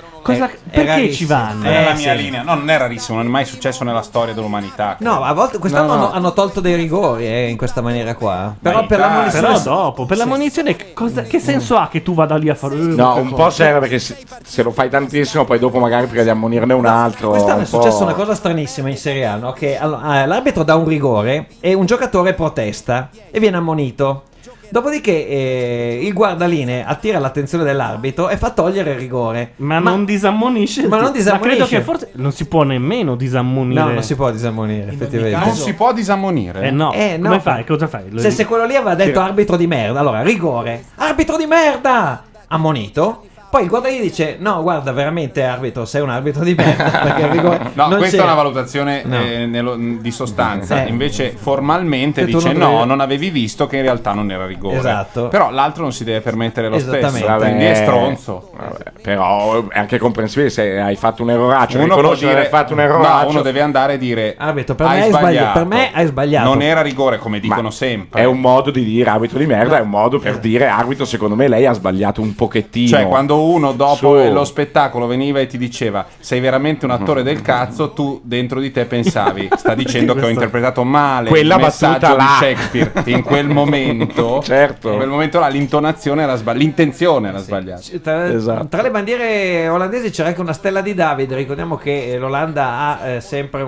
Perché ci vanno? È la mia linea. No, non è rarissimo, non è mai successo nella storia dell'umanità. No, a volte quest'anno No. hanno tolto dei rigori in questa maniera qua. Però Ma per l'ammonizione. Però dopo, per l'ammonizione, che senso ha che tu vada lì a fare? No, un po' serve perché se lo fai tantissimo, poi dopo magari prima di ammonirne un altro. Quest'anno un è successa po'. una cosa stranissima in Serie A, no? Che l'arbitro dà un rigore e un giocatore protesta e viene ammonito. Dopodiché il guardalinee attira l'attenzione dell'arbitro e fa togliere il rigore. Ma non disammonisce. Ma non disammonisce. Ma credo che forse non si può nemmeno disammonire. No, non si può disammonire, effettivamente. Non si può disammonire? No. no. Come fai? Cosa fai? Se quello lì aveva detto arbitro di merda, allora rigore. Arbitro di merda! Ammonito. Poi il guardalinee dice: no, guarda, veramente arbitro, sei un arbitro di merda. Perché il rigore No, non questa c'era. è una valutazione No. di sostanza. Invece formalmente Se tu dice non dovevi- no, non avevi visto che in realtà non era rigore. Esatto. Però l'altro non si deve permettere lo stesso. Esattamente. Quindi è stronzo. Vabbè, però è anche comprensibile se hai fatto un erroraccio. Uno può Riconosci di dire, aver fatto un no, erroraccio. uno deve andare a dire arbitro, per me hai sbagliato. Per me hai sbagliato. Non era rigore, come dicono sempre. È un modo di dire arbitro di merda, è un modo per dire arbitro, secondo me lei ha sbagliato un pochettino. Cioè, quando uno dopo Su. lo spettacolo veniva e ti diceva sei veramente un attore del cazzo, tu dentro di te pensavi sta dicendo che ho interpretato male Quella il messaggio battuta là. di Shakespeare. In quel momento, certo. In quel momento là l'intonazione era sbagliata, l'intenzione era sbagliata. Tra, tra le bandiere olandesi c'era anche una stella di David. Ricordiamo che l'Olanda ha sempre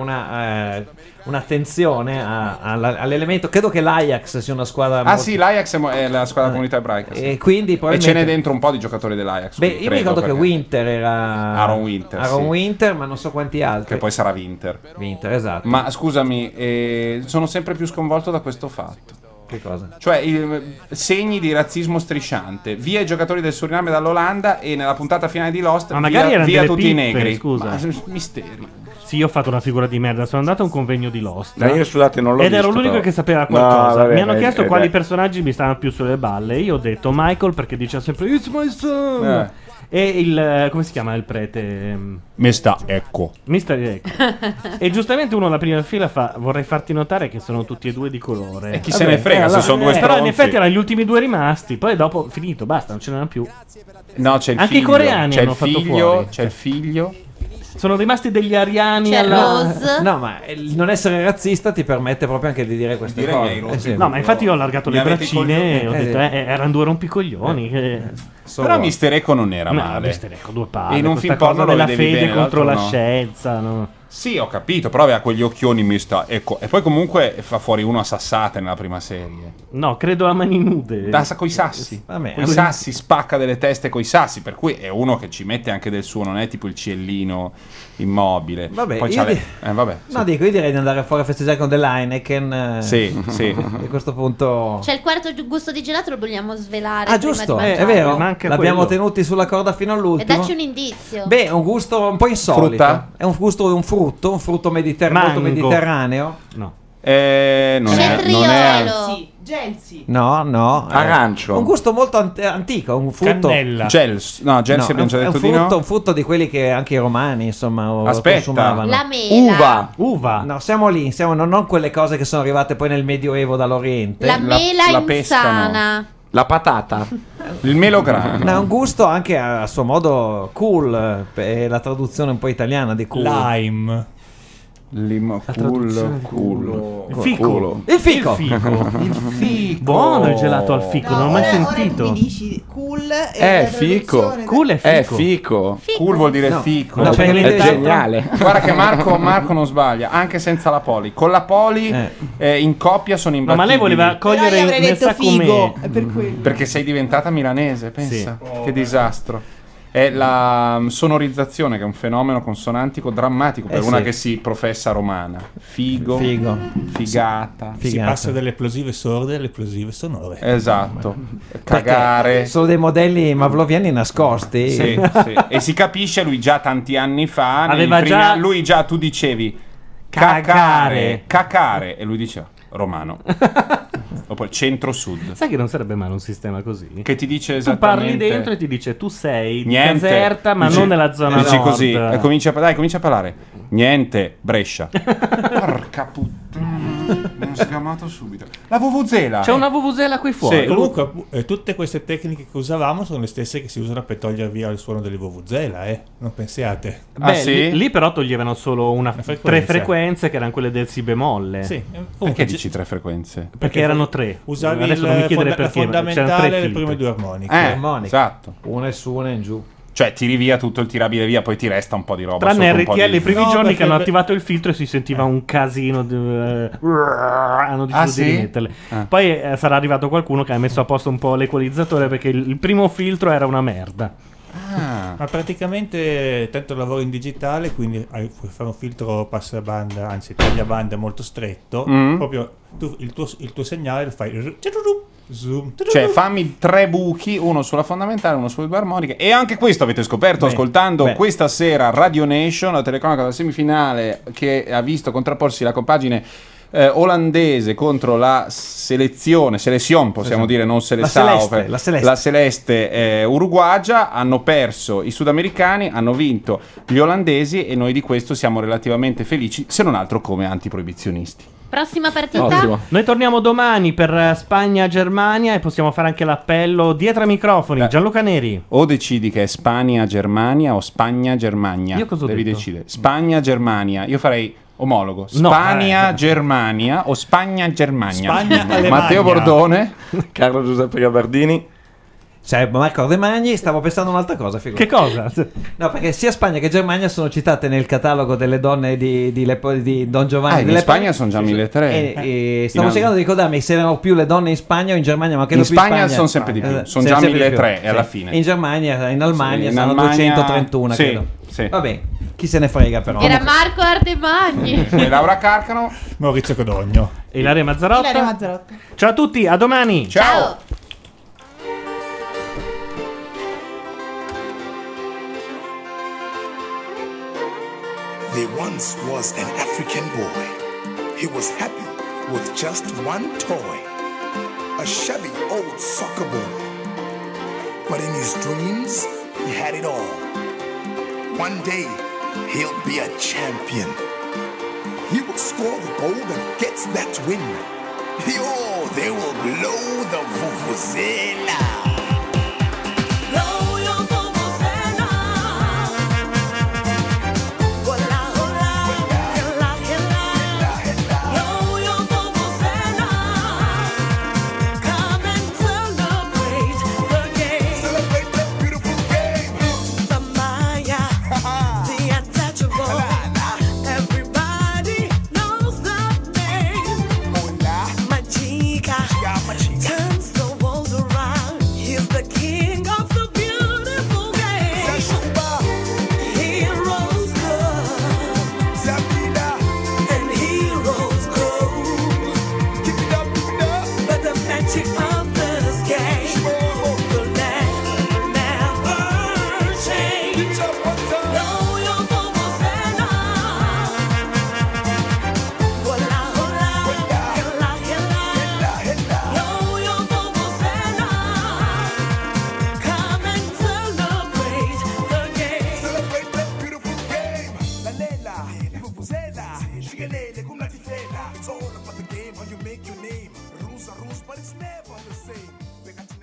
un'attenzione all'elemento. Credo che l'Ajax sia una squadra. Ah sì, l'Ajax è la squadra comunità ebraica. Sì. E quindi ce probabilmente n'è dentro un po' di giocatori dell'Ajax. Beh, io mi ricordo che Winter era Aaron Winter, ma non so quanti altri. che poi sarà Winter. Winter, esatto. Ma scusami, sono sempre più sconvolto da questo fatto. Che cosa? Cioè segni di razzismo strisciante. Via i giocatori del Suriname dall'Olanda e nella puntata finale di Lost Ma magari via, erano via delle tutti i pippe, negri. scusa. Ma, misteri. Sì, io ho fatto una figura di merda. Sono andato a un convegno di Lost. Ma io, scusate, non l'ho Ed ero visto, l'unico però. che sapeva No, qualcosa. vabbè, mi hanno ma- chiesto quali beh. personaggi mi stavano più sulle balle. Io ho detto Michael perché diceva sempre It's my son. E il come si chiama il prete? Mista Ecco. Mister Ecco. E giustamente uno alla prima fila fa: vorrei farti notare che sono tutti e due di colore. E chi se ne frega se sono due Però in stronzi. effetti erano gli ultimi due rimasti. Poi dopo finito, basta, non ce n'erano più. No, c'è il Anche figlio. i coreani c'è hanno il fatto figlio, fuori. C'è il figlio. Sono rimasti degli ariani C'è alla... Rose. No, ma il non essere razzista ti permette proprio anche di dire queste Dire cose. mi hai rotto il No, ma infatti io ho allargato Mi le avete braccine e ho coglioni. detto erano due rompicoglioni. Però Mister Ecco non era No, male. Mister Ecco, due palle. E in un questa film porno cosa lo della vedevi fede bene, contro la l'altro no. scienza. No? Sì, ho capito, però aveva quegli occhioni Mista Ecco. E poi comunque fa fuori uno a sassate nella prima serie. No, credo a mani nude. Danza coi sassi. Vabbè, Coi sassi, spacca delle teste coi sassi. Per cui è uno che ci mette anche del suo, non è tipo il ciellino immobile. Vabbè, Poi io c'ha di- vabbè. No, dico, io direi di andare fuori a festeggiare con dell'Heineken. Sì, sì. A questo punto. C'è il quarto gusto di gelato, lo vogliamo svelare. Ah, prima giusto, di è mangiare. vero. manca L'abbiamo quello. tenuti sulla corda fino E all'ultimo. dacci un indizio. Beh, è un gusto un po' insolito. Frutta? È un gusto di un frutto molto Mango. mediterraneo. No. Non è, non è Sì, Gelsi. No. Arancio. Un gusto molto antico, un frutto. Cannella. Gels. No, Gels No, abbiamo già è un detto di frutto, no. un frutto di quelli che anche i romani, insomma, Aspetta. consumavano. La mela. Uva. No, siamo lì, non quelle cose che sono arrivate poi nel Medioevo dall'Oriente. La mela la pesca, insana. La patata. Il melograno. Ha un gusto anche a suo modo cool, è la traduzione un po' italiana di cool. Lime. Culo. Il fico. Il fico. Il fico. Buono il gelato al fico, non l'ho mai sentito. Mi dici cool e fico. Cool è fico. Fico. Cool vuol dire fico. No, È geniale. Guarda che Marco non sbaglia, anche senza la poli. Con la poli in coppia sono No, imbattibili. ma lei voleva cogliere avrei nel detto sacco figo, me. è per quello. Perché sei diventata milanese, pensa. Sì. Che disastro. È la sonorizzazione che è un fenomeno consonantico drammatico per una sì. che si professa romana. Figo. Figata. Si passa dalle plosive sorde alle plosive sonore. Esatto. Cagare. Sono dei modelli mavloviani nascosti. Sì. E si capisce, lui già tanti anni fa Aveva già- lui già tu dicevi Cacare. cacare e lui diceva romano. Dopo il centro-sud. Sai che non sarebbe male un sistema così? Che ti dice Tu esattamente. parli dentro e ti dice tu sei di Niente. Caserta, ma Dici- non nella zona dici nord. così. E comincia a parlare. Niente, Brescia. Porca puttana. Mi ho sgamato subito. La vuvuzela. C'è una vuvuzela qui fuori. Sì. Comunque, tutte queste tecniche che usavamo sono le stesse che si usano per togliere via il suono delle vuvuzela, non pensiate. Beh, lì però toglievano solo tre frequenza. frequenze che erano quelle del si bemolle. Sì. Perché dici 3 frequenze? Perché erano 3. Usavi Adesso non mi chiedere la perché. fondamentale c'erano 3 le filtri. prime 2 armoniche. Esatto. Una è su, una è in giù. Cioè tiri via tutto il tirabile via, poi ti resta un po' di roba. Tranne sotto, un po' RTL di- i primi No, giorni perché- che hanno attivato il filtro e si sentiva un casino. Hanno deciso sì? di rimetterle. Poi sarà arrivato qualcuno che ha messo a posto un po' l'equalizzatore perché il primo filtro era una merda. Ma praticamente tanto lavoro in digitale, quindi puoi fare un filtro passabanda, anzi tagliabanda molto stretto. Proprio il tuo segnale lo fai zoom. Cioè fammi 3 buchi, uno sulla fondamentale, uno sulle 2 armoniche. E anche questo avete scoperto ascoltando questa sera Radio Nation, la telecronaca della semifinale che ha visto contrapporsi la compagine olandese contro la selezione possiamo dire, non Seleção, la Celeste uruguagia. Hanno perso i sudamericani, hanno vinto gli olandesi e noi di questo siamo relativamente felici, se non altro come antiproibizionisti. Prossima partita? Noi torniamo domani per Spagna-Germania e possiamo fare anche l'appello dietro ai microfoni. Gianluca Neri. O decidi che è Spagna-Germania o Spagna-Germania. Io cosa ho Devi detto? decidere. Spagna-Germania. Io farei omologo. No, Spagna-Germania o Spagna-Germania. Spagna-Alemagna. Matteo Bordone. Carlo Giuseppe Gabardini. Cioè, Marco De Magni, stavo pensando un'altra cosa. Che cosa? No, perché sia Spagna che Germania sono citate nel catalogo delle donne di Don Giovanni. In delle Spagna sono già 1.300. E stavo cercando di ricordarmi se erano più le donne in Spagna o in Germania, ma credo In più Spagna sono sempre di più, sono già 1.300 e alla fine. In Germania, in Almania in sono Almania- 231, sì, credo. sì. Va bene, chi se ne frega però. Era Marco Ardemagni. E Laura Carcano. Maurizio Codogno. Ilaria Mazzarotta. Ciao a tutti, a domani. Ciao. There once was an African boy. He was happy with just one toy, a shabby old soccer ball. But in his dreams, he had it all. One day, he'll be a champion. He will score the goal that gets that win. Oh, they will blow the vuvuzela. Turns the walls around. He's the king of the beautiful game. Heroes come, and heroes grow. But the magic of this game will never change. Know your vuvuzela. Hola, hola, hola, hola. Know your vuvuzela. Come and celebrate the game. Celebrate the beautiful game. La lela, vuvuzela, shigelele kumnatifela. It's all about the game, how you make your name. Rules are rules, but it's never the same.